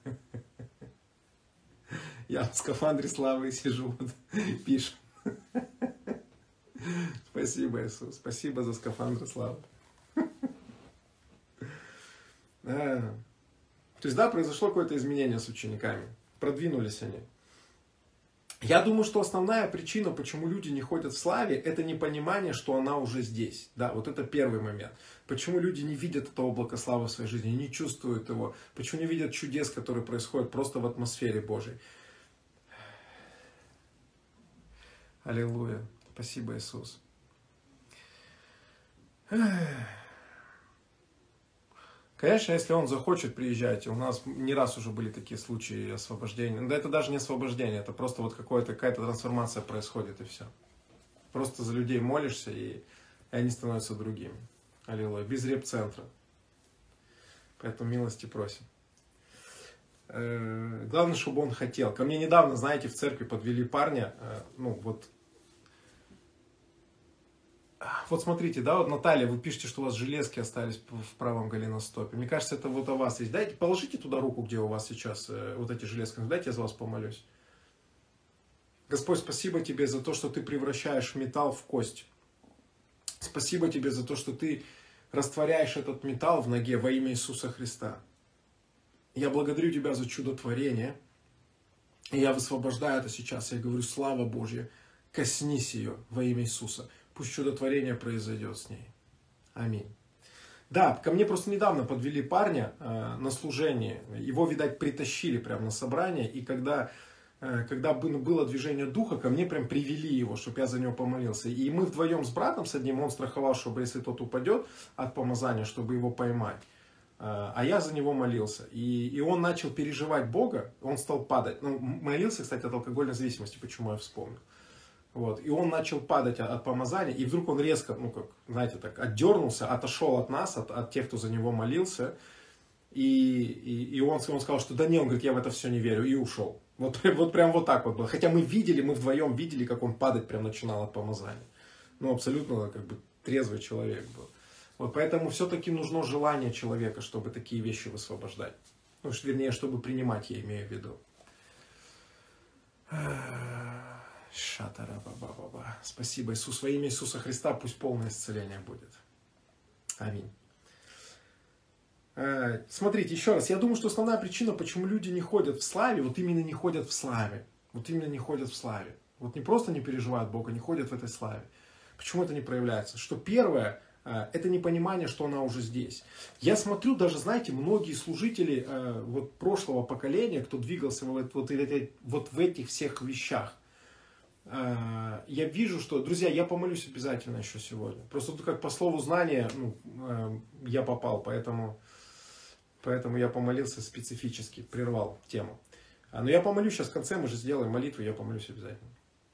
Я в скафандре славы сижу, вот, пишет. Спасибо, Иисус, спасибо за скафандр славы. То есть, да, произошло какое-то изменение с учениками, продвинулись они. Я думаю, что основная причина, почему люди не ходят в славе, это непонимание, что она уже здесь. Да, вот это первый момент. Почему люди не видят это облако славы в своей жизни, не чувствуют его. Почему не видят чудес, которые происходят просто в атмосфере Божьей. Аллилуйя. Спасибо, Иисус. Конечно, если он захочет, приезжайте. У нас не раз уже были такие случаи освобождения. Да это даже не освобождение, это просто вот какая-то трансформация происходит и все. Просто за людей молишься, и они становятся другими. Аллилуйя. Без реп-центра. Поэтому милости просим. Главное, чтобы он хотел. Ко мне недавно, знаете, в церкви подвели парня, ну вот, Вот смотрите, да, вот Наталья, вы пишете, что у вас железки остались в правом голеностопе. Мне кажется, это вот у вас есть. Дайте, положите туда руку, где у вас сейчас э, вот эти железки. Дайте я за вас помолюсь. Господь, спасибо тебе за то, что ты превращаешь металл в кость. Спасибо тебе за то, что ты растворяешь этот металл в ноге во имя Иисуса Христа. Я благодарю тебя за чудотворение. И я высвобождаю это сейчас. Я говорю, слава Божья, коснись ее во имя Иисуса. Пусть чудотворение произойдет с ней. Аминь. Да, ко мне просто недавно подвели парня э, на служение. Его, видать, притащили прямо на собрание. И когда, э, когда было движение духа, ко мне прям привели его, чтобы я за него помолился. И мы вдвоем с братом, с одним, он страховал, чтобы если тот упадет от помазания, чтобы его поймать. Э, а я за него молился. И, и он начал переживать Бога, он стал падать. Ну, молился, кстати, от алкогольной зависимости, почему я вспомнил. Вот. И он начал падать от, от помазания, и вдруг он резко, ну как, знаете, так отдернулся, отошел от нас, от, от тех, кто за него молился, и, и, и он, он сказал, что да не, он говорит, я в это все не верю, и ушел. Вот, вот прям вот так вот было. Хотя мы видели, мы вдвоем видели, как он падать прям начинал от помазания. Ну, абсолютно как бы трезвый человек был. Вот поэтому все-таки нужно желание человека, чтобы такие вещи высвобождать. Ну, вернее, чтобы принимать, я имею в виду. Шатара-ба-ба-ба-ба. Спасибо, Иисус. Во имя Иисуса Христа пусть полное исцеление будет. Аминь. Смотрите, еще раз. Я думаю, что основная причина, почему люди не ходят в славе, вот именно не ходят в славе. Вот именно не ходят в славе. Вот не просто не переживают Бога, не ходят в этой славе. Почему это не проявляется? Что первое, это непонимание, что она уже здесь. Я смотрю, даже, знаете, многие служители вот, прошлого поколения, кто двигался вот, вот, вот в этих всех вещах, я вижу, что, друзья, я помолюсь обязательно еще сегодня. Просто тут как по слову знания ну, я попал, поэтому, поэтому я помолился специфически, прервал тему. Но я помолюсь сейчас в конце, мы же сделаем молитву, я помолюсь обязательно.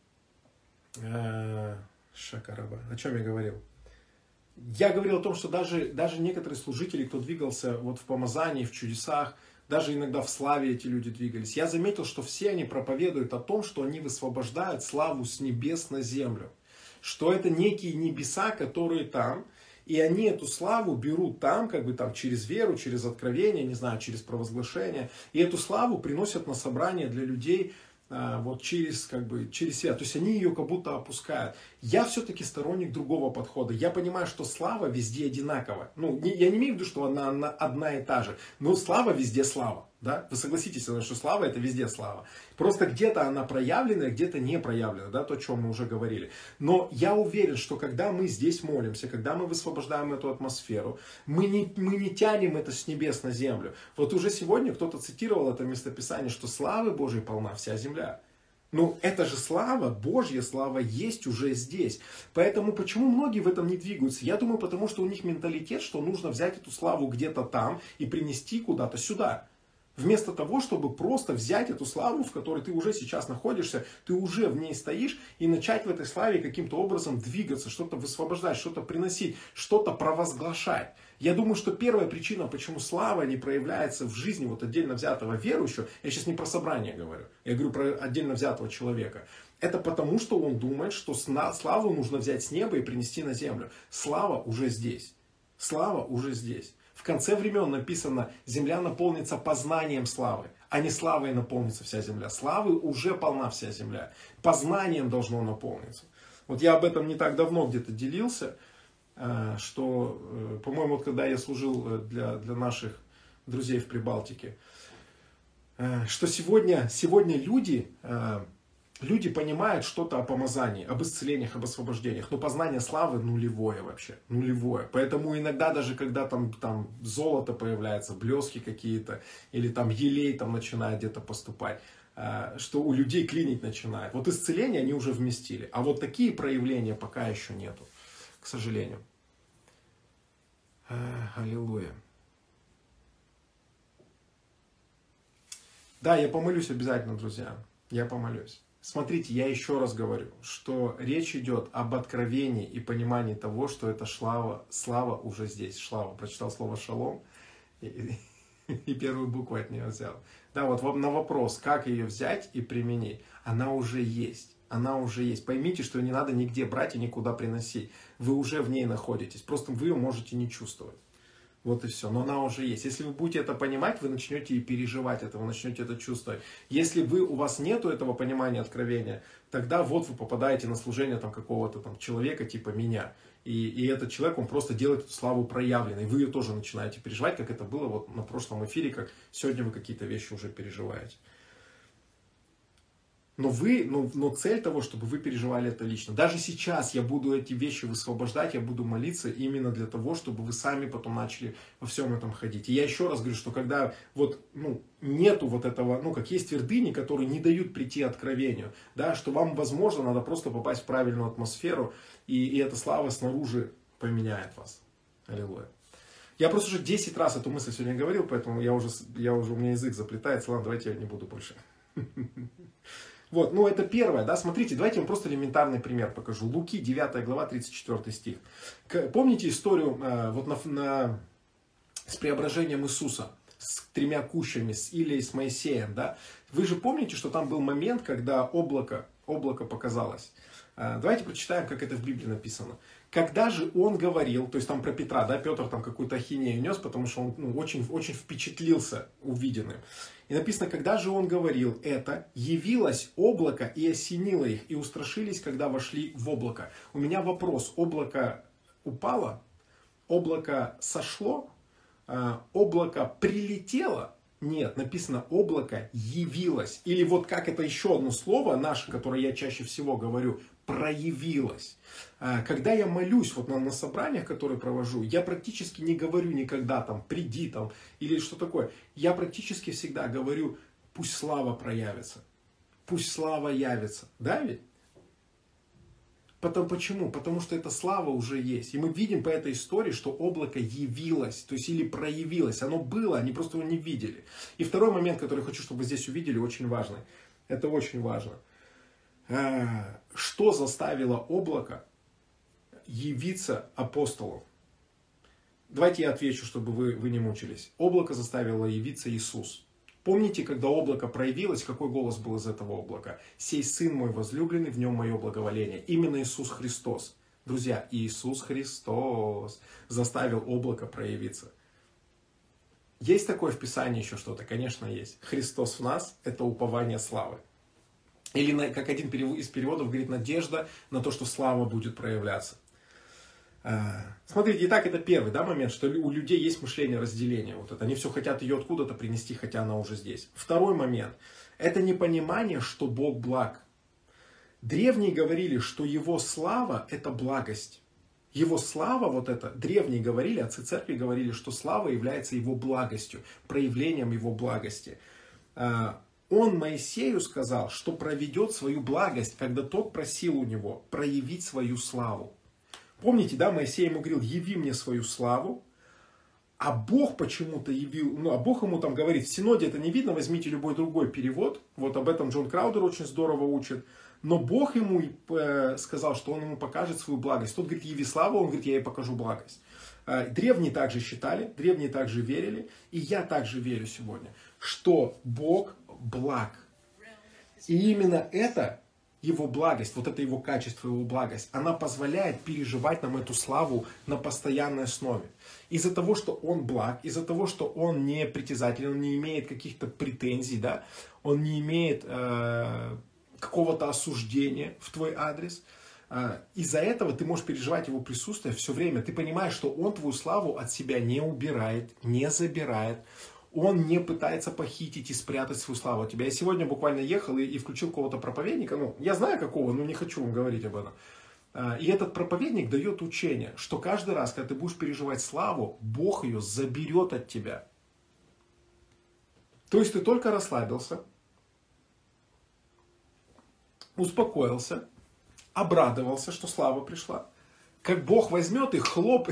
Шакараба. О чем я говорил? Я говорил о том, что даже, даже некоторые служители, кто двигался вот в помазании, в чудесах, даже иногда в славе эти люди двигались. Я заметил, что все они проповедуют о том, что они высвобождают славу с небес на землю. Что это некие небеса, которые там, и они эту славу берут там, как бы там через веру, через откровение, не знаю, через провозглашение. И эту славу приносят на собрание для людей вот через, как бы, через себя. То есть они ее как будто опускают. Я все-таки сторонник другого подхода. Я понимаю, что слава везде одинакова. Ну, не, я не имею в виду, что она, она одна и та же. Но слава везде слава. Да? Вы согласитесь, что слава это везде слава. Просто где-то она проявлена, где-то не проявлена. Да? То, о чем мы уже говорили. Но я уверен, что когда мы здесь молимся, когда мы высвобождаем эту атмосферу, мы не, мы не тянем это с небес на землю. Вот уже сегодня кто-то цитировал это местописание, что славы Божьей полна вся земля. Ну, это же слава, Божья слава есть уже здесь. Поэтому почему многие в этом не двигаются? Я думаю, потому что у них менталитет, что нужно взять эту славу где-то там и принести куда-то сюда. Вместо того, чтобы просто взять эту славу, в которой ты уже сейчас находишься, ты уже в ней стоишь, и начать в этой славе каким-то образом двигаться, что-то высвобождать, что-то приносить, что-то провозглашать. Я думаю, что первая причина, почему слава не проявляется в жизни вот отдельно взятого верующего, я сейчас не про собрание говорю, я говорю про отдельно взятого человека, это потому, что он думает, что славу нужно взять с неба и принести на землю. Слава уже здесь. Слава уже здесь. В конце времен написано, земля наполнится познанием славы, а не славой наполнится вся земля. Славы уже полна вся земля. Познанием должно наполниться. Вот я об этом не так давно где-то делился, что, по-моему, вот когда я служил для, для наших друзей в Прибалтике, что сегодня, сегодня люди, люди понимают что-то о помазании, об исцелениях, об освобождениях, но познание славы нулевое вообще, нулевое. Поэтому иногда даже когда там, там золото появляется, блески какие-то, или там елей там начинает где-то поступать, что у людей клинить начинает. Вот исцеление они уже вместили, а вот такие проявления пока еще нету. К сожалению. Аллилуйя. Да, я помолюсь обязательно, друзья. Я помолюсь. Смотрите, я еще раз говорю, что речь идет об откровении и понимании того, что эта слава, слава уже здесь. Слава. Прочитал слово шалом и, и первую букву от нее взял. Да, вот на вопрос, как ее взять и применить, она уже есть. Она уже есть. Поймите, что не надо нигде брать и никуда приносить. Вы уже в ней находитесь. Просто вы ее можете не чувствовать. Вот и все. Но она уже есть. Если вы будете это понимать, вы начнете и переживать это, вы начнете это чувствовать. Если вы, у вас нету этого понимания, откровения, тогда вот вы попадаете на служение там, какого-то там человека типа меня. И, и этот человек, он просто делает эту славу проявленной. Вы ее тоже начинаете переживать, как это было вот на прошлом эфире, как сегодня вы какие-то вещи уже переживаете. Но вы, но, но цель того, чтобы вы переживали это лично. Даже сейчас я буду эти вещи высвобождать, я буду молиться именно для того, чтобы вы сами потом начали во всем этом ходить. И я еще раз говорю, что когда вот, ну, нету вот этого, ну, как есть твердыни, которые не дают прийти откровению, да, что вам, возможно, надо просто попасть в правильную атмосферу, и, и эта слава снаружи поменяет вас. Аллилуйя. Я просто уже десять раз эту мысль сегодня говорил, поэтому я уже, я уже, у меня язык заплетается. Ладно, давайте я не буду больше. Вот, ну это первое, да, смотрите, давайте я вам просто элементарный пример покажу. Луки, девятая глава, тридцать четвёртый стих. Помните историю э, вот на, на, с преображением Иисуса, с тремя кущами, с Илией, с Моисеем, да? Вы же помните, что там был момент, когда облако, облако показалось. Э, давайте прочитаем, как это в Библии написано. Когда же он говорил, то есть там про Петра, да, Петр там какую-то ахинею нес, потому что он ну, очень, очень впечатлился увиденным. И написано, когда же он говорил это, явилось облако и осенило их, и устрашились, когда вошли в облако. У меня вопрос, облако упало, облако сошло, облако прилетело? Нет, написано, облако явилось. Или вот как это еще одно слово наше, которое я чаще всего говорю, проявилось. Когда я молюсь вот на, на собраниях, которые провожу, я практически не говорю никогда там приди там или что такое. Я практически всегда говорю, пусть слава проявится, пусть слава явится. Да ведь? Потому, почему? Потому что эта слава уже есть. И мы видим по этой истории, что облако явилось, то есть или проявилось. Оно было, они просто его не видели. И второй момент, который я хочу, чтобы вы здесь увидели, очень важный. Это очень важно. Что заставило облако явиться апостолу? Давайте я отвечу, чтобы вы, вы не мучились. Облако заставило явиться Иисус. Помните, когда облако проявилось, какой голос был из этого облака? «Сей Сын мой возлюбленный, в нем мое благоволение». Именно Иисус Христос. Друзья, Иисус Христос заставил облако проявиться. Есть такое в Писании еще что-то? Конечно, есть. Христос в нас – это упование славы. Или, как один из переводов говорит, надежда на то, что слава будет проявляться. Смотрите, итак, это первый да, момент, что у людей есть мышление разделения. Вот это. Они все хотят ее откуда-то принести, хотя она уже здесь. Второй момент. Это непонимание, что Бог благ. Древние говорили, что Его слава – это благость. Его слава, вот это, древние говорили, отцы церкви говорили, что слава является Его благостью, проявлением Его благости. Он Моисею сказал, что проведет свою благость, когда тот просил у него проявить свою славу. Помните, да, Моисей ему говорил, яви мне свою славу, а Бог почему-то явил, ну, а Бог ему там говорит, в Синоде это не видно, возьмите любой другой перевод, вот об этом Джон Краудер очень здорово учит, но Бог ему э, сказал, что он ему покажет свою благость. Тот говорит, яви славу, он говорит, я ей покажу благость. Древние также считали, древние также верили, и я также верю сегодня, что Бог благ. И именно это, Его благость, вот это Его качество, Его благость, она позволяет переживать нам эту славу на постоянной основе. Из-за того, что Он благ, из-за того, что Он не притязатель, Он не имеет каких-то претензий, да, Он не имеет э, какого-то осуждения в твой адрес, э, из-за этого ты можешь переживать Его присутствие все время. Ты понимаешь, что Он твою славу от себя не убирает, не забирает. Он не пытается похитить и спрятать свою славу от тебя. Я сегодня буквально ехал и, и включил какого-то проповедника. Ну, я знаю какого, но не хочу вам говорить об этом. И этот проповедник дает учение, что каждый раз, когда ты будешь переживать славу, Бог ее заберет от тебя. То есть ты только расслабился, успокоился, обрадовался, что слава пришла. Как Бог возьмет и хлоп...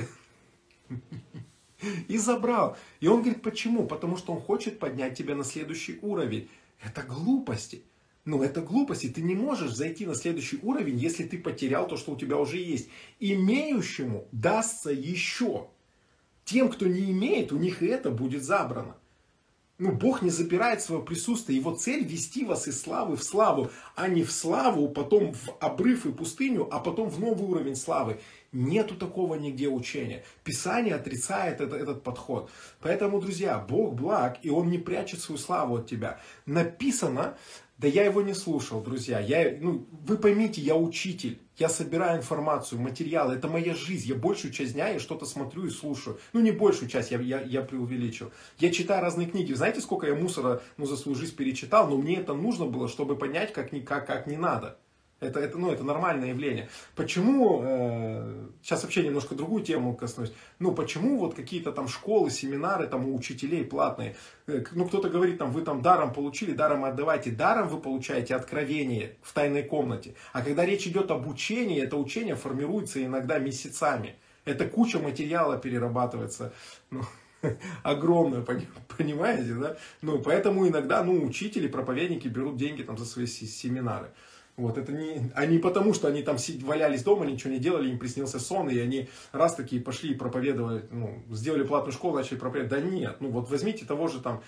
И забрал. И он говорит, почему? Потому что он хочет поднять тебя на следующий уровень. Это глупости. Ну, это глупости. Ты не можешь зайти на следующий уровень, если ты потерял то, что у тебя уже есть. Имеющему дастся еще. Тем, кто не имеет, у них и это будет забрано. Ну, Бог не запирает свое присутствие. Его цель вести вас из славы в славу, а не в славу, потом в обрыв и пустыню, а потом в новый уровень славы. Нету такого нигде учения. Писание отрицает это, этот подход. Поэтому, друзья, Бог благ, и Он не прячет свою славу от тебя. Написано, да я его не слушал, друзья. Я, ну, вы поймите, я учитель. Я собираю информацию, материалы. Это моя жизнь. Я большую часть дня я что-то смотрю и слушаю. Ну, не большую часть, я, я, я преувеличил. Я читаю разные книги. Знаете, сколько я мусора ну, за свою жизнь перечитал? Но мне это нужно было, чтобы понять, как, не, как, как не надо. Это, это, ну, это нормальное явление. Почему, э, сейчас вообще немножко другую тему коснусь, ну, почему вот какие-то там школы, семинары там у учителей платные, э, ну, кто-то говорит, там, вы там даром получили, даром отдавайте, даром вы получаете откровение в тайной комнате, а когда речь идет об учении, это учение формируется иногда месяцами, это куча материала перерабатывается, ну, огромное, понимаете, да, ну, поэтому иногда, ну, учители, проповедники берут деньги там за свои семинары. Вот, это не, а не потому, что они там валялись дома, ничего не делали, им приснился сон, и они раз такие пошли и проповедовали, ну, сделали платную школу, начали проповедовать. Да нет, ну вот возьмите того же там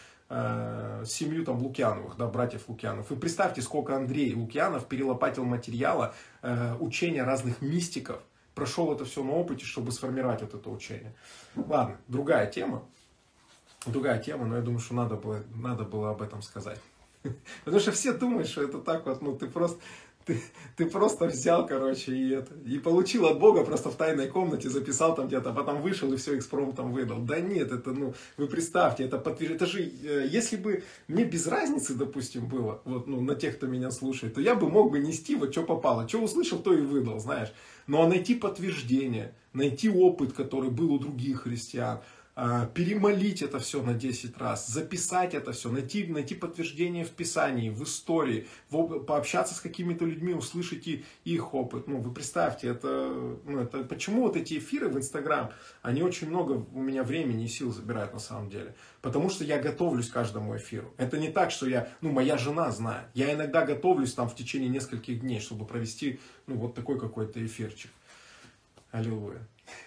э, семью там Лукьяновых, да, братьев Лукьянов. И представьте, сколько Андрей Лукьянов перелопатил материала, э, учения разных мистиков, прошел это все на опыте, чтобы сформировать вот это учение. Ладно, другая тема, другая тема, но я думаю, что надо было, надо было об этом сказать. Потому что все думают, что это так вот, ну ты просто, ты, ты просто взял, короче, и, это, и получил от Бога просто в тайной комнате, записал там где-то, а потом вышел и все экспромтом выдал. Да нет, это, ну, вы представьте, это подтверждение. Это же, если бы мне без разницы, допустим, было, вот, ну, на тех, кто меня слушает, то я бы мог бы нести вот что попало. Что услышал, то и выдал, знаешь. Но а найти подтверждение, найти опыт, который был у других христиан, перемолить это все на десять раз, записать это все, найти, найти подтверждение в Писании, в истории, в, пообщаться с какими-то людьми, услышите их опыт. Ну, вы представьте, это, ну, это, почему вот эти эфиры в Инстаграм, они очень много у меня времени и сил забирают на самом деле. Потому что я готовлюсь к каждому эфиру. Это не так, что я, ну, моя жена знает. Я иногда готовлюсь там в течение нескольких дней, чтобы провести, ну, вот такой какой-то эфирчик. Аллилуйя.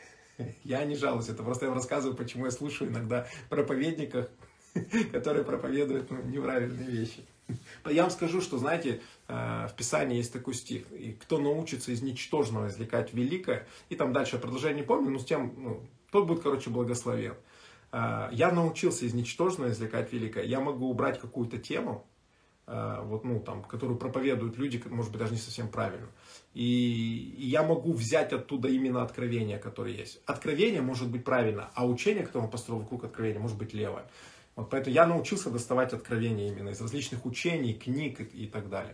Я не жалуюсь, это просто я вам рассказываю, почему я слушаю иногда проповедников, которые проповедуют ну, неправильные вещи. Я вам скажу, что, знаете, в Писании есть такой стих, и кто научится из ничтожного извлекать великое, и там дальше я продолжение не помню, но с тем, ну, тот будет, короче, благословен. Я научился из ничтожного извлекать великое, я могу убрать какую-то тему, вот, ну, там, которую проповедуют люди, может быть, даже не совсем правильно. И, и я могу взять оттуда именно откровение, которое есть. Откровение может быть правильно, а учение, которое он построил вокруг откровения, может быть левое. Вот поэтому я научился доставать откровения именно из различных учений, книг и, и так далее.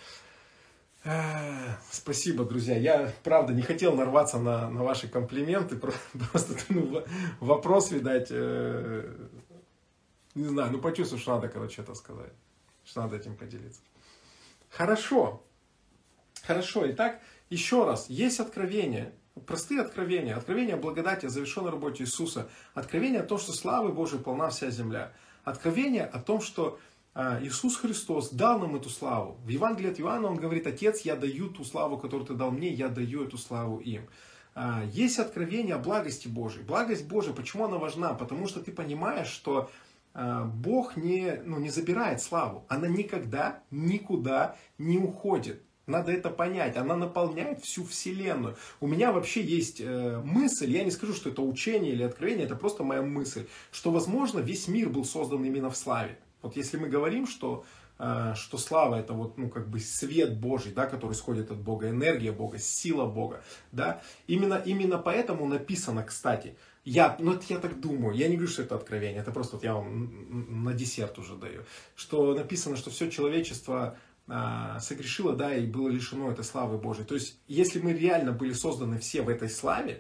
Спасибо, друзья. Я, правда, не хотел нарваться на, на ваши комплименты. Просто ну, вопрос, видать, э, не знаю, ну почувствую, что надо, короче, это сказать. Что надо этим поделиться. Хорошо. Хорошо. Итак, еще раз. Есть откровения. Простые откровения. Откровения о благодати, о завершенной работе Иисуса. Откровение о том, что славы Божией полна вся земля. Откровение о том, что Иисус Христос дал нам эту славу. В Евангелии от Иоанна он говорит: Отец, я даю ту славу, которую ты дал мне, я даю эту славу им. Есть откровение о благости Божией. Благость Божия, почему она важна? Потому что ты понимаешь, что Бог не, ну, не забирает славу. Она никогда, никуда не уходит. Надо это понять. Она наполняет всю вселенную. У меня вообще есть э, мысль, я не скажу, что это учение или откровение, это просто моя мысль, что, возможно, весь мир был создан именно в славе. Вот если мы говорим, что, э, что слава это вот, ну, как бы свет Божий, да, который исходит от Бога, энергия Бога, сила Бога, да, именно, именно поэтому написано, кстати, я, ну это я так думаю, я не говорю, что это откровение, это просто вот я вам на десерт уже даю, что написано, что все человечество согрешило, да, и было лишено этой славы Божией. То есть, если мы реально были созданы все в этой славе,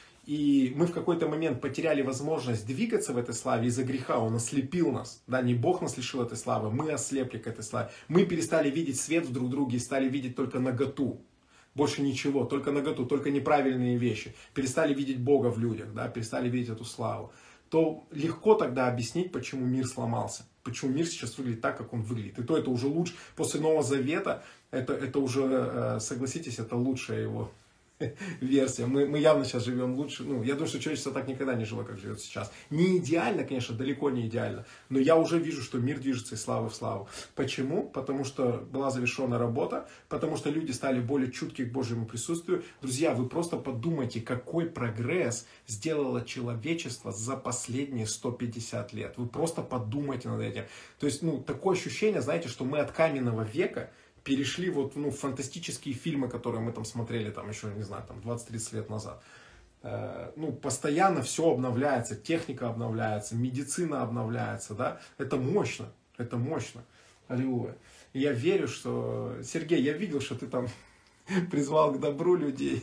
и мы в какой-то момент потеряли возможность двигаться в этой славе из-за греха, он ослепил нас, да, не Бог нас лишил этой славы, мы ослепли к этой славе. Мы перестали видеть свет в друг друге и стали видеть только наготу. Больше ничего, только наготу, только неправильные вещи. Перестали видеть Бога в людях, да, перестали видеть эту славу. То легко тогда объяснить, почему мир сломался. Почему мир сейчас выглядит так, как он выглядит. И то это уже лучше, после Нового Завета, это, это уже, согласитесь, это лучшая его версия. Мы, мы явно сейчас живем лучше. Ну, я думаю, что человечество так никогда не жило, как живет сейчас. Не идеально, конечно, далеко не идеально. Но я уже вижу, что мир движется из славы в славу. Почему? Потому что была завершена работа, потому что люди стали более чутки к Божьему присутствию. Друзья, вы просто подумайте, какой прогресс сделало человечество за последние сто пятьдесят лет. Вы просто подумайте над этим. То есть, ну, такое ощущение, знаете, что мы от каменного века перешли вот, ну, в фантастические фильмы, которые мы там смотрели, там еще, не знаю, там двадцать-тридцать лет назад. Э, ну, постоянно все обновляется, техника обновляется, медицина обновляется, да. Это мощно, это мощно. Аллилуйя. И я верю, что... Сергей, я видел, что ты там призвал к добру людей.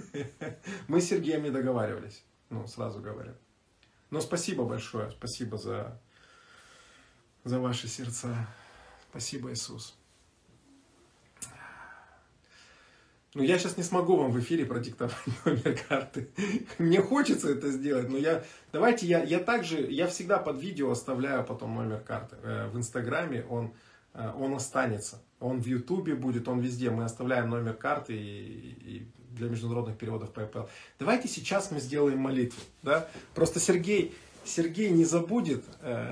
Мы с Сергеем не договаривались, ну, сразу говорю. Но спасибо большое, спасибо за, за ваши сердца. Спасибо, Иисус. Ну, я сейчас не смогу вам в эфире продиктовать номер карты. Мне хочется это сделать, но я... Давайте я, я также... Я всегда под видео оставляю потом номер карты. В Инстаграме он, он останется. Он в Ютубе будет, он везде. Мы оставляем номер карты и, и для международных переводов PayPal. Давайте сейчас мы сделаем молитву. Да? Просто Сергей, Сергей не забудет...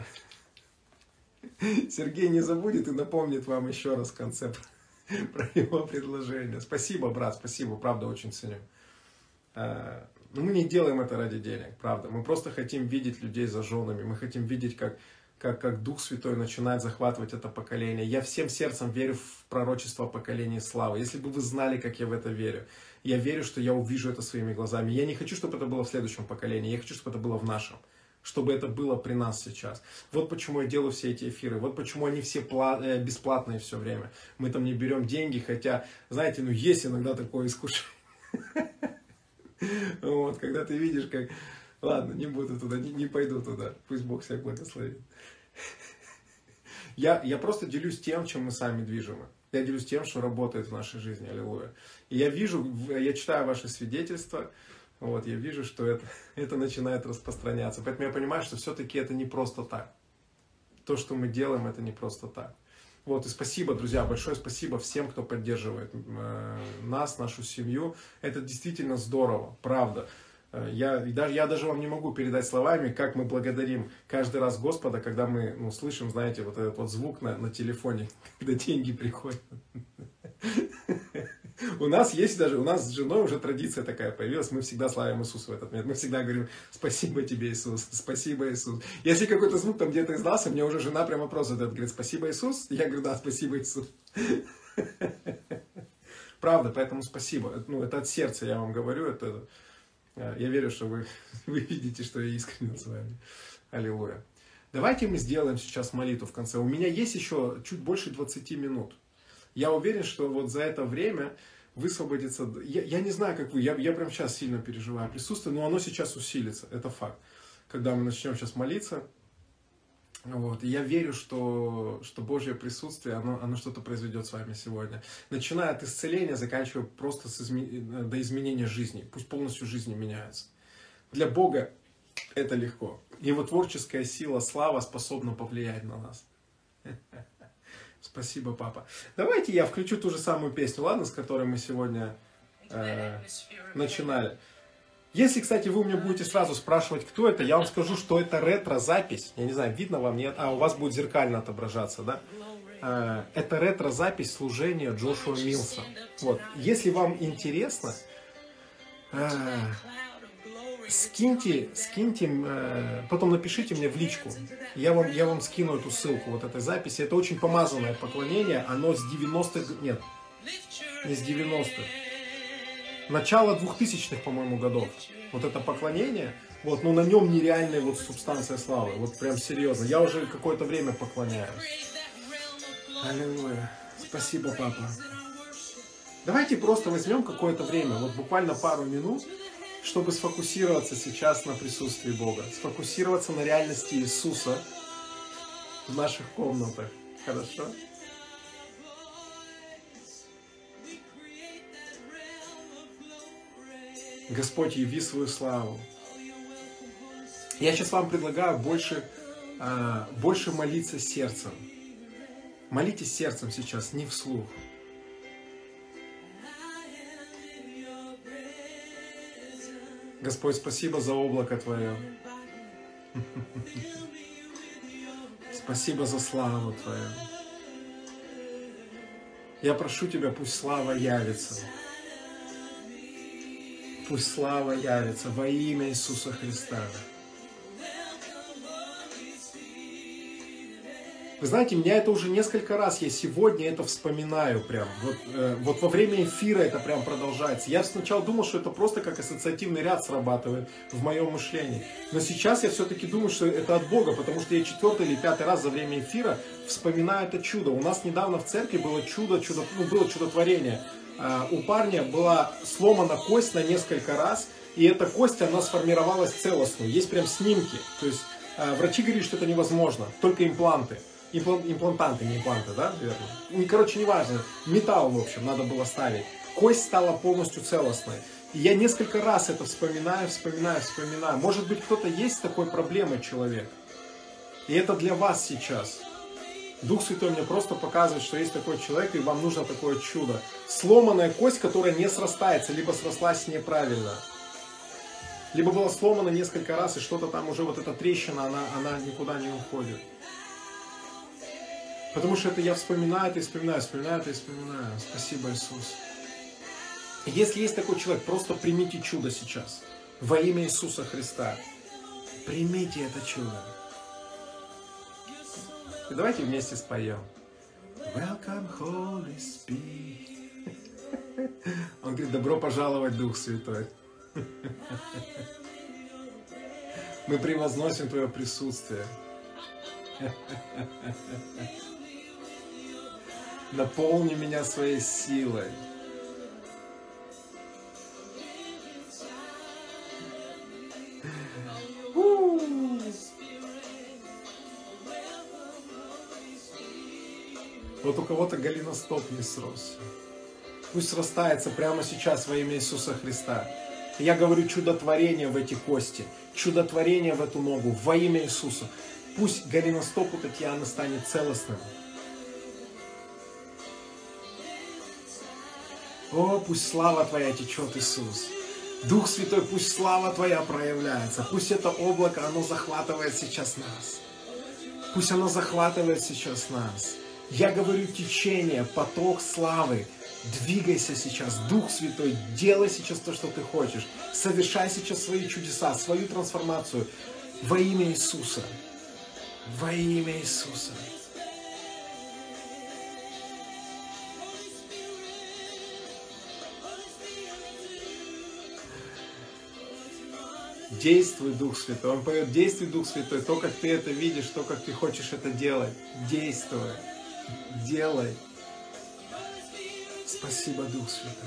Сергей не забудет и напомнит вам еще раз концепт про его предложение. Спасибо, брат, спасибо, правда, очень ценю. Но мы не делаем это ради денег, правда. Мы просто хотим видеть людей зажженными. Мы хотим видеть, как, как, как Дух Святой начинает захватывать это поколение. Я всем сердцем верю в пророчество поколения славы. Если бы вы знали, как я в это верю. Я верю, что я увижу это своими глазами. Я не хочу, чтобы это было в следующем поколении. Я хочу, чтобы это было в нашем. Чтобы это было при нас сейчас. Вот почему я делаю все эти эфиры. Вот почему они все бесплатные все время. Мы там не берем деньги, хотя, знаете, ну есть иногда такое искушение. Вот, когда ты видишь, как... Ладно, не буду туда, не, не пойду туда. Пусть Бог всех благословит. Я, я просто делюсь тем, чем мы сами движемы. Я делюсь тем, что работает в нашей жизни. Аллилуйя. И я вижу, я читаю ваши свидетельства. Вот, я вижу, что это, это начинает распространяться. Поэтому я понимаю, что все-таки это не просто так. То, что мы делаем, это не просто так. Вот, и спасибо, друзья, большое спасибо всем, кто поддерживает э, нас, нашу семью. Это действительно здорово, правда. Я даже, я даже вам не могу передать словами, как мы благодарим каждый раз Господа, когда мы, ну, слышим, знаете, вот этот вот звук на, на телефоне, когда деньги приходят. У нас есть даже, у нас с женой уже традиция такая появилась, мы всегда славим Иисуса в этот момент. Мы всегда говорим: спасибо тебе, Иисус, спасибо, Иисус. Если какой-то звук там где-то издался, мне уже жена прям вопрос задает, говорит: спасибо, Иисус? Я говорю: да, спасибо, Иисус. Правда, поэтому спасибо. Ну, это от сердца я вам говорю, это... Я верю, что вы, вы видите, что я искренне с вами. Аллилуйя. Давайте мы сделаем сейчас молитву в конце. У меня есть еще чуть больше двадцати минут. Я уверен, что вот за это время высвободится... Я, я не знаю, как вы, я, я прям сейчас сильно переживаю присутствие, но оно сейчас усилится, это факт. Когда мы начнем сейчас молиться, вот, и я верю, что, что Божье присутствие, оно, оно что-то произведет с вами сегодня. Начиная от исцеления, заканчивая просто с изме... до изменения жизни. Пусть полностью жизни меняются. Для Бога это легко. Его творческая сила, слава способна повлиять на нас. Спасибо, папа. Давайте я включу ту же самую песню, ладно, с которой мы сегодня э, начинали. Если, кстати, вы у меня будете сразу спрашивать, кто это, я вам скажу, что это ретро-запись. Я не знаю, видно вам, нет? А, у вас будет зеркально отображаться, да? Это ретро-запись служения Джошуа Милса. Вот. Если вам интересно, скиньте, скиньте, потом напишите мне в личку. Я вам, я вам скину эту ссылку вот этой записи. Это очень помазанное поклонение. Оно с девяностых, нет, не с девяностых. Начало двухтысячных, по-моему, годов. Вот это поклонение. Вот, но на нем нереальная вот субстанция славы. Вот прям серьезно. Я уже какое-то время поклоняюсь. Аллилуйя. Спасибо, папа. Давайте просто возьмем какое-то время, вот буквально пару минут, чтобы сфокусироваться сейчас на присутствии Бога. Сфокусироваться на реальности Иисуса в наших комнатах. Хорошо? Господь, яви свою славу. Я сейчас вам предлагаю больше, а, больше молиться сердцем. Молитесь сердцем сейчас, не вслух. Господь, спасибо за облако Твое. Спасибо за славу Твою. Я прошу Тебя, пусть слава явится. Пусть слава явится во имя Иисуса Христа. Вы знаете, меня это уже несколько раз, я сегодня это вспоминаю прям. Вот, э, вот во время эфира это прям продолжается. Я сначала думал, что это просто как ассоциативный ряд срабатывает в моем мышлении. Но сейчас я все-таки думаю, что это от Бога, потому что я четвертый или пятый раз за время эфира вспоминаю это чудо. У нас недавно в церкви было чудо, чудо ну, было чудотворение. Э, у парня была сломана кость на несколько раз, и эта кость, она сформировалась целостную. Есть прям снимки. То есть э, врачи говорили, что это невозможно, только импланты. Имплантанты, не импланты, да, верно? Короче, неважно. Металл, в общем, надо было ставить. Кость стала полностью целостной. И я несколько раз это вспоминаю, вспоминаю, вспоминаю. Может быть, кто-то есть с такой проблемой человек. И это для вас сейчас. Дух Святой мне просто показывает, что есть такой человек, и вам нужно такое чудо. Сломанная кость, которая не срастается, либо срослась неправильно. Либо была сломана несколько раз, и что-то там уже, вот эта трещина, она, она никуда не уходит. Потому что это я вспоминаю это и вспоминаю, вспоминаю это и вспоминаю. Спасибо, Иисус. Если есть такой человек, просто примите чудо сейчас. Во имя Иисуса Христа. Примите это чудо. И давайте вместе споем. Welcome, Holy Spirit. Он говорит, добро пожаловать, Дух Святой. Мы превозносим Твое присутствие. Наполни меня своей силой. У-у-у. Вот у кого-то голеностоп не сросся. Пусть срастается прямо сейчас во имя Иисуса Христа. Я говорю чудотворение в эти кости, чудотворение в эту ногу во имя Иисуса. Пусть голеностоп у Татьяны станет целостным. О, пусть слава Твоя течет, Иисус. Дух Святой, пусть слава Твоя проявляется. Пусть это облако, оно захватывает сейчас нас. Пусть оно захватывает сейчас нас. Я говорю течение, поток славы. Двигайся сейчас, Дух Святой, делай сейчас то, что Ты хочешь. Совершай сейчас свои чудеса, свою трансформацию. Во имя Иисуса. Во имя Иисуса. Действуй, Дух Святой. Он поет, действуй, Дух Святой. То, как ты это видишь, то, как ты хочешь это делать. Действуй. Делай. Спасибо, Дух Святой.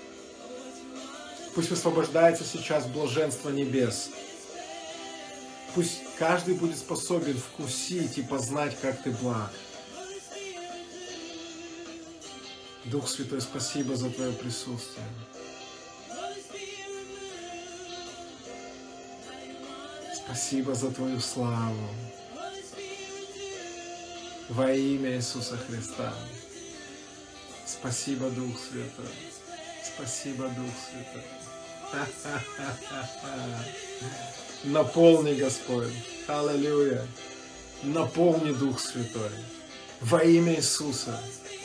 Пусть высвобождается сейчас блаженство небес. Пусть каждый будет способен вкусить и познать, как Ты благ. Дух Святой, спасибо за Твое присутствие. Спасибо за Твою славу. Во имя Иисуса Христа. Спасибо, Дух Святой. Спасибо, Дух Святой. Наполни, Господь. Аллилуйя. Наполни, Дух Святой. Во имя Иисуса.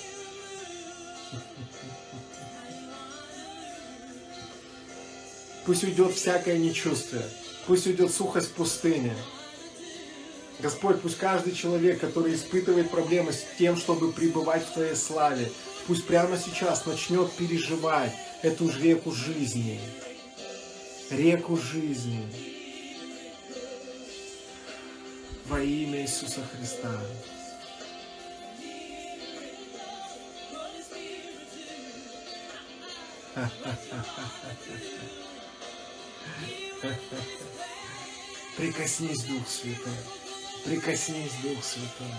Пусть уйдет всякое нечувствие. Пусть уйдет сухость пустыни. Господь, пусть каждый человек, который испытывает проблемы с тем, чтобы пребывать в Твоей славе, пусть прямо сейчас начнет переживать эту же реку жизни. Реку жизни. Во имя Иисуса Христа. Прикоснись, Дух Святой. Прикоснись, Дух Святой.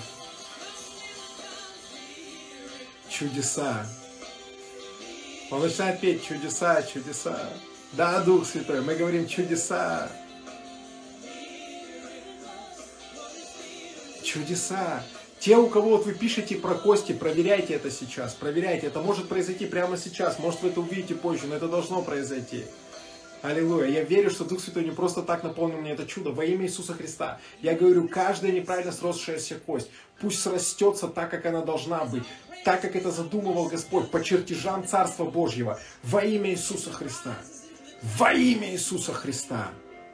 Чудеса. Он начинает петь чудеса, чудеса. Да, Дух Святой, мы говорим чудеса. Чудеса. Те, у кого вот вы пишете про кости, проверяйте это сейчас. Проверяйте. Это может произойти прямо сейчас. Может, вы это увидите позже, но это должно произойти. Аллилуйя. Я верю, что Дух Святой не просто так наполнил мне это чудо. Во имя Иисуса Христа. Я говорю, каждая неправильно сросшаяся кость, пусть срастется так, как она должна быть. Так, как это задумывал Господь, по чертежам Царства Божьего. Во имя Иисуса Христа. Во имя Иисуса Христа.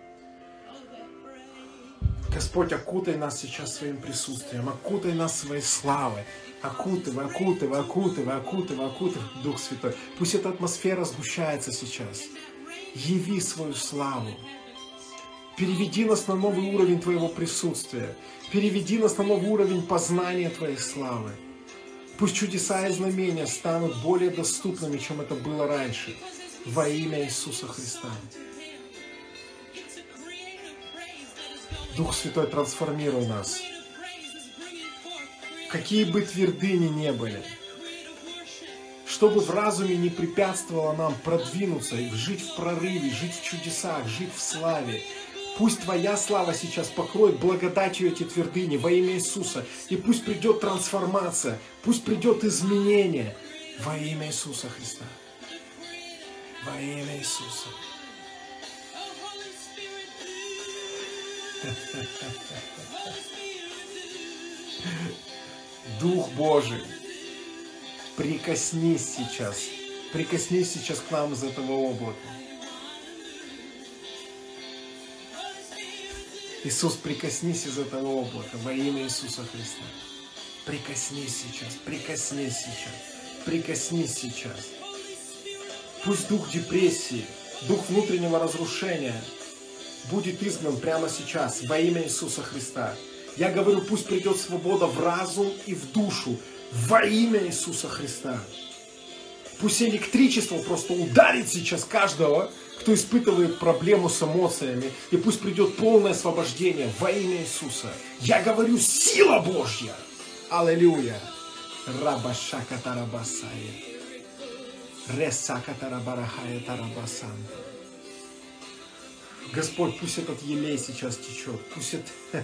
Господь, окутай нас сейчас своим присутствием. Окутай нас своей славой. Окутывай, окутывай, окутывай, окутывай, окутывай, Дух Святой. Пусть эта атмосфера сгущается сейчас. Яви свою славу. Переведи нас на новый уровень Твоего присутствия. Переведи нас на новый уровень познания Твоей славы. Пусть чудеса и знамения станут более доступными, чем это было раньше. Во имя Иисуса Христа. Дух Святой, трансформируй нас. Какие бы твердыни не были, чтобы в разуме не препятствовало нам продвинуться и жить в прорыве, жить в чудесах, жить в славе. Пусть Твоя слава сейчас покроет благодатью эти твердыни во имя Иисуса. И пусть придет трансформация, пусть придет изменение во имя Иисуса Христа. Во имя Иисуса. Дух Божий, прикоснись сейчас, прикоснись сейчас к нам из этого облака. Иисус, прикоснись из этого облака во имя Иисуса Христа. Прикоснись сейчас, прикоснись сейчас, прикоснись сейчас. Пусть дух депрессии, дух внутреннего разрушения будет изгнан прямо сейчас во имя Иисуса Христа. Я говорю, пусть придет свобода в разум и в душу во имя Иисуса Христа. Пусть электричество просто ударит сейчас каждого, кто испытывает проблему с эмоциями. И пусть придет полное освобождение во имя Иисуса. Я говорю, сила Божья. Аллилуйя. Рабашака тарабасая. Ресака тарабарахая тарабасанта. Господь, пусть этот елей сейчас течет. Пусть это...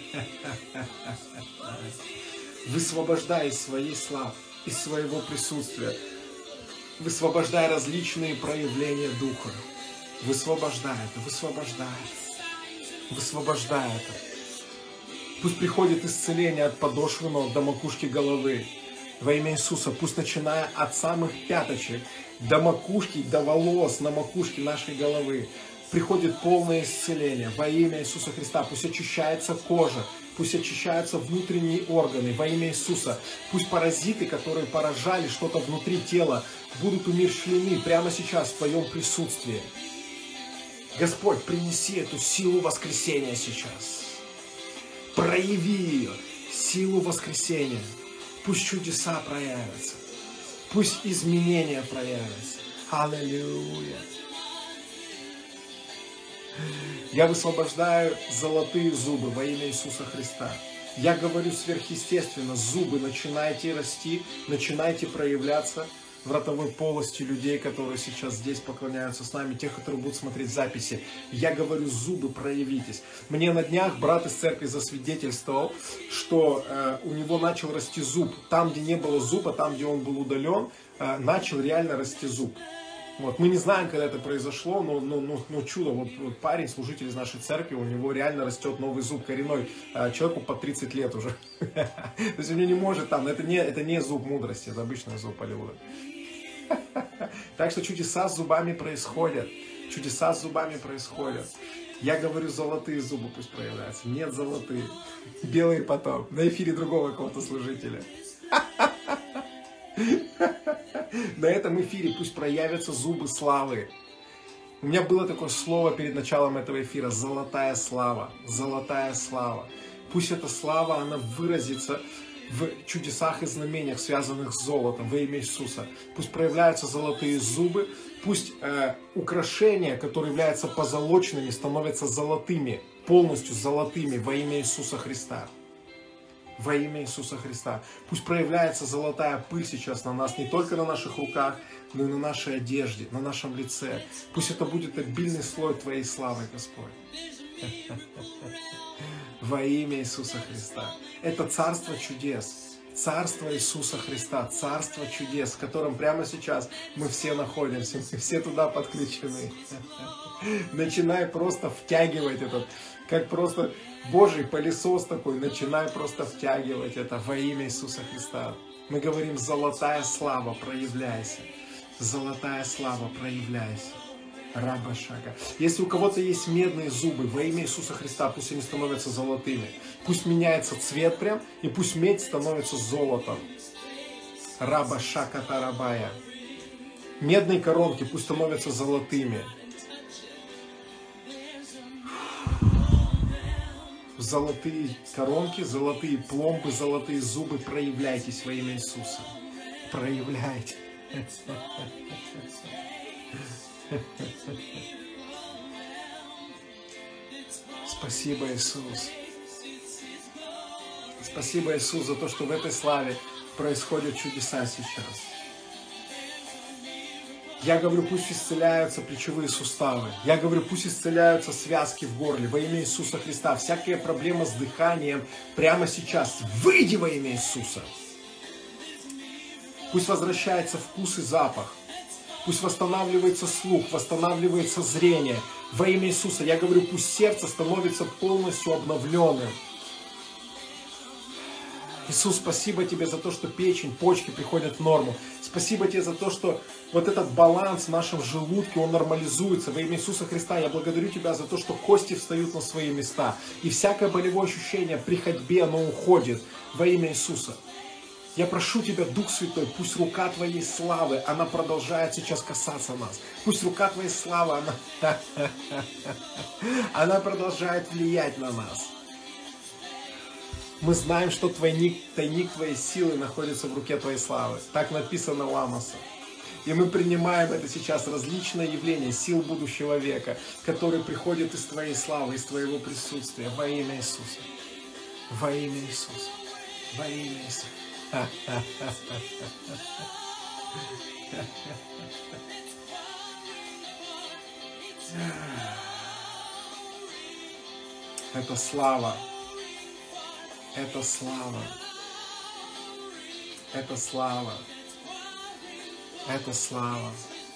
Высвобождай из своей славы, из своего присутствия. Высвобождай различные проявления Духа. Высвобождай это, высвобождай это. Высвобождай это. Пусть приходит исцеление от подошвы ног до макушки головы. Во имя Иисуса, пусть начиная от самых пяточек до макушки, до волос на макушке нашей головы, приходит полное исцеление во имя Иисуса Христа. Пусть очищается кожа, пусть очищаются внутренние органы во имя Иисуса. Пусть паразиты, которые поражали что-то внутри тела, будут умерщвлены прямо сейчас в Твоем присутствии. Господь, принеси эту силу воскресения сейчас. Прояви ее, силу воскресения. Пусть чудеса проявятся. Пусть изменения проявятся. Аллилуйя. Я высвобождаю золотые зубы во имя Иисуса Христа. Я говорю сверхъестественно, зубы начинайте расти, начинайте проявляться в ротовой полости людей, которые сейчас здесь поклоняются с нами, тех, которые будут смотреть записи. Я говорю, зубы, проявитесь. Мне на днях брат из церкви засвидетельствовал, что э, у него начал расти зуб. Там, где не было зуба, там, где он был удален, э, начал реально расти зуб. Вот. Мы не знаем, когда это произошло, но, но, но, но чудо. Вот, вот парень, служитель из нашей церкви, у него реально растет новый зуб коренной. Человеку по тридцать лет уже. То есть он не может там, это не, это не зуб мудрости, это обычный зуб Голливуда. Так что чудеса с зубами происходят. Чудеса с зубами происходят. Я говорю, золотые зубы пусть проявляются. Нет, золотые. Белые потом. На эфире другого какого-то служителя. На этом эфире пусть проявятся зубы славы. У меня было такое слово перед началом этого эфира. Золотая слава. Золотая слава. Пусть эта слава, она выразится в чудесах и знамениях, связанных с золотом, во имя Иисуса. Пусть проявляются золотые зубы. Пусть э, украшения, которые являются позолоченными, становятся золотыми. Полностью золотыми во имя Иисуса Христа. Во имя Иисуса Христа. Пусть проявляется золотая пыль сейчас на нас, не только на наших руках, но и на нашей одежде, на нашем лице. Пусть это будет обильный слой Твоей славы, Господь. Во имя Иисуса Христа. Это царство чудес. Царство Иисуса Христа. Царство чудес, в котором прямо сейчас мы все находимся. Мы все туда подключены. Начинай просто втягивать этот, как просто Божий пылесос такой. Начинай просто втягивать это во имя Иисуса Христа. Мы говорим, золотая слава, проявляйся. Золотая слава, проявляйся. Рабашага. Если у кого-то есть медные зубы, во имя Иисуса Христа, пусть они становятся золотыми. Пусть меняется цвет прям, и пусть медь становится золотом. Рабашака тарабая. Медные коронки пусть становятся золотыми. Золотые коронки, золотые пломбы, золотые зубы, проявляйтесь во имя Иисуса. Проявляйте. Спасибо, Иисус. Спасибо, Иисус, за то, что в этой славе происходят чудеса сейчас. Я говорю, пусть исцеляются плечевые суставы. Я говорю, пусть исцеляются связки в горле во имя Иисуса Христа. Всякая проблема с дыханием прямо сейчас. Выйди во имя Иисуса. Пусть возвращается вкус и запах. Пусть восстанавливается слух, восстанавливается зрение. Во имя Иисуса я говорю, пусть сердце становится полностью обновленным. Иисус, спасибо Тебе за то, что печень, почки приходят в норму. Спасибо Тебе за то, что вот этот баланс в нашем желудке, он нормализуется. Во имя Иисуса Христа я благодарю Тебя за то, что кости встают на свои места. И всякое болевое ощущение при ходьбе, оно уходит во имя Иисуса. Я прошу Тебя, Дух Святой, пусть рука Твоей славы, она продолжает сейчас касаться нас. Пусть рука Твоей славы, она, она продолжает влиять на нас. Мы знаем, что тайник, тайник Твоей силы находится в руке Твоей славы. Так написано у Амоса. И мы принимаем это сейчас, различные явления сил будущего века, которые приходят из Твоей славы, из Твоего присутствия, во имя Иисуса. Во имя Иисуса. Во имя Иисуса. Это слава. Это слава. Это слава. Это слава.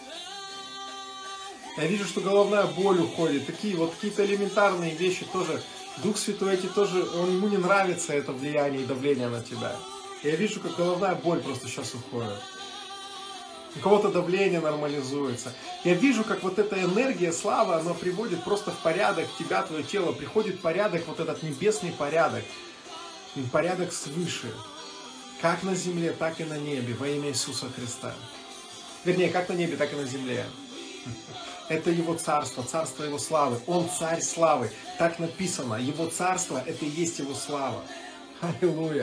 Я вижу, что головная боль уходит. Такие вот какие-то элементарные вещи тоже. Дух Святой эти тоже, он, ему не нравится это влияние и давление на тебя. Я вижу, как головная боль просто сейчас уходит. У кого-то давление нормализуется. Я вижу, как вот эта энергия, слава, она приводит просто в порядок тебя, твое тело. Приходит порядок, вот этот небесный порядок. Порядок свыше. Как на земле, так и на небе. Во имя Иисуса Христа. Вернее, как на небе, так и на земле. Это Его царство, царство Его славы. Он царь славы. Так написано. Его царство, это и есть Его слава. Аллилуйя.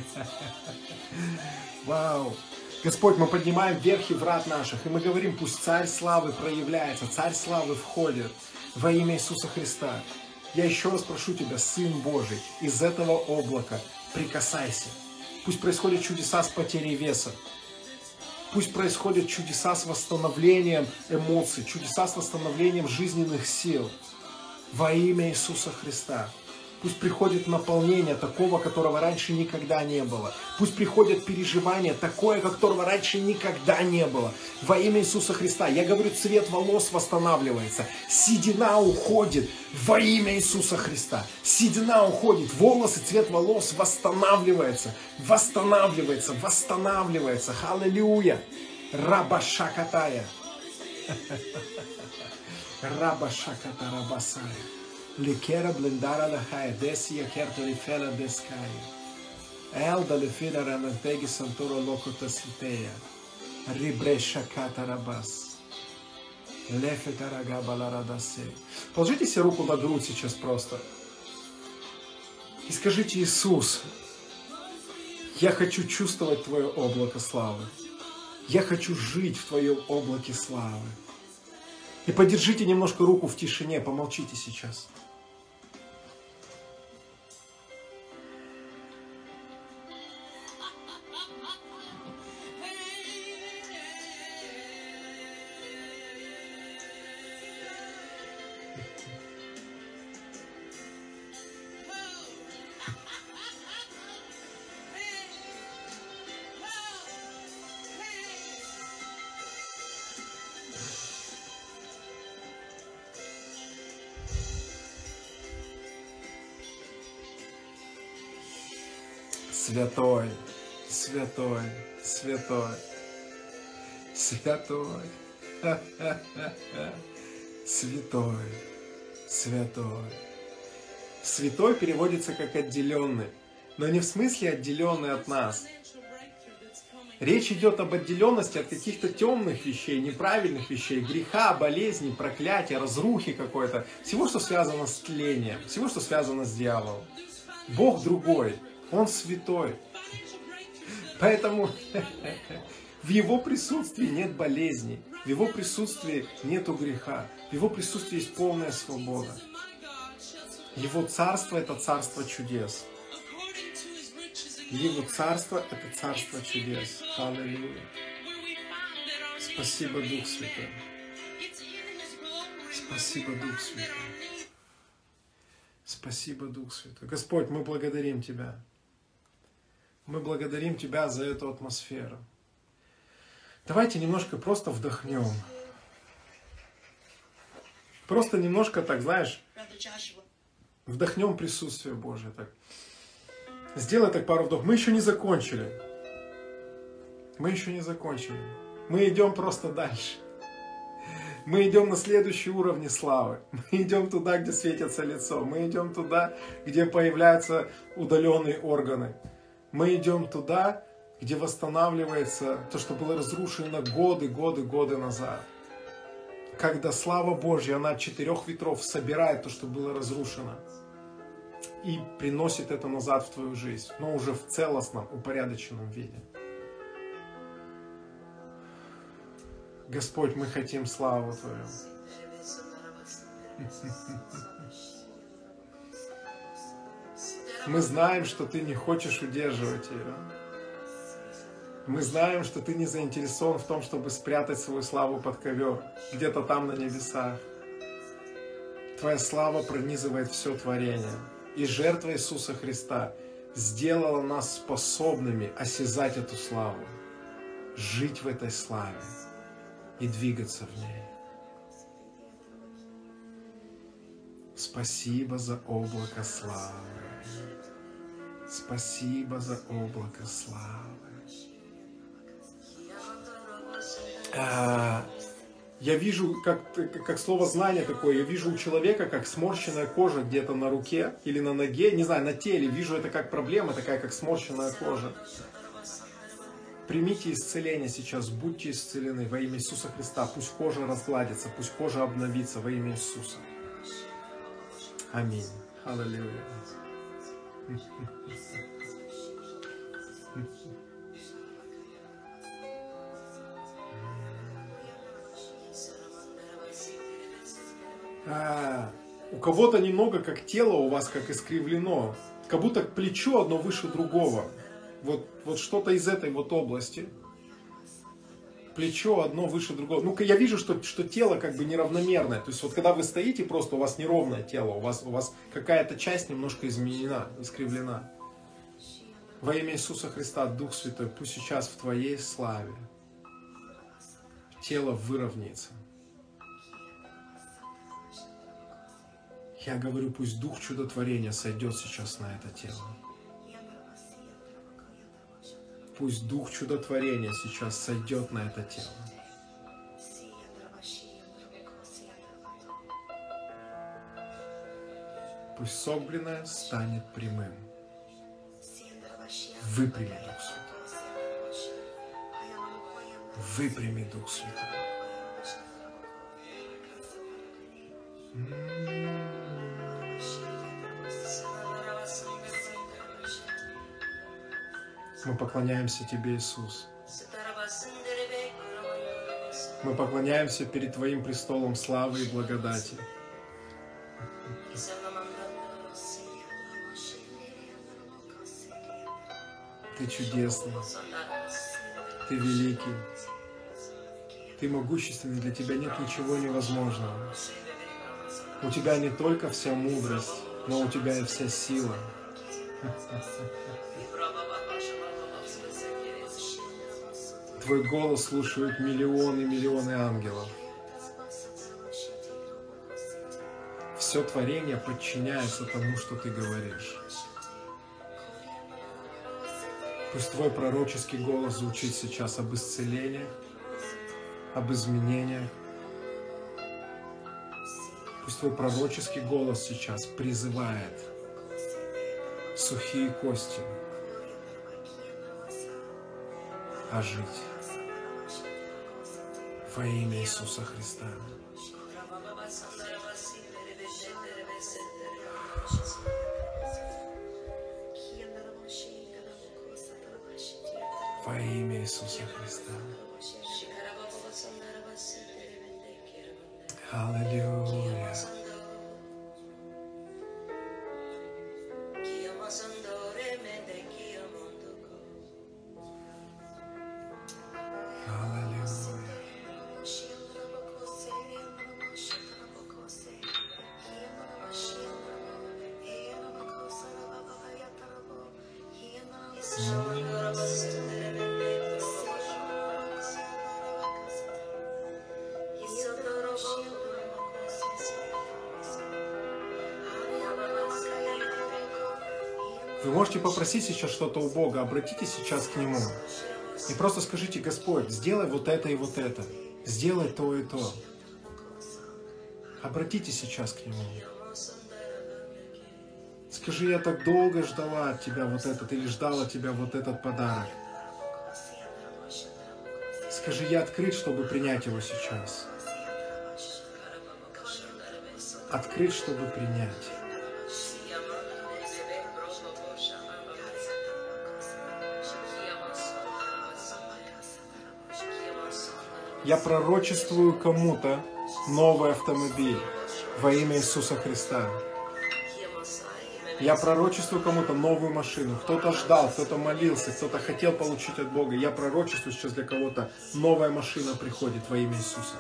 Вау. Господь, мы поднимаем верхи врат наших, и мы говорим, пусть царь славы проявляется, царь славы входит во имя Иисуса Христа. Я еще раз прошу Тебя, Сын Божий, из этого облака прикасайся. Пусть происходят чудеса с потерей веса. Пусть происходят чудеса с восстановлением эмоций, чудеса с восстановлением жизненных сил. Во имя Иисуса Христа. Пусть приходит наполнение такого, которого раньше никогда не было. Пусть приходит переживание такое, которого раньше никогда не было. Во имя Иисуса Христа. Я говорю, цвет волос восстанавливается. Седина уходит во имя Иисуса Христа. Седина уходит. Волосы, цвет волос восстанавливается. Восстанавливается. Восстанавливается. Аллилуйя. Рабашакатая. Рабашаката рабасая. Ликера блендара лахая, десия кертолифела деская. Элда лефина раментеги сантуро локота ситея. Рибреша катарабас. Лефетарага баларадасе. Положите себе руку на грудь сейчас просто. И скажите: Иисус, я хочу чувствовать Твое облако славы. Я хочу жить в Твоем облаке славы. И подержите немножко руку в тишине, помолчите сейчас. Святой, святой, святой, святой, святой, святой. Святой переводится как отделенный, но не в смысле отделенный от нас. Речь идет об отделенности от каких-то темных вещей, неправильных вещей, греха, болезни, проклятия, разрухи какой-то, всего, что связано с тлением, всего, что связано с дьяволом. Бог другой. Он святой. Поэтому в Его присутствии нет болезней, в Его присутствии нету греха, в Его присутствии есть полная свобода. Его царство – это царство чудес. Его царство – это царство чудес. Аллилуйя. Спасибо, Дух Святой. Спасибо, Дух Святой. Спасибо, Дух Святой. Господь, мы благодарим Тебя. Мы благодарим Тебя за эту атмосферу. Давайте немножко просто вдохнем. Просто немножко так, знаешь, вдохнем присутствие Божие. Так. Сделай так пару вдохов. Мы еще не закончили. Мы еще не закончили. Мы идем просто дальше. Мы идем на следующий уровень славы. Мы идем туда, где светится лицо. Мы идем туда, где появляются удаленные органы. Мы идем туда, где восстанавливается то, что было разрушено годы, годы, годы назад. Когда слава Божья, она от четырех ветров собирает то, что было разрушено, и приносит это назад в твою жизнь, но уже в целостном, упорядоченном виде. Господь, мы хотим славу Твою. Мы знаем, что Ты не хочешь удерживать ее. Мы знаем, что Ты не заинтересован в том, чтобы спрятать свою славу под ковер, где-то там на небесах. Твоя слава пронизывает все творение. И жертва Иисуса Христа сделала нас способными осязать эту славу, жить в этой славе и двигаться в ней. Спасибо за облако славы. Спасибо за облако славы. А, я вижу, как, как слово знание такое, я вижу у человека, как сморщенная кожа где-то на руке или на ноге, не знаю, на теле, вижу это как проблема, такая как сморщенная кожа. Примите исцеление сейчас, будьте исцелены во имя Иисуса Христа, пусть кожа разгладится, пусть кожа обновится во имя Иисуса. Аминь. Аллилуйя. А, у кого-то немного как тело у вас как искривлено, как будто плечо одно выше другого. Вот, вот что-то из этой вот области. плечо одно выше другого. Ну, я вижу, что, что тело как бы неравномерное. То есть вот когда вы стоите, просто у вас неровное тело, у вас, у вас какая-то часть немножко изменена, искривлена. Во имя Иисуса Христа, Дух Святой, пусть сейчас в Твоей славе тело выровняется. Я говорю, пусть Дух чудотворения сойдет сейчас на это тело. Пусть Дух чудотворения сейчас сойдет на это тело. Пусть согбленное станет прямым. Выпрями, Дух Святой. Выпрями, Дух Святой. Мы поклоняемся Тебе, Иисус. Мы поклоняемся перед Твоим престолом славы и благодати. Ты чудесный, Ты великий, Ты могущественный, для Тебя нет ничего невозможного. У Тебя не только вся мудрость, но у Тебя и вся сила. Твой голос слушают миллионы и миллионы ангелов. Все творение подчиняется тому, что Ты говоришь. Пусть Твой пророческий голос звучит сейчас об исцелении, об изменениях. Пусть Твой пророческий голос сейчас призывает сухие кости ожить. Во имя Иисуса Христа. Во имя Иисуса Христа. Аллилуйя. Вы можете попросить сейчас что-то у Бога, обратитесь сейчас к Нему. И просто скажите: Господь, сделай вот это и вот это. Сделай то и то. Обратитесь сейчас к Нему. Скажи: я так долго ждала от Тебя вот этот, или ждал от Тебя вот этот подарок. Скажи: я открыт, чтобы принять его сейчас. Открыт, чтобы принять. Я пророчествую кому-то новый автомобиль во имя Иисуса Христа. Я пророчествую кому-то новую машину. Кто-то ждал, кто-то молился, кто-то хотел получить от Бога. Я пророчествую сейчас для кого-то новая машина приходит во имя Иисуса.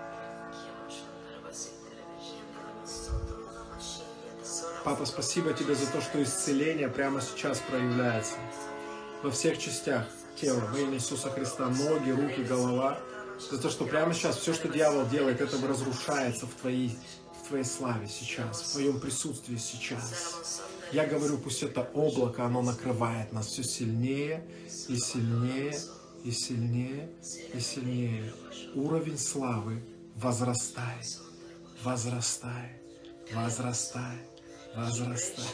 Папа, спасибо Тебе за то, что исцеление прямо сейчас проявляется во всех частях тела во имя Иисуса Христа. Ноги, руки, голова. За то, что прямо сейчас все, что дьявол делает, это разрушается в Твоей, в Твоей славе сейчас, в Твоем присутствии сейчас. Я говорю, пусть это облако, оно накрывает нас все сильнее и сильнее, и сильнее, и сильнее. Уровень славы возрастай, возрастай, возрастай, возрастай.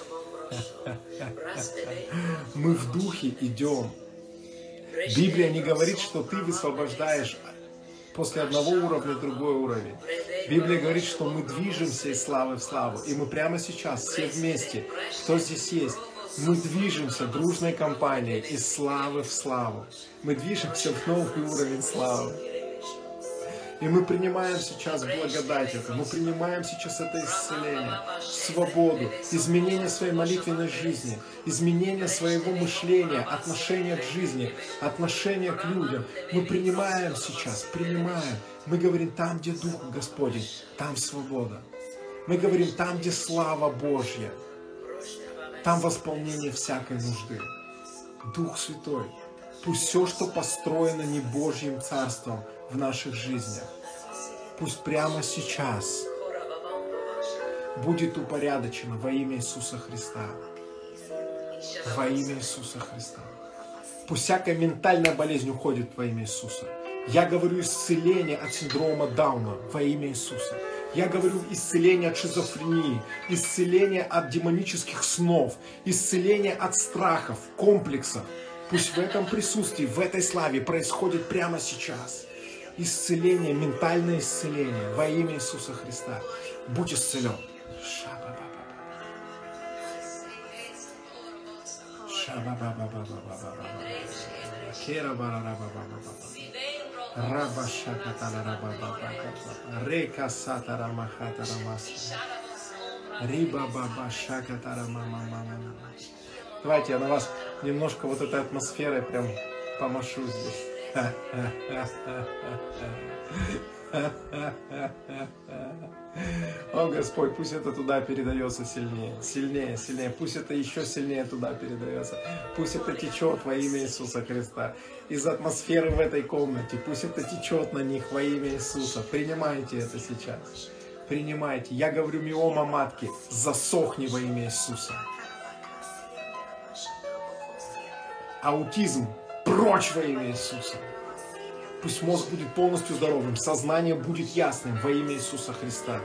Мы в духе идем. Библия не говорит, что ты высвобождаешь после одного уровня другой уровень. Библия говорит, что мы движемся из славы в славу. И мы прямо сейчас, все вместе, кто здесь есть, мы движемся дружной компанией из славы в славу. Мы движемся в новый уровень славы. И мы принимаем сейчас благодать эту, мы принимаем сейчас это исцеление, свободу, изменение своей молитвенной жизни, изменение своего мышления, отношения к жизни, отношения к людям. Мы принимаем сейчас, принимаем. Мы говорим, там, где Дух Господень, там свобода. Мы говорим, там, где слава Божья, там восполнение всякой нужды. Дух Святой, пусть все, что построено не Божьим Царством в наших жизнях, пусть прямо сейчас будет упорядочено во имя Иисуса Христа. Во имя Иисуса Христа. Пусть всякая ментальная болезнь уходит во имя Иисуса. Я говорю исцеление от синдрома Дауна во имя Иисуса. Я говорю исцеление от шизофрении, исцеление от демонических снов, исцеление от страхов, комплексов. Пусть в этом присутствии, в этой славе происходит прямо сейчас. Исцеление, ментальное исцеление во имя Иисуса Христа. Будь исцелен. Давайте я на вас немножко вот этой атмосферой прям помашу здесь. О, Господь, пусть это туда передается сильнее, сильнее, сильнее. Пусть это еще сильнее туда передается. Пусть это течет во имя Иисуса Христа. Из атмосферы в этой комнате. Пусть это течет на них во имя Иисуса. Принимайте это сейчас. Принимайте. Я говорю, миома матки, засохни во имя Иисуса. Аутизм, прочь во имя Иисуса. Пусть мозг будет полностью здоровым, сознание будет ясным во имя Иисуса Христа.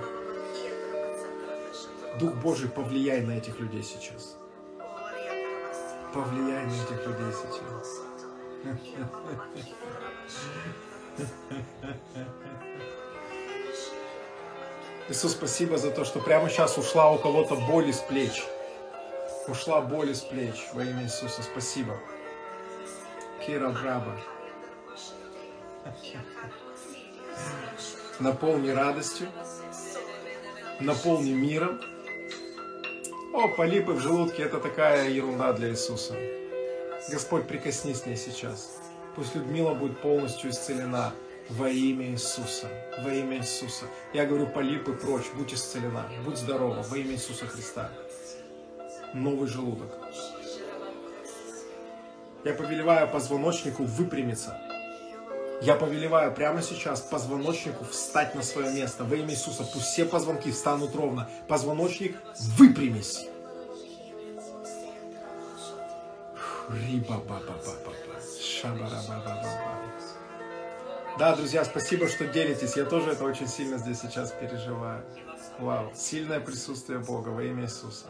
Дух Божий, повлияй на этих людей сейчас. Повлияй на этих людей сейчас. Иисус, спасибо за то, что прямо сейчас ушла у кого-то боль из плеч. Ушла боль из плеч во имя Иисуса. Спасибо. Кира Браба. Наполни радостью, наполни миром. О, полипы в желудке — это такая ерунда для Иисуса. Господь, прикоснись с ней сейчас. Пусть Людмила будет полностью исцелена во имя Иисуса. Во имя Иисуса. Я говорю, полипы прочь, будь исцелена, будь здорова во имя Иисуса Христа. Новый желудок. Я повелеваю позвоночнику выпрямиться. Я повелеваю прямо сейчас позвоночнику встать на свое место. Во имя Иисуса пусть все позвонки встанут ровно. Позвоночник, выпрямись. Да, друзья, спасибо, что делитесь. Я тоже это очень сильно здесь сейчас переживаю. Вау, сильное присутствие Бога во имя Иисуса.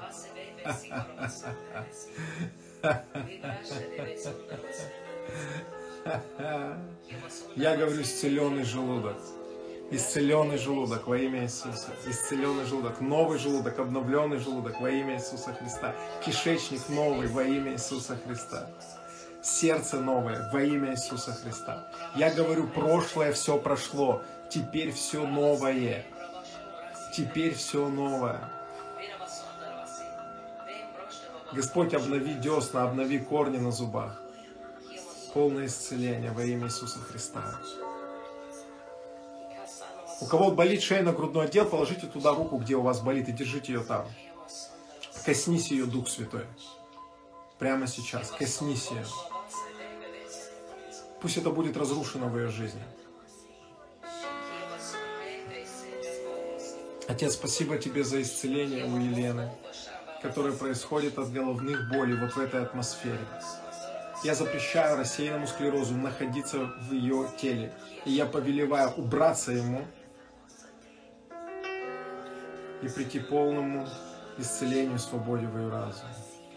Я говорю, исцеленный желудок. Исцеленный желудок во имя Иисуса. Исцеленный желудок. Новый желудок, обновленный желудок во имя Иисуса Христа. Кишечник новый во имя Иисуса Христа. Сердце новое во имя Иисуса Христа. Я говорю, прошлое все прошло. Теперь все новое. Теперь все новое. Господь, обнови десна, обнови корни на зубах. Полное исцеление во имя Иисуса Христа. У кого болит шейно-грудной отдел, положите туда руку, где у вас болит, и держите ее там. Коснись ее, Дух Святой. Прямо сейчас. Коснись ее. Пусть это будет разрушено в ее жизни. Отец, спасибо Тебе за исцеление у Елены, которое происходит от головных болей вот в этой атмосфере. Я запрещаю рассеянному склерозу находиться в ее теле. И я повелеваю убраться ему и прийти к полному исцелению, свободе в ее разум.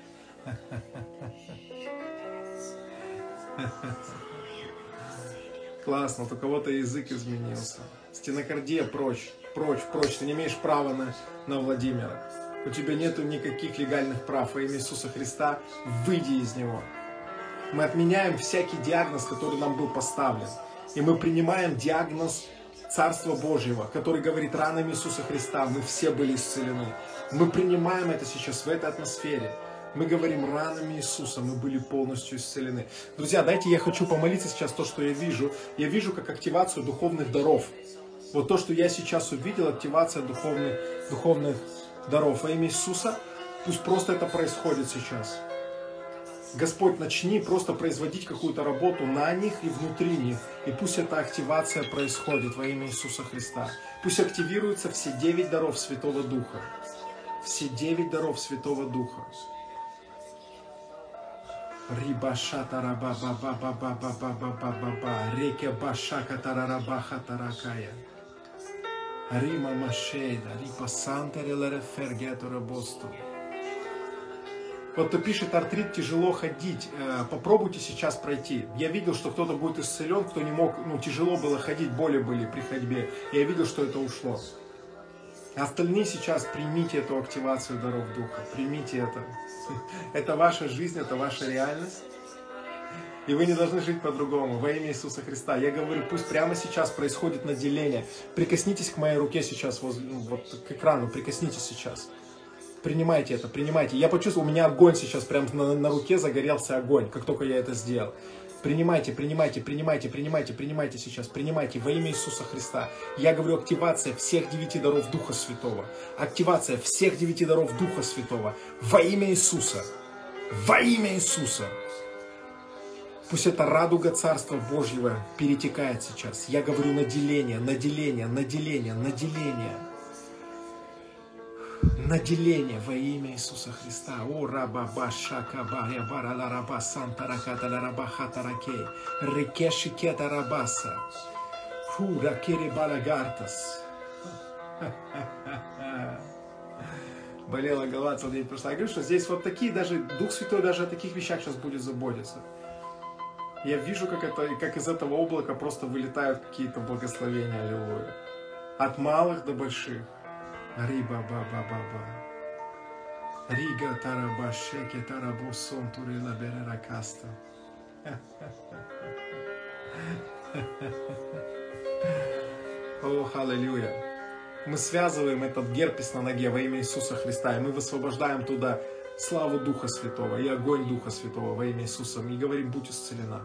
Классно, вот у кого-то язык изменился. Стенокардия прочь, прочь, прочь. Ты не имеешь права на, на Владимира. У тебя нету никаких легальных прав. Во имя Иисуса Христа выйди из него. Мы отменяем всякий диагноз, который нам был поставлен. И мы принимаем диагноз Царства Божьего, который говорит, ранами Иисуса Христа мы все были исцелены. Мы принимаем это сейчас в этой атмосфере. Мы говорим, ранами Иисуса мы были полностью исцелены. Друзья, дайте я хочу помолиться сейчас то, что я вижу. Я вижу как активацию духовных даров. Вот то, что я сейчас увидел, активация духовных, духовных даров. Во имя Иисуса, пусть просто это происходит сейчас. Господь, начни просто производить какую-то работу на них и внутри них. И пусть эта активация происходит во имя Иисуса Христа. Пусть активируются все девять даров Святого Духа. Все девять даров Святого Духа. Рибашата раба ба ба ба ба ба ба ба ба ба ба реке башака тарарабаха таракая. Рима машейда, рипа сантерелере фергетора босту. Вот кто пишет, артрит, тяжело ходить. Попробуйте сейчас пройти. Я видел, что кто-то будет исцелен, кто не мог, ну тяжело было ходить, боли были при ходьбе. Я видел, что это ушло. Остальные сейчас примите эту активацию даров Духа. Примите это. Это ваша жизнь, это ваша реальность. И вы не должны жить по-другому. Во имя Иисуса Христа. Я говорю, пусть прямо сейчас происходит наделение. Прикоснитесь к моей руке сейчас, возле, ну, вот к экрану, прикоснитесь сейчас. Принимайте это, принимайте. Я почувствовал, у меня огонь сейчас, прям на, на руке загорелся огонь, как только я это сделал. Принимайте, принимайте, принимайте, принимайте, принимайте сейчас, принимайте во имя Иисуса Христа. Я говорю, активация всех девяти даров Духа Святого. Активация всех девяти даров Духа Святого. Во имя Иисуса. Во имя Иисуса. Пусть эта радуга Царства Божьего перетекает сейчас. Я говорю наделение, наделение, наделение, наделение. Наделение во имя Иисуса Христа. О, раба баша кабая барала раба санта раката раба хатаракей. Рекеши кета рабаса. Фу, ракери балагартас. Болела голова целый день прошла. Я говорю, что здесь вот такие, даже Дух Святой даже о таких вещах сейчас будет заботиться. Я вижу, как, это, как из этого облака просто вылетают какие-то благословения. Аллилуйя. От малых до больших. Риба ба ба ба ба. Рига тараба шеке тарабу сон турила берера каста. О, аллилуйя. Мы связываем этот герпес на ноге во имя Иисуса Христа, и мы высвобождаем туда славу Духа Святого и огонь Духа Святого во имя Иисуса. И говорим, будь исцелена.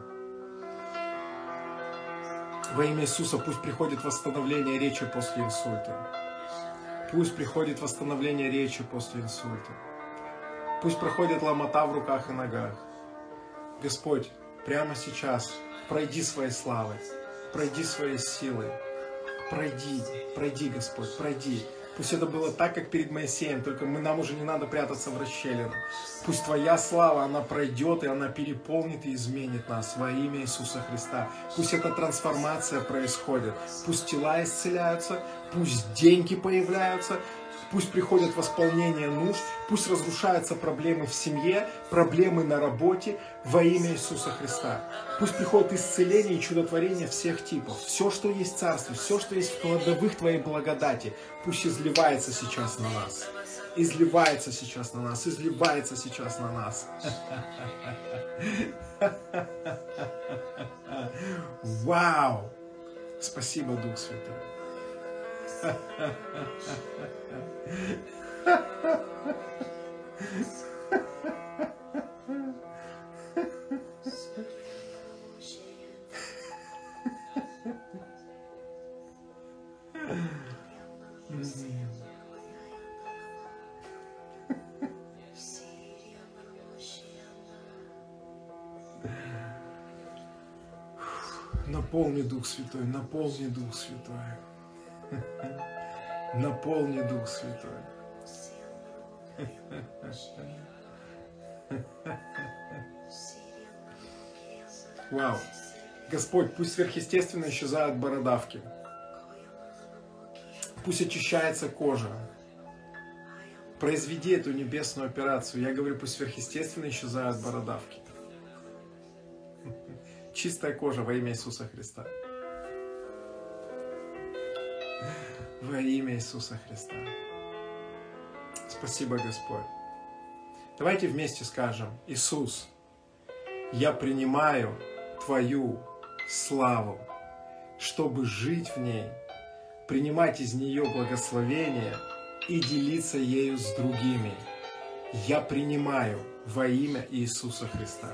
Во имя Иисуса пусть приходит восстановление речи после инсульта. Пусть приходит восстановление речи после инсульта. Пусть проходит ломота в руках и ногах. Господь, прямо сейчас пройди своей славой, пройди своей силой. Пройди, пройди, Господь, пройди. Пусть это было так, как перед Моисеем, только мы, нам уже не надо прятаться в расщелину. Пусть Твоя слава, она пройдет, и она переполнит и изменит нас во имя Иисуса Христа. Пусть эта трансформация происходит. Пусть тела исцеляются, пусть деньги появляются, пусть приходит восполнение нужд, пусть разрушаются проблемы в семье, проблемы на работе во имя Иисуса Христа. Пусть приходит исцеление и чудотворение всех типов. Все, что есть в Царстве, все, что есть в кладовых Твоей благодати, пусть изливается сейчас на нас. Изливается сейчас на нас, изливается сейчас на нас. Вау! Спасибо, Дух Святой. Наполни, Дух Святой, наполни, Дух Святой. Наполни, Дух Святой. Вау. Господь, пусть сверхъестественно исчезают бородавки. Пусть очищается кожа. Произведи эту небесную операцию. Я говорю, пусть сверхъестественно исчезают бородавки. Чистая кожа во имя Иисуса Христа. Во имя Иисуса Христа. Спасибо, Господь. Давайте вместе скажем: Иисус, я принимаю Твою славу, чтобы жить в ней принимать из нее благословение и делиться ею с другими. Я принимаю во имя Иисуса Христа.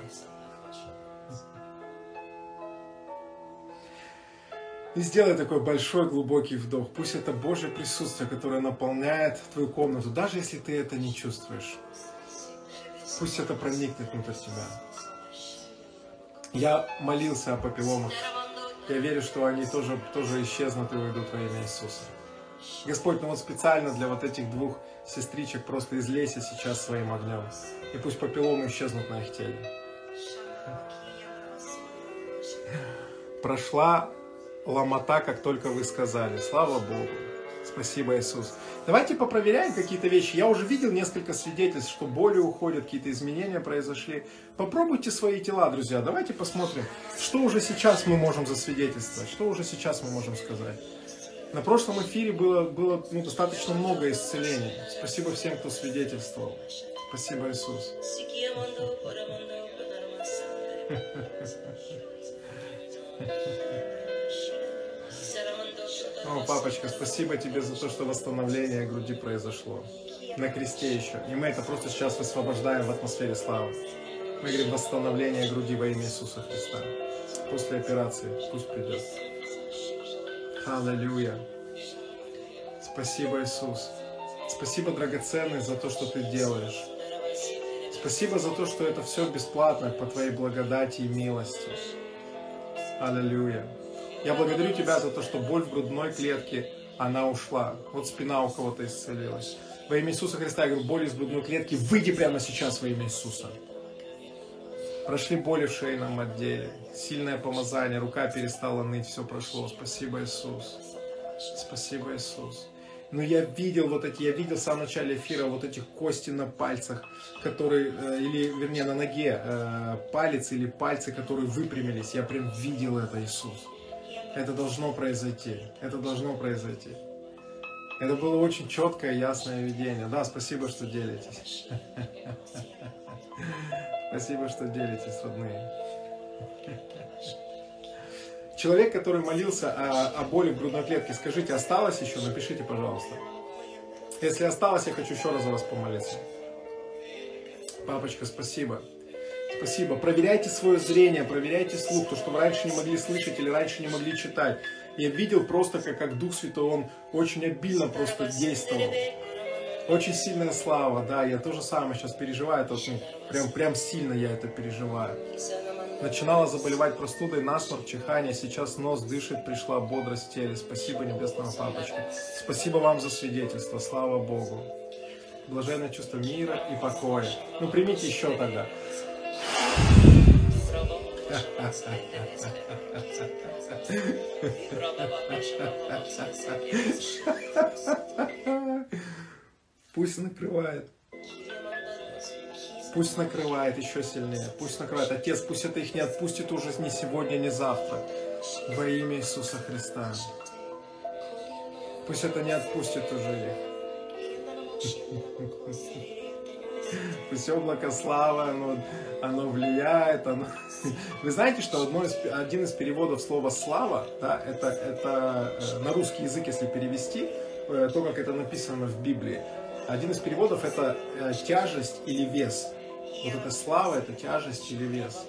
И сделай такой большой глубокий вдох. Пусть это Божье присутствие, которое наполняет твою комнату, даже если ты это не чувствуешь. Пусть это проникнет внутрь тебя. Я молился о папилломах. Я верю, что они тоже, тоже исчезнут и уйдут во имя Иисуса. Господь, ну вот специально для вот этих двух сестричек просто излейся сейчас своим огнем. И пусть папилломы исчезнут на их теле. Прошла ломота, как только вы сказали. Слава Богу. Спасибо, Иисус. Давайте попроверяем какие-то вещи. Я уже видел несколько свидетельств, что боли уходят, какие-то изменения произошли. Попробуйте свои тела, друзья. Давайте посмотрим, что уже сейчас мы можем засвидетельствовать, что уже сейчас мы можем сказать. На прошлом эфире было, было ну, достаточно много исцелений. Спасибо всем, кто свидетельствовал. Спасибо, Иисус. О, папочка, спасибо тебе за то, что восстановление груди произошло. На кресте еще. И мы это просто сейчас высвобождаем в атмосфере славы. Мы говорим восстановление груди во имя Иисуса Христа. После операции пусть придет. Аллилуйя. Спасибо, Иисус. Спасибо, драгоценный, за то, что ты делаешь. Спасибо за то, что это все бесплатно по твоей благодати и милости. Аллилуйя. Я благодарю тебя за то, что боль в грудной клетке, она ушла. Вот спина у кого-то исцелилась. Во имя Иисуса Христа я говорю, боль из грудной клетки, выйди прямо сейчас во имя Иисуса. Прошли боли в шейном отделе, сильное помазание, рука перестала ныть, все прошло. Спасибо, Иисус. Спасибо, Иисус. Но я видел вот эти, я видел в самом начале эфира вот эти кости на пальцах, которые, или, вернее, на ноге, палец или пальцы, которые выпрямились. Я прям видел это, Иисус. Это должно произойти. Это должно произойти. Это было очень четкое, ясное видение. Да, спасибо, что делитесь. Спасибо, что делитесь, родные. Человек, который молился о, о боли в грудной клетке, скажите, осталось еще? Напишите, пожалуйста. Если осталось, я хочу еще раз за вас помолиться. Папочка, спасибо. Спасибо. Проверяйте свое зрение, проверяйте слух, то, что вы раньше не могли слышать или раньше не могли читать. Я видел просто, как, как Дух Святой, Он очень обильно просто действовал. Очень сильная слава, да, я то же самое сейчас переживаю, это очень, прям, прям сильно я это переживаю. Начинала заболевать простудой, насморк, чихание, сейчас нос дышит, пришла бодрость в теле. Спасибо, Небесного Папочка. Спасибо вам за свидетельство, слава Богу. Блаженное чувство мира и покоя. Ну, примите еще тогда. Пусть накрывает. Пусть накрывает еще сильнее. Пусть накрывает. Отец, пусть это их не отпустит уже ни сегодня, ни завтра. Во имя Иисуса Христа. Пусть это не отпустит уже их. Пусть облако славы, оно, оно влияет. Оно... Вы знаете, что одно из, один из переводов слова «слава», да, это, это на русский язык, если перевести, то, как это написано в Библии, один из переводов это тяжесть или вес. Вот эта слава, это тяжесть или вес.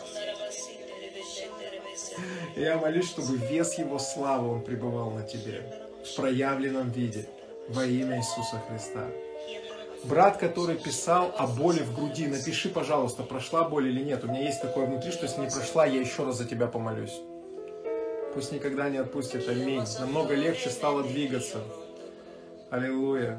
И я молюсь, чтобы вес Его славы, Он пребывал на тебе в проявленном виде во имя Иисуса Христа. Брат, который писал о боли в груди, напиши, пожалуйста, прошла боль или нет. У меня есть такое внутри, что если не прошла, я еще раз за тебя помолюсь. Пусть никогда не отпустит. Аминь. Намного легче стало двигаться. Аллилуйя.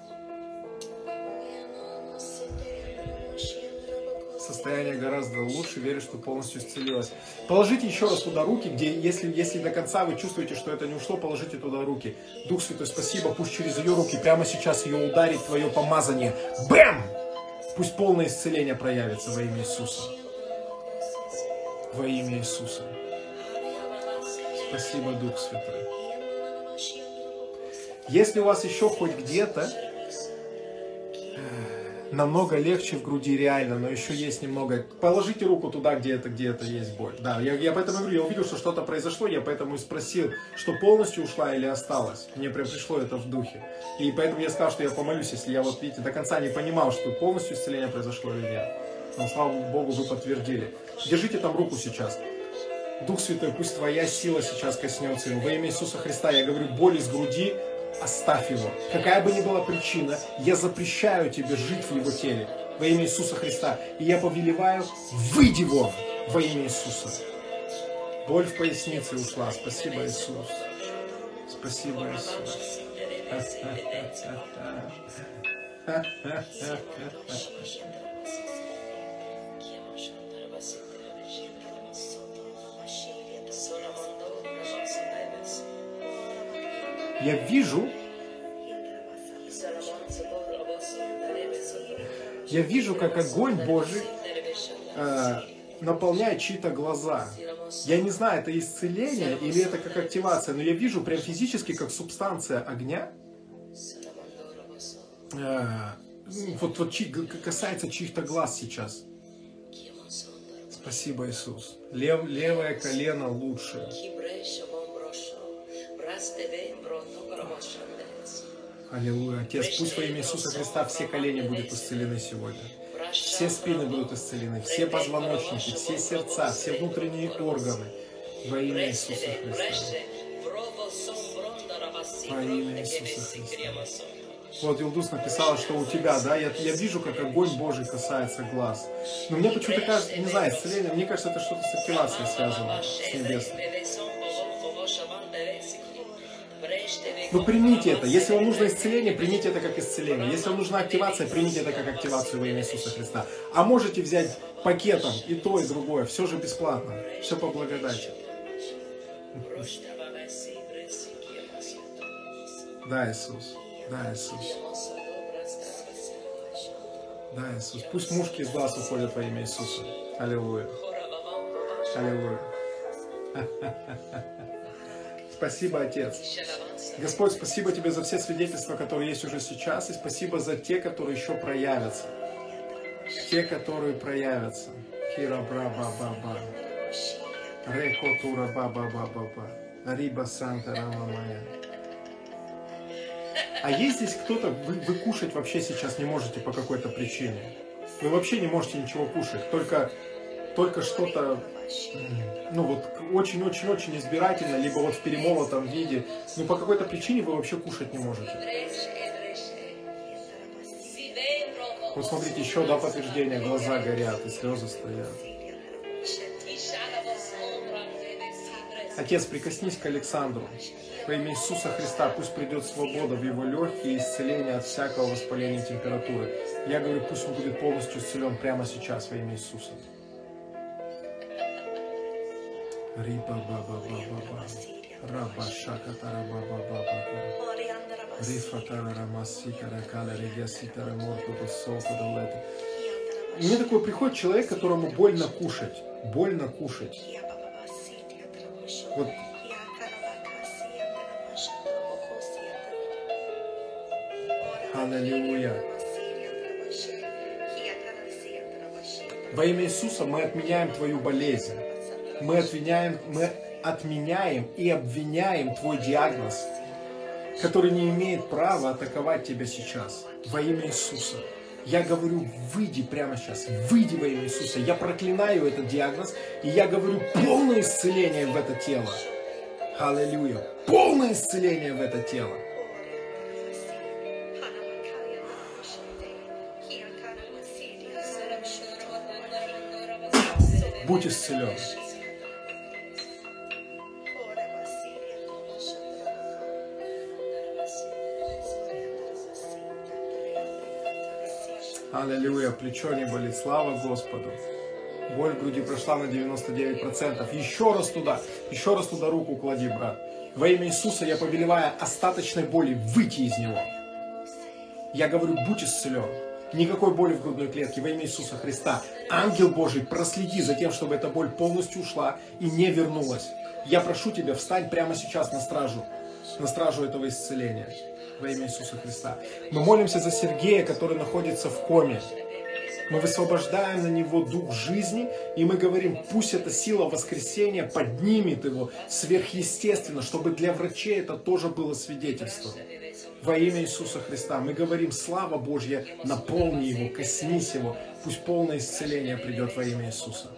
Состояние гораздо лучше, верю, что полностью исцелилось. Положите еще раз туда руки, где, если, если до конца вы чувствуете, что это не ушло, положите туда руки. Дух Святой, спасибо, пусть через ее руки прямо сейчас ее ударит твое помазание. Бэм! Пусть полное исцеление проявится во имя Иисуса. Во имя Иисуса. Спасибо, Дух Святой. Если у вас еще хоть где-то Намного легче в груди реально, но еще есть немного. Положите руку туда, где это, где это есть боль. Да, я, я поэтому говорю, я увидел, что что-то произошло, я поэтому и спросил, что полностью ушла или осталась. Мне прям пришло это в духе. И поэтому я сказал, что я помолюсь, если я вот, видите, до конца не понимал, что полностью исцеление произошло или нет. Но, слава Богу, вы подтвердили. Держите там руку сейчас. Дух Святой, пусть твоя сила сейчас коснется его. Во имя Иисуса Христа я говорю, боль из груди, оставь его. Какая бы ни была причина, я запрещаю тебе жить в его теле. Во имя Иисуса Христа. И я повелеваю, выйди вон во имя Иисуса. Боль в пояснице ушла. Спасибо, Иисус. Спасибо, Иисус. Я вижу, я вижу, как огонь Божий э, наполняет чьи-то глаза. Я не знаю, это исцеление или это как активация, но я вижу прям физически, как субстанция огня, э, вот, вот чьи, касается чьих-то глаз сейчас. Спасибо, Иисус. Лев, левое колено лучше. Аллилуйя. Отец, пусть во имя Иисуса Христа все колени будут исцелены сегодня. Все спины будут исцелены, все позвоночники, все сердца, все внутренние органы. Во имя Иисуса Христа. Во имя Иисуса Христа. Вот Илдус написала, что у тебя, да, я, я вижу, как огонь Божий касается глаз. Но мне почему-то кажется, не знаю, исцеление, мне кажется, это что-то с активацией связано, с небесным. Но примите это. Если вам нужно исцеление, примите это как исцеление. Если вам нужна активация, примите это как активацию во имя Иисуса Христа. А можете взять пакетом и то, и другое. Все же бесплатно. Все по благодати. Да, Иисус. Да, Иисус. Да, Иисус. Пусть мушки из глаз уходят во имя Иисуса. Аллилуйя. Аллилуйя. Спасибо, Отец. Господь, спасибо Тебе за все свидетельства, которые есть уже сейчас, и спасибо за те, которые еще проявятся. Те, которые проявятся. Кира бра ба ба ба. Реко тура ба ба ба ба ба. Риба санта рама моя. А есть здесь кто-то, вы, вы кушать вообще сейчас не можете по какой-то причине? Вы вообще не можете ничего кушать, только, только что-то, ну вот, очень-очень-очень избирательно, либо вот в перемолотом виде, но по какой-то причине вы вообще кушать не можете. Вот смотрите, еще, да, подтверждение, глаза горят и слезы стоят. Отец, прикоснись к Александру. Во имя Иисуса Христа пусть придет свобода в его легкие и исцеление от всякого воспаления температуры. Я говорю, пусть он будет полностью исцелен прямо сейчас во имя Иисуса. Риба ба ба ба ба ба. Раба шака тара ба ба ба ба. Рифа тара рамаси тара кала региаси тара морку до солку до леты. Мне такой приходит человек, которому больно кушать. Больно кушать. Вот. Аллилуйя. Во имя Иисуса мы отменяем твою болезнь. Мы отменяем, мы отменяем и обвиняем твой диагноз, который не имеет права атаковать тебя сейчас. Во имя Иисуса. Я говорю, выйди прямо сейчас. Выйди во имя Иисуса. Я проклинаю этот диагноз. И я говорю, полное исцеление в это тело. Аллилуйя. Полное исцеление в это тело. Будь исцелен. Аллилуйя, плечо не болит, слава Господу. Боль в груди прошла на девяносто девять процентов. Еще раз туда, еще раз туда руку клади, брат. Во имя Иисуса я повелеваю остаточной боли выйти из него. Я говорю, будь исцелен. Никакой боли в грудной клетке во имя Иисуса Христа. Ангел Божий, проследи за тем, чтобы эта боль полностью ушла и не вернулась. Я прошу тебя, встань прямо сейчас на стражу, на стражу этого исцеления. во имя Иисуса Христа. Мы молимся за Сергея, который находится в коме. Мы высвобождаем на него дух жизни, и мы говорим, пусть эта сила воскресения поднимет его сверхъестественно, чтобы для врачей это тоже было свидетельство. Во имя Иисуса Христа мы говорим, слава Божья, наполни его, коснись его, пусть полное исцеление придет во имя Иисуса.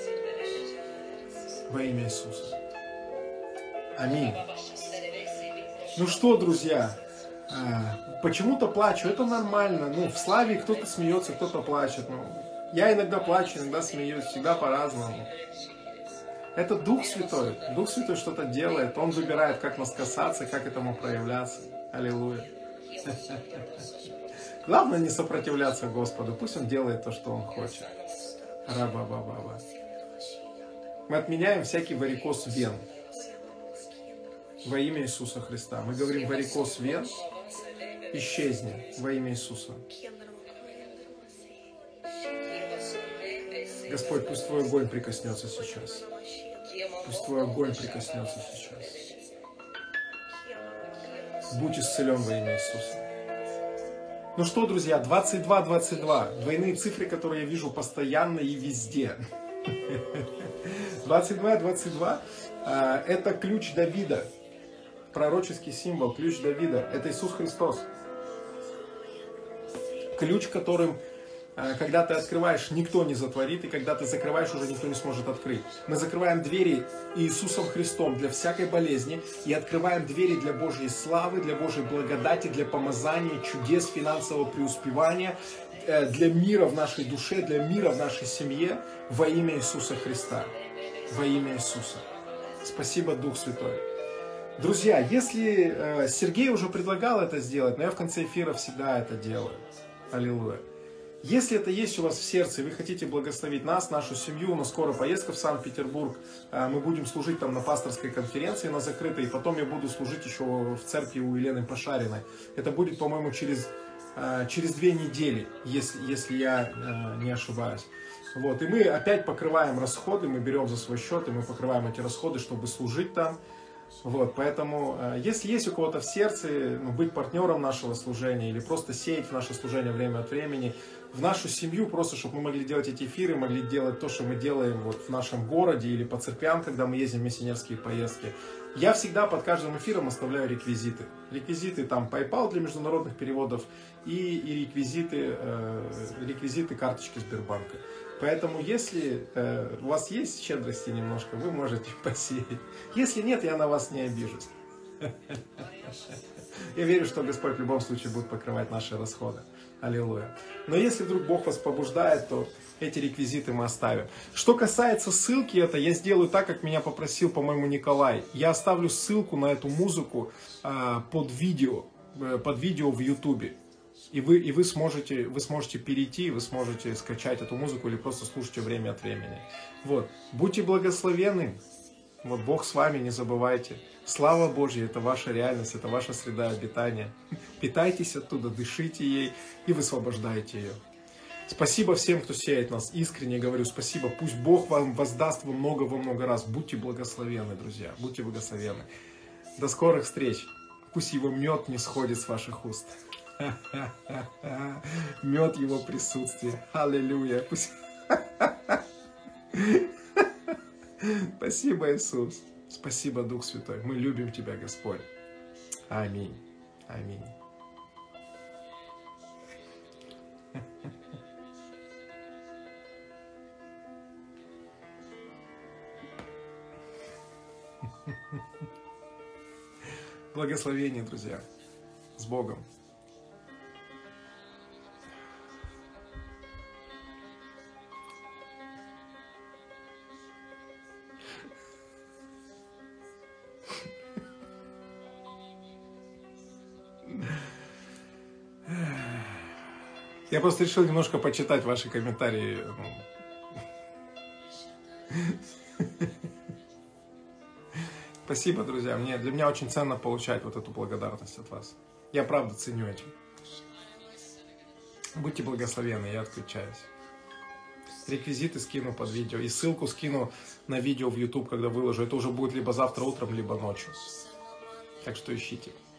Во имя Иисуса. Аминь. Ну что, друзья, почему-то плачу, это нормально. Ну, в славе кто-то смеется, кто-то плачет. Ну, я иногда плачу, иногда смеюсь, всегда по-разному. Это Дух Святой. Дух Святой что-то делает, Он выбирает, как нас касаться, как этому проявляться. Аллилуйя. Главное не сопротивляться Господу, пусть Он делает то, что Он хочет. Раба-ба-ба-ба. Мы отменяем всякий варикоз вен. Во имя Иисуса Христа. Мы говорим, варикоз вен, исчезни во имя Иисуса. Господь, пусть Твой огонь прикоснется сейчас. Пусть Твой огонь прикоснется сейчас. Будь исцелен во имя Иисуса. Ну что, друзья, двадцать два двадцать два. Двойные цифры, которые я вижу постоянно и везде. двадцать два двадцать два. Это ключ Давида. Пророческий символ, ключ Давида. Это Иисус Христос. Ключ, которым, когда ты открываешь, никто не затворит, и когда ты закрываешь, уже никто не сможет открыть. Мы закрываем двери Иисусом Христом для всякой болезни и открываем двери для Божьей славы, для Божьей благодати, для помазания, чудес, финансового преуспевания, для мира в нашей душе, для мира в нашей семье во имя Иисуса Христа. Во имя Иисуса. Спасибо, Дух Святой. Друзья, если э, Сергей уже предлагал это сделать, но я в конце эфира всегда это делаю. Аллилуйя. Если это есть у вас в сердце, и вы хотите благословить нас, нашу семью, у нас скоро поездка в Санкт-Петербург, э, мы будем служить там на пасторской конференции, на закрытой, и потом я буду служить еще в церкви у Елены Пашариной. Это будет, по-моему, через, э, через две недели, если, если я э, не ошибаюсь. Вот, и мы опять покрываем расходы, мы берем за свой счет, и мы покрываем эти расходы, чтобы служить там. Вот, поэтому, если есть у кого-то в сердце, ну, быть партнером нашего служения или просто сеять в наше служение время от времени, в нашу семью, просто чтобы мы могли делать эти эфиры, могли делать то, что мы делаем вот в нашем городе или по церквям, когда мы ездим в миссионерские поездки. Я всегда под каждым эфиром оставляю реквизиты. Реквизиты там PayPal для международных переводов и, и реквизиты, э, реквизиты карточки Сбербанка. Поэтому, если э, у вас есть щедрости немножко, вы можете посеять. Если нет, я на вас не обижусь. Я верю, что Господь в любом случае будет покрывать наши расходы. Аллилуйя. Но если вдруг Бог вас побуждает, то эти реквизиты мы оставим. Что касается ссылки, это я сделаю так, как меня попросил, по-моему, Николай. Я оставлю ссылку на эту музыку э, под видео, э, под видео в Ютубе. И вы, и вы сможете, вы сможете перейти, вы сможете скачать эту музыку или просто слушайте время от времени. Вот. Будьте благословенны. Вот Бог с вами, не забывайте. Слава Божья, это ваша реальность, это ваша среда обитания. Питайтесь оттуда, дышите ей и высвобождайте ее. Спасибо всем, кто сеет нас. Искренне говорю спасибо. Пусть Бог вам воздаст во много-во-много раз. Будьте благословенны, друзья. Будьте благословенны. До скорых встреч. Пусть его мед не сходит с ваших уст. Мед его присутствия. Аллилуйя. Пусть... Спасибо, Иисус. Спасибо, Дух Святой. Мы любим Тебя, Господь. Аминь. Аминь. Благословение, друзья. С Богом. Я просто решил немножко почитать ваши комментарии. Спасибо, друзья. Мне, для меня очень ценно получать вот эту благодарность от вас. Я правда ценю этим. Будьте благословенны, я отключаюсь. Реквизиты скину под видео. И ссылку скину на видео в YouTube, когда выложу. Это уже будет либо завтра утром, либо ночью. Так что ищите.